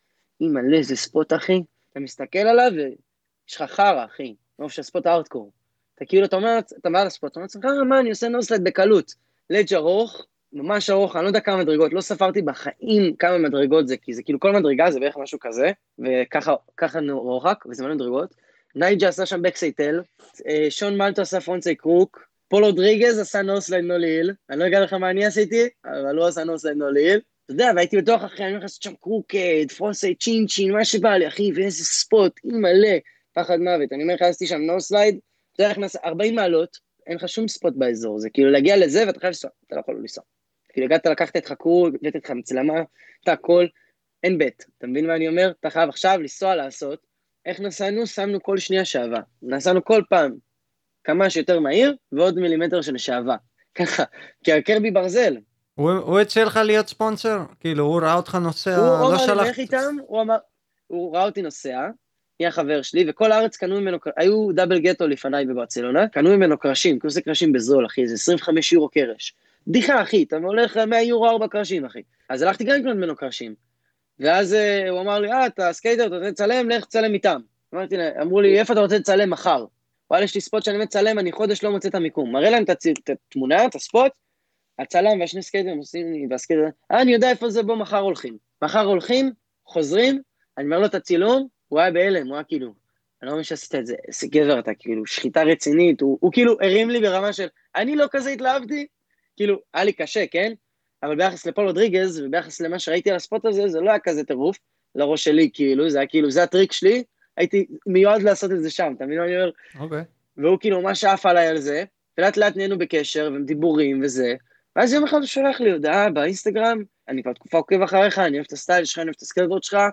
מלא זה ספוט, אחי, אתה מסתכל עליו ויש לך חרה, אחי, לא שהספוט הארדקור, אתה כאילו, אתה אומר, אתה בא לספוט, אתה אומר לעצמך, מה, אני עושה נוסלט בקלות, לדג' ארוך, ממש ארוך, אני לא יודע כמה מדרגות, לא ספרתי בחיים כמה מדרגות זה, כי זה כאילו כל מדרגה זה בערך משהו כזה, וככה רוחק, וזה מלא מדרגות, נייג'ה עשה שם בקסייטל, שון מלטו עשה פרונטסי קרוק, פול רודריגז עשה נוסלייד נו ליל, אני לא אגע לך מה אני עשיתי, אבל הוא עשה נוסלייד נו ליל, אתה יודע, והייתי בטוח אחרי, אני הולך לעשות שם קרוקד, פרונטסי צ'ין, מה שבא לי, אחי, ואיזה ספוט, מלא, פחד מוות, אני אומר לך, עשיתי שם נוסלייד, אתה יודע, נכנס 40 מעלות, אין לך שום ספוט באזור, זה כאילו להגיע לזה ואתה חייב לנסוע, אתה לא יכול לנסוע. כאילו הגעת לקחת את חקור, הבאת את מצלמה, אתה הכל, אין בית, אתה מבין מה אני אומר? אתה חייב עכשיו לנסוע לעשות, איך נסענו? שמנו כל שנייה שעבה, נסענו כל פעם כמה שיותר מהיר, ועוד מילימטר של שעבה, ככה, כי הקרבי ברזל. הוא הציע לך להיות ספונסר? כאילו הוא ראה אותך נוסע, לא שלח... הוא אמר לי, איך איתם? הוא ראה אותי נוסע, נהיה חבר שלי, וכל הארץ קנו ממנו, היו דאבל גטו לפניי בברצלונה, קנו ממנו קרשים, כי הוא עושה קרשים בזול, אחי, זה 25 יורו קרש. בדיחה, אחי, אתה הולך 100 יורו 4 קרשים, אחי. אז הלכתי גם לקנות ממנו קרשים. ואז הוא אמר לי, אתה סקייטר, אתה רוצה לצלם, לך תצלם איתם. אמרו לי, איפה אתה רוצה לצלם מחר? וואלה, יש לי ספוט שאני מצלם, אני חודש לא מוצא את המיקום. מראה להם את התמונה, את הספוט, הצלם והשני סקייטרים עושים לי, והסקייטר, אני יודע איפה זה בו מחר הולכים. מחר הולכים, חוזרים, אני אומר לו את הצילום, הוא היה בהלם, הוא היה כאילו, אני לא מבין שעשית את זה, איזה גבר אתה, כאילו, שחיטה רצינית, הוא כאילו הרים לי ברמה של, אני לא כזה התלהבתי, כאילו, היה לי קשה, כן? אבל ביחס לפול רודריגז, וביחס למה שראיתי על הספוט הזה, זה לא היה כזה טירוף, לראש שלי, כאילו, זה היה כאילו, זה הטריק שלי, הייתי מיועד לעשות את זה שם, אתה מבין מה אני אומר? אוקיי. והוא כאילו ממש עף עליי על זה, ולאט לאט נהיינו בקשר, ודיבורים וזה, ואז יום אחד הוא שולח לי הודעה באינסטגרם, אני כבר תקופה עוקב אחריך, אני אוהב את הסטייל שלך, אני אוהב את הסקייטבורד שלך,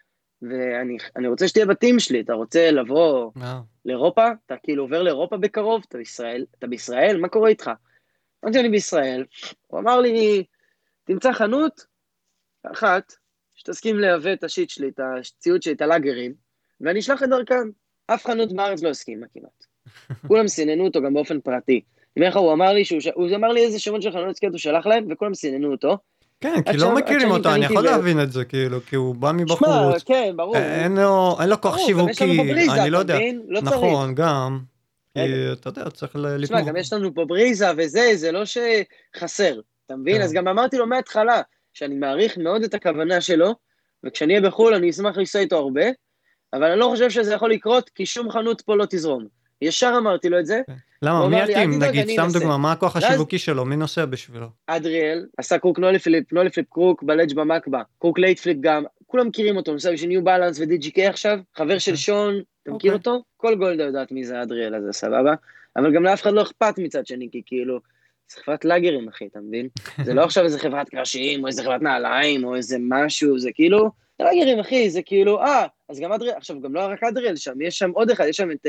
ואני רוצה שתהיה בטים שלי, אתה רוצה לבוא לאירופה? אתה כאילו עובר לאירופה בקרוב, אתה בישראל? מה קורה איתך? אמרתי אני בישראל, הוא אמר לי, תמצא חנות אחת, שתסכים להביא את השיט שלי, את הציוד שלי, את הלאגרים, ואני אשלח את דרכם. אף חנות בארץ לא הסכימה כמעט. כולם סיננו אותו גם באופן פרטי. הוא אמר לי, הוא אמר לי איזה שמות של חנות סקייט הוא שלח להם, וכולם סיננו אותו. כן, כי לא מכירים אותו, אני יכול להבין את זה, כאילו, כי הוא בא מבחוץ. כן, ברור. אין לו כוח שיווקי, אני לא יודע. נכון, גם. כי אתה יודע, צריך לתמוך. תשמע, גם יש לנו פה בריזה וזה, זה לא שחסר, אתה מבין? אז גם אמרתי לו מההתחלה, שאני מעריך מאוד את הכוונה שלו, וכשאני אהיה בחול אני אשמח לנסוע איתו הרבה, אבל אני לא חושב שזה יכול לקרות, כי שום חנות פה לא תזרום. ישר אמרתי לו את זה. למה? מי יתאים? נגיד, סתם דוגמה, מה הכוח השיווקי שלו? מי נוסע בשבילו? אדריאל, עשה קרוק נולי פליפ קרוק, בלג' במקבה, קרוק לייט פליפ גם, כולם מכירים אותו, נוסע בשביל ניו בלנס ודי.ג'י.קיי עכשיו, חבר של שון, אתה מכיר אותו? כל גולדה יודעת מי זה אדריאל הזה, סבבה? אבל גם לאף אחד לא אכפת מצד שני, כי כאילו, זה חברת לאגרים, אחי, אתה מבין? זה לא עכשיו איזה חברת קרשים, או איזה חברת נעליים, או איזה משהו, זה כאילו, לאגרים, אחי, זה כאילו, אז גם אדריאל, עכשיו, גם לא רק אדריאל שם, יש שם עוד אחד, יש שם את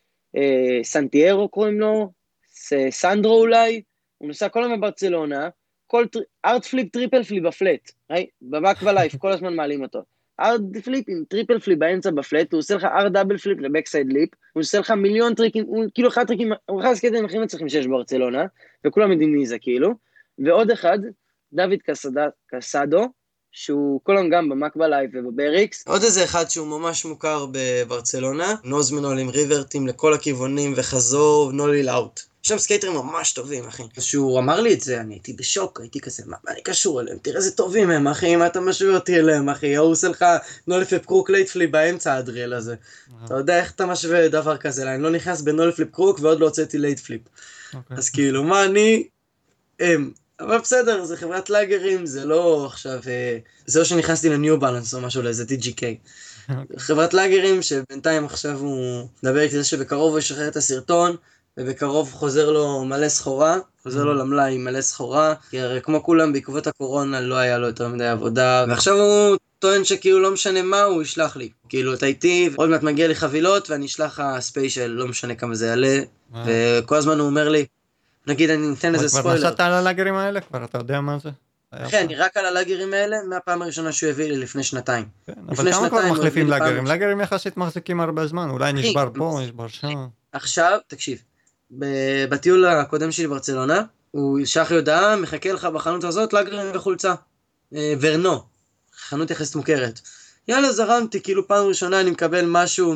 סנטיירו קוראים לו, סנדרו אולי, הוא נוסע כל הזמן בברצלונה, ארט פליפ, טריפל פליפ בפלט, בבק בלייף, כל הזמן מעלים אותו. ארט פליפ עם טריפל פליפ באמצע בפלט, הוא עושה לך ארט דאבל פליפ לבקסייד ליפ, הוא עושה לך מיליון טריקים, הוא כאילו אחד טריקים, הוא אחד הסקייטרים הכי מצליחים שיש בברצלונה, וכולם יודעים מי זה כאילו, ועוד אחד, דוד קסדו, שהוא כל היום גם במק בלייב ובבריקס. עוד איזה אחד שהוא ממש מוכר בברצלונה, נוז מנול עם ריברטים לכל הכיוונים וחזור, נולי לאוט. יש שם סקייטרים ממש טובים, אחי. כשהוא אמר לי את זה, אני הייתי בשוק, הייתי כזה, מה אני קשור אליהם? תראה איזה טובים הם, אחי, מה אתה משווה אותי אליהם, אחי? הוא עושה לך נולפליפ קרוק לייט פליפ באמצע האדריאל הזה. אתה יודע איך אתה משווה דבר כזה? אני לא נכנס בנולפליפ קרוק ועוד לא הוצאתי לייט פליפ. אז כאילו, מה אני... אבל בסדר, זה חברת לאגרים, זה לא עכשיו... זה לא שנכנסתי לניו בלנס או משהו לאיזה די.ג'י.קיי. חברת לאגרים שבינתיים עכשיו הוא מדבר איתי זה שבקרוב הוא ישחרר את הסרטון, ובקרוב חוזר לו מלא סחורה, חוזר לו למלאי מלא סחורה, כי הרי כמו כולם בעקבות הקורונה לא היה לו יותר מדי עבודה, ועכשיו הוא טוען שכאילו לא משנה מה הוא ישלח לי, כאילו אתה איתי, עוד מעט מגיע לי חבילות ואני אשלח לך ספיישל, לא משנה כמה זה יעלה, וכל הזמן הוא אומר לי, נגיד אני ניתן איזה ספוילר. כבר נסעת על הלאגרים האלה? כבר אתה יודע מה זה? כן, אני רק על הלאגרים האלה מהפעם הראשונה שהוא הביא לי לפני שנתיים. אבל כמה כבר מחליפים לאגרים? לאגרים יחסית מחזיקים הרבה זמן, אולי נשבר פה, נשבר שם. עכשיו, תקשיב, בטיול הקודם שלי ברצלונה, הוא שלח לי הודעה, מחכה לך בחנות הזאת, לאגרים וחולצה. ורנו, חנות יחסית מוכרת. יאללה, זרמתי, כאילו פעם ראשונה אני מקבל משהו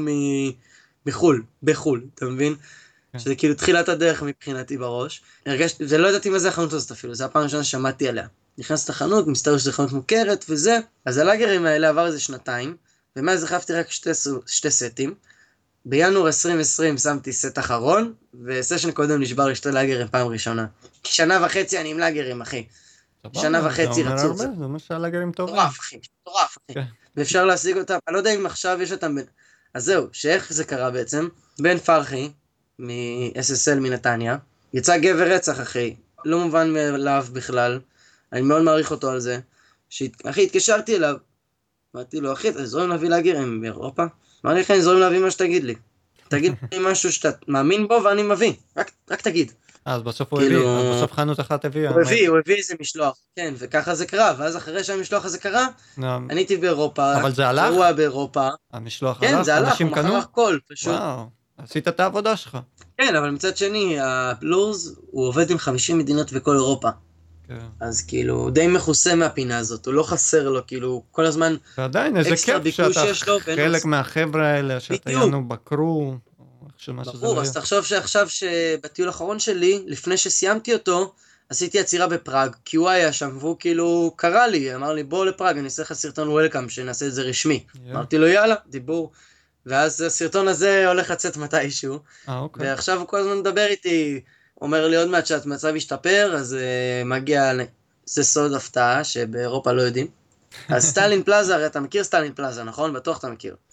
בחול, אתה מבין? שזה כאילו תחילת הדרך מבחינתי בראש. הרגשתי, זה לא ידעתי מה זה החנות הזאת אפילו, זה הפעם ראשונה ששמעתי עליה. נכנס לחנות, מסתבר שזה חנות מוכרת וזה. אז הלאגרים האלה עבר איזה שנתיים, ומאז החלפתי רק שתי סטים. בינואר 2020 שמתי סט אחרון, וסשן קודם נשבר לי שתי לאגרים פעם ראשונה. כי שנה וחצי אני עם לאגרים, אחי. שנה וחצי רצות. זה אומר שהלאגרים טובים. מטורף, אחי. ואפשר להשיג אותם, אני לא יודע אם עכשיו יש אותם... אז זהו, שאיך זה קרה בעצם? בן פרחי, מ-SSL מנתניה, יצא גבר רצח, אחי. לא מובן מאליו בכלל. אני מאוד מעריך אותו על זה. אחי, התקשרתי אליו. אמרתי לו, אחי, אתה זורם להביא לאגרים באירופה? אמר לי, אני זורם להביא מה שתגיד לי. תגיד לי משהו שאתה מאמין בו ואני מביא. רק תגיד. אז בסוף הוא הביא, בסוף חנות אחת הביאה. הוא הביא איזה משלוח. כן, וככה זה קרה. ואז אחרי שהמשלוח הזה קרה, אני הייתי באירופה. אבל זה הלך? הוא היה באירופה. המשלוח הלך? כן, זה הלך, הוא מכר הכל, פשוט. וואו, עשית את העבודה שלך. כן, אבל מצד שני, הבלוז, הוא עובד עם 50 מדינות בכל אירופה. אז כאילו, די מכוסה מהפינה הזאת, הוא לא חסר לו, כאילו, כל הזמן ועדיין, איזה כיף שאתה חלק מהחבר'ה האלה, שאתה יענו בקרו, ברור, אז תחשוב שעכשיו שבטיול האחרון שלי, לפני שסיימתי אותו, עשיתי יצירה בפראג, כי הוא היה שם, והוא כאילו קרא לי, אמר לי, בוא לפראג, אני אעשה לך סרטון וולקאם, שנעשה את זה רשמי. אמרתי לו, יאללה, דיבור. ואז הסרטון הזה הולך לצאת מתישהו, ועכשיו הוא כל הזמן מדבר איתי, אומר לי עוד מעט שהמצב ישתפר, אז מגיע, זה סוד הפתעה שבאירופה לא יודעים. אז סטלין פלאזה, הרי אתה מכיר סטלין פלאזה, נכון? בטוח אתה מכיר. כן.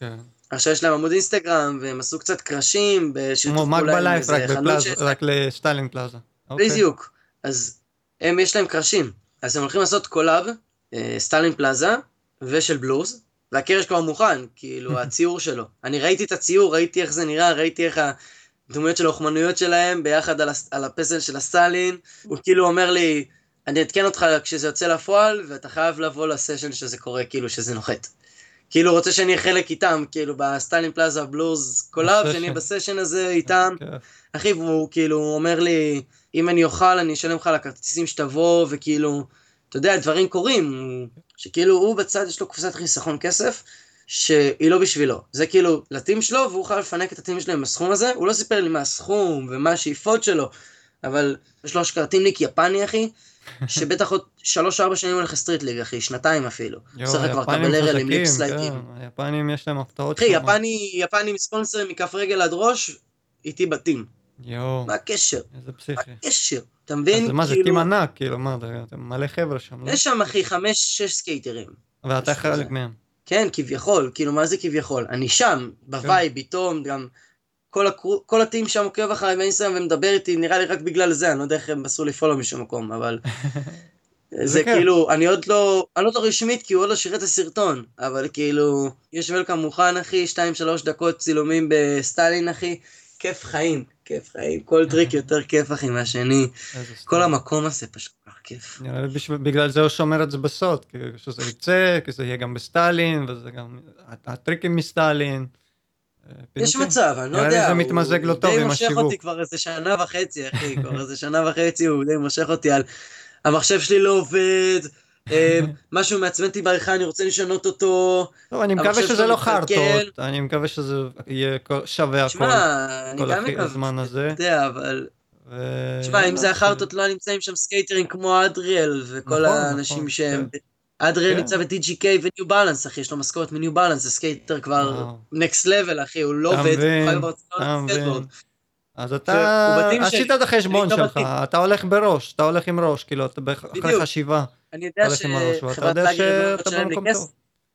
עכשיו יש להם עמוד אינסטגרם, והם עשו קצת קרשים, בשיתוף כמו פעולה עם מגבלייף, איזה חנות שיש. רק לסטיילינג פלאזה. בדיוק. אז יש להם קרשים. אז הם הולכים לעשות קולאב, סטיילינג פלאזה, ושל בלוז, והקרש כבר מוכן, כאילו הציור שלו. אני ראיתי את הציור, ראיתי איך זה נראה, ראיתי איך הדמויות של האוכמנויות שלהם, ביחד על הפסל של הסטלין. הוא כאילו אומר לי, אני אתקן אותך כשזה יוצא לפועל, ואתה חייב לבוא לסשן שזה קורה, כאילו שזה נוחת. כאילו רוצה שאני אהיה חלק איתם, כאילו בסטיילינג פלאזה בלוז קולאב, שאני אהיה בסשן הזה איתם. אחי, והוא כאילו אומר לי, אם אני אוכל, אני אשלם לך על הכרטיסים שתבוא, וכאילו, אתה יודע, דברים קורים, שכאילו הוא בצד יש לו קופסת חיסכון כסף, שהיא לא בשבילו. זה כאילו לטים שלו, והוא יכול לפנק את הטים שלו עם הסכום הזה, הוא לא סיפר לי מה הסכום ומה השאיפות שלו, אבל יש לו שקרטימניק יפני, אחי, שבטח עוד 3-4 שנים הולך לסטריט ליג, אחי, 2 אפילו. צריך כבר קבלרל עם ליפסלייקים. היפנים יש להם הפתעות. אחי, יפני מספונסרים מכף רגל עד ראש, איתי בתים. מה הקשר? איזה פסיכי. מה הקשר? אתה מבין? אז מה זה טים ענק, כאילו, מה, זה מלא חבר'ה שם. יש שם, אחי, 5-6 סקייטרים. ואתה חלק מהם. כן, כביכול, כאילו, מה זה כביכול? אני שם, בוואי, ביתום, גם כל הטים שם עוקב אחרי באינסטגרם ומדבר איתי, נראה לי רק בגלל זה, אני לא יודע איך הם עשו לי פולו משום מקום, אבל זה כאילו, אני עוד לא רשמית, כי הוא עוד לא שירת הסרטון, אבל כאילו, יש ולקאם מוכן, אחי, 2-3 דקות צילומים בסטלין, אחי, כיף חיים, כל טריק יותר כיף, אחי, מהשני, כל המקום הזה פשוט כיף. בגלל זה הוא שומר את זה בסוד, שזה יצא, כי זה יהיה גם בסטלין, וזה גם הטריקים מסטלין. יש מצב, אני לא יודע, זה מתמזג לו טוב עם השיווק. הוא די מושך אותי כבר איזה 1.5 שנה, אחי, כבר איזה 1.5 שנה הוא די מושך אותי על, המחשב שלי לא עובד, משהו מעצבן אותי בעריכה, אני רוצה לשנות אותו. טוב, אני מקווה שזה לא חרטות, אני מקווה שזה יהיה שווה הכל, כל הזמן הזה. אבל... תשמע, אם זה החרטות לא נמצאים שם סקייטרים כמו אדריאל, וכל האנשים שהם... אדריאל נמצא ב-TGK וניו בלנס, אחי, יש לו משכורת מניו בלנס, זה סקייטר כבר נקסט לבל, אחי, הוא לא עובד, הוא חי בארצות סקייטבורד. אז אתה עשית את החשבון שלך, אתה הולך בראש, אתה הולך עם ראש, כאילו, אחרי חשיבה. אני יודע שחברת לאגר לא תשלם לי כסף.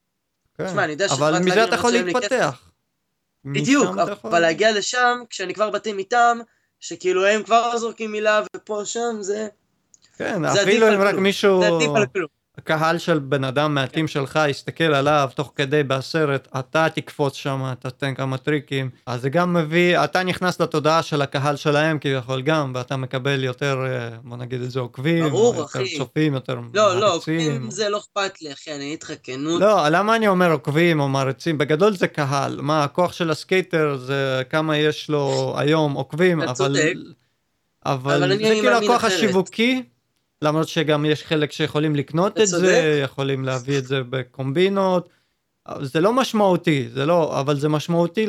אבל מזה אתה יכול להתפתח. בדיוק, אבל להגיע לשם, כשאני כבר בתים איתם, שכאילו הם כבר זורקים מילה, ופה שם זה... כן, אפילו אם רק מישהו... זה עדיף על כלום. הקהל של בן אדם מהטים שלך יסתכל עליו תוך כדי בסרט, אתה תקפוץ שם, אתה תן כמה טריקים, אז זה גם מביא, אתה נכנס לתודעה של הקהל שלהם כביכול גם, ואתה מקבל יותר, בוא נגיד את זה, עוקבים, ברור, יותר אחי. צופים, יותר מעריצים. לא, עוקבים זה לא אכפת לי, אחי, אני איתך כנות. לא, למה אני אומר עוקבים או מעריצים? בגדול זה קהל, מה, הכוח של הסקייטר זה כמה יש לו היום עוקבים, אבל זה כאילו הכוח השיווקי, למרות שגם יש חלק שיכולים לקנות את זה, יכולים להביא את זה בקומבינות, זה לא משמעותי, זה לא, אבל זה משמעותי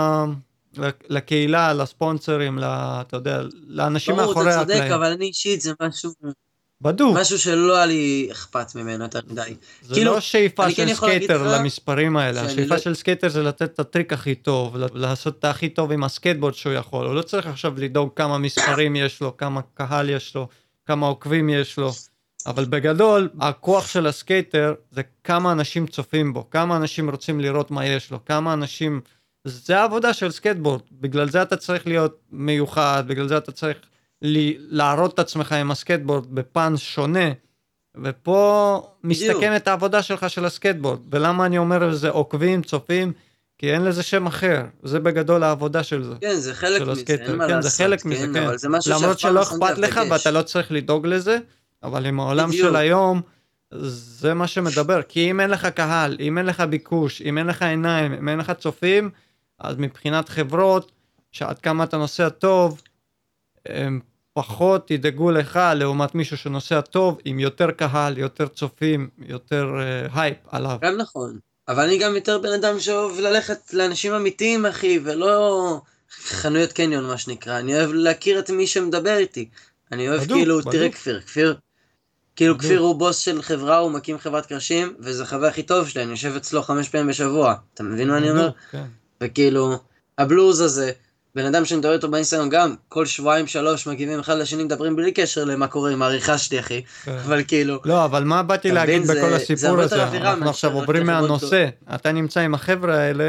לקהילה, לספונסרים, אתה יודע, לאנשים מאחורי הקלעים. ברור, זה צודק, אבל אני אישית זה משהו... בדוק. משהו שלא היה לי אכפת ממנו יותר מדי. זה לא שאיפה של סקייטר למספרים האלה, השאיפה של סקייטר זה לתת את הטריק הכי טוב, לעשות את הכי טוב עם הסקייטבורד שהוא יכול, הוא לא צריך עכשיו לדאוג כמה מספרים יש לו, כמה קהל יש לו, כמה עוקבים יש לו, אבל בגדול, הכוח של הסקייטר זה כמה אנשים צופים בו, כמה אנשים רוצים לראות מה יש לו, כמה אנשים, זה העבודה של סקייטבורד, בגלל זה אתה צריך להיות מיוחד, בגלל זה אתה צריך להראות את עצמך עם הסקייטבורד בפן שונה, ופה מסתכמת העבודה שלך של הסקייטבורד, ולמה אני אומר לזה עוקבים, צופים, כי אין לזה שם אחר, זה בגדול העבודה של זה. כן, זה חלק מזה, אין מה לעשות. כן, זה חלק מזה, כן. למרות שלא אכפת לך ואתה לא צריך לדאוג לזה, אבל עם העולם של היום, זה מה שמדבר, כי אם אין לך קהל, אם אין לך ביקוש, אם אין לך עיניים, אם אין לך צופים, אז מבחינת חברות, שעד כמה אתה נוסע טוב, הם פחות ידאגו לך לעומת מישהו שנוסע טוב, עם יותר קהל, יותר צופים, יותר הייפ עליו. גם נכון. אבל אני גם יותר בן אדם שאוהב ללכת לאנשים אמיתיים, אחי, ולא חנויות קניון, מה שנקרא. אני אוהב להכיר את מי שמדבר איתי. אני אוהב כאילו, תראה כפיר. כאילו כפיר הוא בוס של חברה, הוא מקים חברת קרשים, וזה חווה הכי טוב שלי, אני יושב אצלו 5 פעמים בשבוע. אתה מבין מה אני אומר? וכאילו, הבלוז הזה, בן אדם שמדבר איתו באינסטגרם גם, כל 2-3 מגיבים אחד לשני, מדברים בלי קשר למה קורה עם העריכה שלי, אחי. אבל כאילו... לא, אבל מה באתי להגיד בכל הסיפור הזה? אנחנו עכשיו עוברים מהנושא. אתה נמצא עם החבר'ה האלה,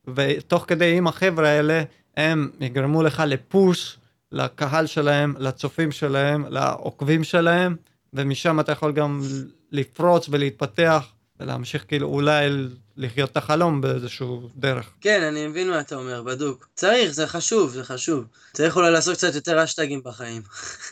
ותוך כדי עם החבר'ה האלה, הם יגרמו לך לפוש, לקהל שלהם, לצופים שלהם, לעוקבים שלהם, ומשם אתה יכול גם לפרוץ ולהתפתח, ולהמשיך כאילו אולי לחיות את החלום באיזשהו דרך. כן, אני מבין מה אתה אומר, בדוק. צריך, זה חשוב, זה חשוב. צריך אולי לעשות קצת יותר השטגים בחיים.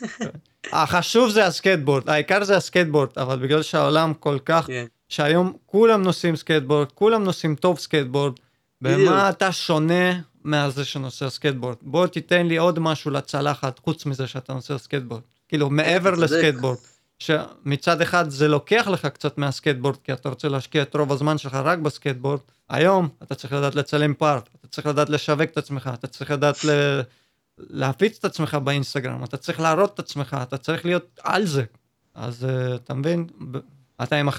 החשוב זה הסקייטבורד, העיקר זה הסקייטבורד, אבל בגלל שהעולם כל כך, שהיום כולם נוסעים סקייטבורד, כולם נוסעים טוב סקייטבורד, במה אתה שונה מהזה שנוסע סקייטבורד? בוא תיתן לי עוד משהו לצלחת, חוץ מזה שאתה נוסע סקייטבורד. כאילו, מעבר לסקייטבורד, שמצד אחד זה לוקח לך קצת מהסקייטבורד, כי אתה רוצה להשקיע את רוב הזמן שלך רק בסקייטבורד, היום אתה צריך לדעת לצלם פארט, אתה צריך לדעת לשווק את עצמך, אתה צריך לדעת להפיץ את עצמך באינסטגרם, אתה צריך להראות את עצמך, אתה צריך להיות על זה. אז אתה מבין, אתה עם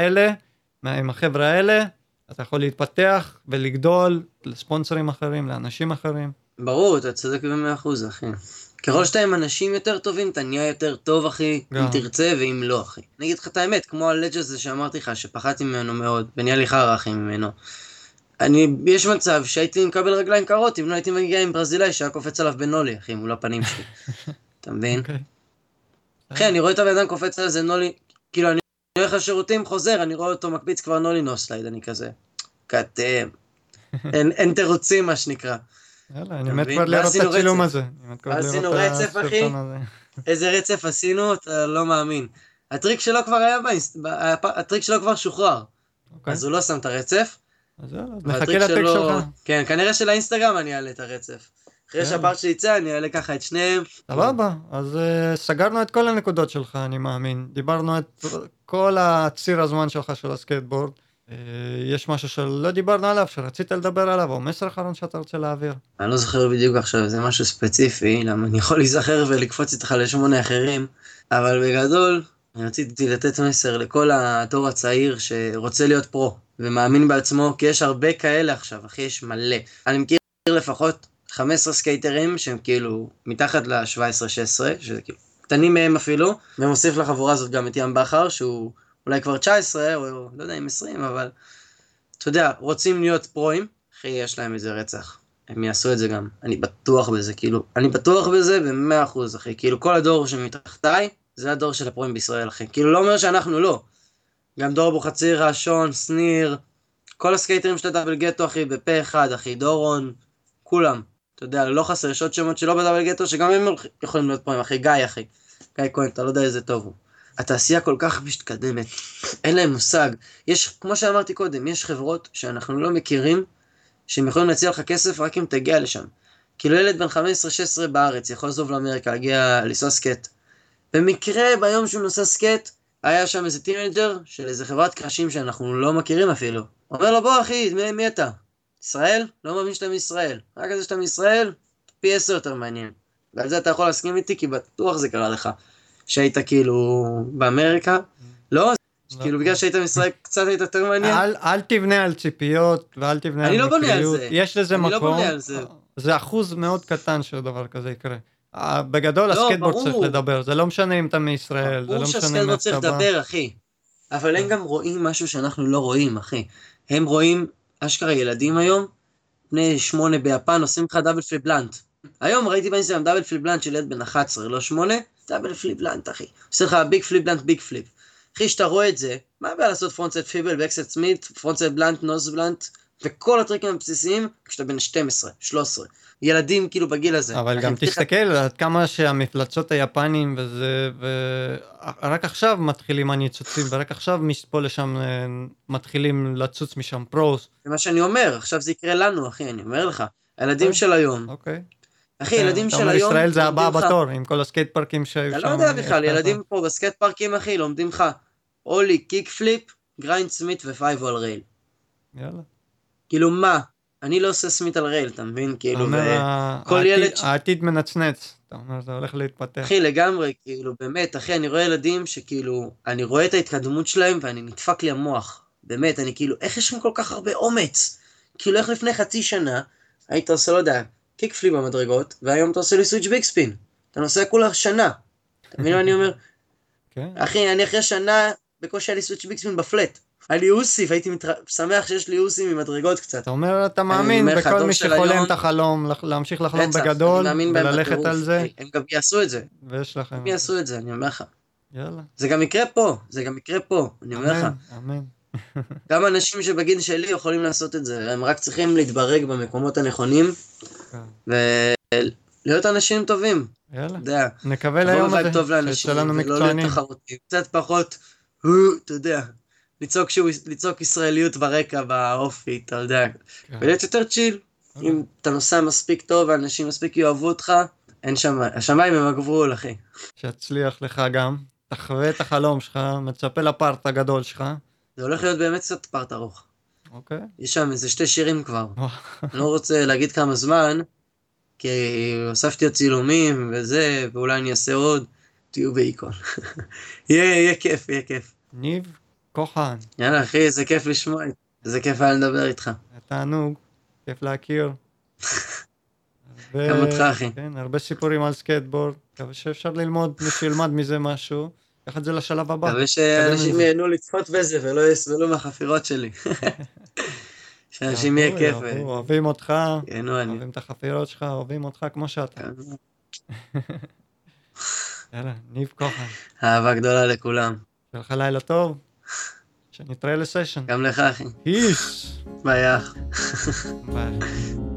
החבר'ה האלה, אתה יכול להתפתח ולגדול לספונסרים אחרים, לאנשים אחרים. ברור, אתה צודק ב100%, אחי. ככל שאתה עם אנשים יותר טובים, אתה נהיה יותר טוב, אחי, אם תרצה ואם לא, אחי. אני אגיד לך את האמת, כמו הלג' הזה שאמרתי לך, שפחדתי ממנו מאוד, ונהיה לי חרא, אחי, ממנו. יש מצב שהייתי מקבל רגליים קרות, אם לא הייתי מגיע עם ברזילאי שהיה קופץ עליו בנולי, אחי, מול הפנים שלי. אתה מבין? אחי, אני רואה את הבן אדם קופץ על איזה נולי, כאילו, אני הולך לשירותים, חוזר, אני רואה אותו מקביץ כבר נולי נוסלייד, אני כזה. קטם. אין תירוצים, מה שנקרא. יאללה, אני מת כבר לראות את הצילום הזה. עשינו רצף, אחי. איזה רצף עשינו, אתה לא מאמין. הטריק שלו כבר היה הטריק שלו כבר שוחרר. אז הוא לא שם את הרצף. אז יאללה, נחכה לטריק שלך. כן, כנראה שלאינסטגרם אני אעלה את הרצף. אחרי שהפארט שיצא, אני אעלה ככה את שניהם. סבבה, אז סגרנו את כל הנקודות שלך, אני מאמין. דיברנו את כל הציר הזמן שלך של הסקייטבורד. יש משהו שלא דיברנו עליו, שרצית לדבר עליו, או מסר אחרון שאתה רוצה להעביר? אני לא זוכר בדיוק עכשיו, זה משהו ספציפי, למה אני יכול להיזכר ולקפוץ איתך ל8 אחרים, אבל בגדול, אני רציתי לתת מסר לכל הדור הצעיר שרוצה להיות פרו, ומאמין בעצמו, כי יש הרבה כאלה עכשיו, אחי, יש מלא. אני מכיר לפחות 15 סקייטרים שהם כאילו מתחת ל-17-16, שזה כאילו קטנים מהם אפילו, ומוסיף לחבורה הזאת גם את ים בחר, שהוא אולי כבר 19, או לא יודע אם 20, אבל אתה יודע, רוצים להיות פרואים, אחי, יש להם איזה רצח. הם יעשו את זה גם. אני בטוח בזה, כאילו, אני בטוח בזה ב100%, אחי. כאילו, כל הדור שמתחתיי, זה הדור של הפרואים בישראל, אחי. כאילו, לא אומר שאנחנו לא. גם דור אבוחצירא, שון, שניר, כל הסקייטרים של הדאבל גטו, אחי, בפה אחד, אחי, דורון, כולם. אתה יודע, לא חסר, יש עוד שמות שלא בדאבל גטו, שגם הם יכולים להיות פרואים, אחי, גיא, אחי. גיא כהן, אתה לא יודע איזה טוב הוא. התעשייה כל כך מתקדמת, אין להם מושג. יש, כמו שאמרתי קודם, יש חברות שאנחנו לא מכירים, שהם יכולים להציע לך כסף רק אם תגיע לשם. כאילו ילד בן 15-16 בארץ יכול לעזוב לאמריקה, להגיע לנסוע סקט. במקרה ביום שהוא נוסע סקט, היה שם איזה טינג'ר של איזה חברת קרשים שאנחנו לא מכירים אפילו. אומר לו, בוא אחי, מי אתה? ישראל? לא מאמין שאתה מישראל. רק על זה שאתה מישראל, פי 10 יותר מעניין. ועל זה אתה יכול להסכים איתי, כי בטוח זה קרה לך. שהיית כאילו באמריקה, לא, כאילו בגלל שהיית מישראל קצת היית יותר מעניין. אל תבנה על ציפיות ואל תבנה על מקריות, יש לזה מקום, זה אחוז מאוד קטן שדבר כזה יקרה. בגדול הסקייטבורד צריך לדבר, זה לא משנה אם אתה מישראל, זה לא משנה שהסקייטבורד צריך לדבר, אחי, אבל הם גם רואים משהו שאנחנו לא רואים, אחי. הם רואים, אשכרה ילדים היום, בני 8 ביפן עושים לך דאבל פליפ בלנט. היום ראיתי באינסטגרם דאבל פליפ בלנט של ילד בן 11, לא 8, דאבל פליפ בלנט, אחי. עושה לך ביג פליפ בלנט, ביג פליפ. אחי, שאתה רואה את זה, מה הבעיה לעשות פרונטסט פיבל, באקסט סמית, פרונטסט בלנט, נוז בלנט, וכל הטריקים הבסיסיים, כשאתה בן 12, 13. ילדים כאילו בגיל הזה. אבל גם תסתכל עד כמה שהמפלצות היפנים וזה, ורק עכשיו מתחילים הניצוצים, ורק עכשיו פה לשם מתחילים לצוץ משם פרוס. זה מה שאני אומר, עכשיו זה יקרה לנו, אחי, אני אומר לך. הילדים של היום. אוקיי. אחי, ילדים של היום... ישראל זה הבא בתור, עם כל הסקייט פארקים שהיו שם. אתה לא יודע בכלל, ילדים פה בסקייט פארקים, אחי, לומדים לך אולי, קיק פליפ, גריינד סמית ופייבו על רייל. יאללה. כאילו מה? אני לא עושה סמית על רייל, אתה מבין? כאילו, כל ילד... העתיד מנצנץ, אתה אומר, זה הולך להתפתח. אחי, לגמרי, כאילו, באמת, אחי, אני רואה ילדים שכאילו, אני רואה את ההתקדמות שלהם ואני נדפק לי המוח. באמת, אני כאילו, איך יש לכם כל כך הרבה אומץ? כאילו, איך לפני חצי שנה, היית עושה, לא יודע, קיק פליפ במדרגות, והיום אתה עושה לי סוויץ' ביג ספין. אתה נוסע כולה שנה. אתה מבין מה אני אומר? אחי, אני אחרי שנה, בקושי היה לי סוויץ' ביג ספין בפלט. היה לי אוסיף, הייתי שמח שיש לי אוסים ממדרגות קצת. אתה אומר, אתה מאמין אומר לך, בכל הדור מי של שחולם היום- את החלום, להמשיך לחלום רצח, בגדול, אני מאמין בהם וללכת בטירוף. על זה, הם גם יעשו את זה. ויש לכם. הם יעשו את זה, אני אומר לך. יאללה, זה גם יקרה פה, אני אומר לך. אמן, אמן. גם אנשים שבגיל שלי יכולים לעשות את זה, הם רק צריכים להתברג במקומות הנכונים, כן. ולהיות אנשים טובים, יאללה, אתה יודע. נקווה לבוא ליום בווייב הזה, טוב לאנשים, שיצא לנו ולא להיות מקצוענים. תחרותיים. קצת פחות, אתה יודע, לצעוק ישראליות ברקע באופי, אתה יודע. כן. ולהיות יותר צ'יל. אם אתה נוסע מספיק טוב, ואנשים מספיק יאהבו אותך, אין שמיים, השמיים הם הגבול, אחי. שיצליח לך גם, תחווה את החלום שלך, מצפה לפארט הגדול שלך. זה הולך להיות באמת קצת פארט ארוך. אוקיי. יש שם איזה 2 שירים כבר. וואו. אני לא רוצה להגיד כמה זמן, כי הוספתי עוד צילומים וזה, ואולי אני אעשה עוד, תהיו באיקון. יהיה כיף, יהיה כיף. ניב כוחן, יאללה אחי, איזה כיף לשמוע, איזה כיף היה לדבר איתך. תענוג, כיף להכיר. גם אותך אחי. כן, הרבה סיפורים על סקייטבורד, מקווה שאפשר ללמוד, מי שילמד מזה משהו, קח את זה לשלב הבא. מקווה שאנשים ייהנו לצפות בזה ולא יסבלו מהחפירות שלי. שאנשים יהיה כיף. אוהבים אותך, ייהנו אני. אוהבים את החפירות שלך, אוהבים אותך כמו שאתה. יאללה, ניב כוחן, אהבה גדולה לכולם. שיהיה לך לילה טוב, שנתראה לסשן. גם לך אחי. פיס. ביי אח. ביי.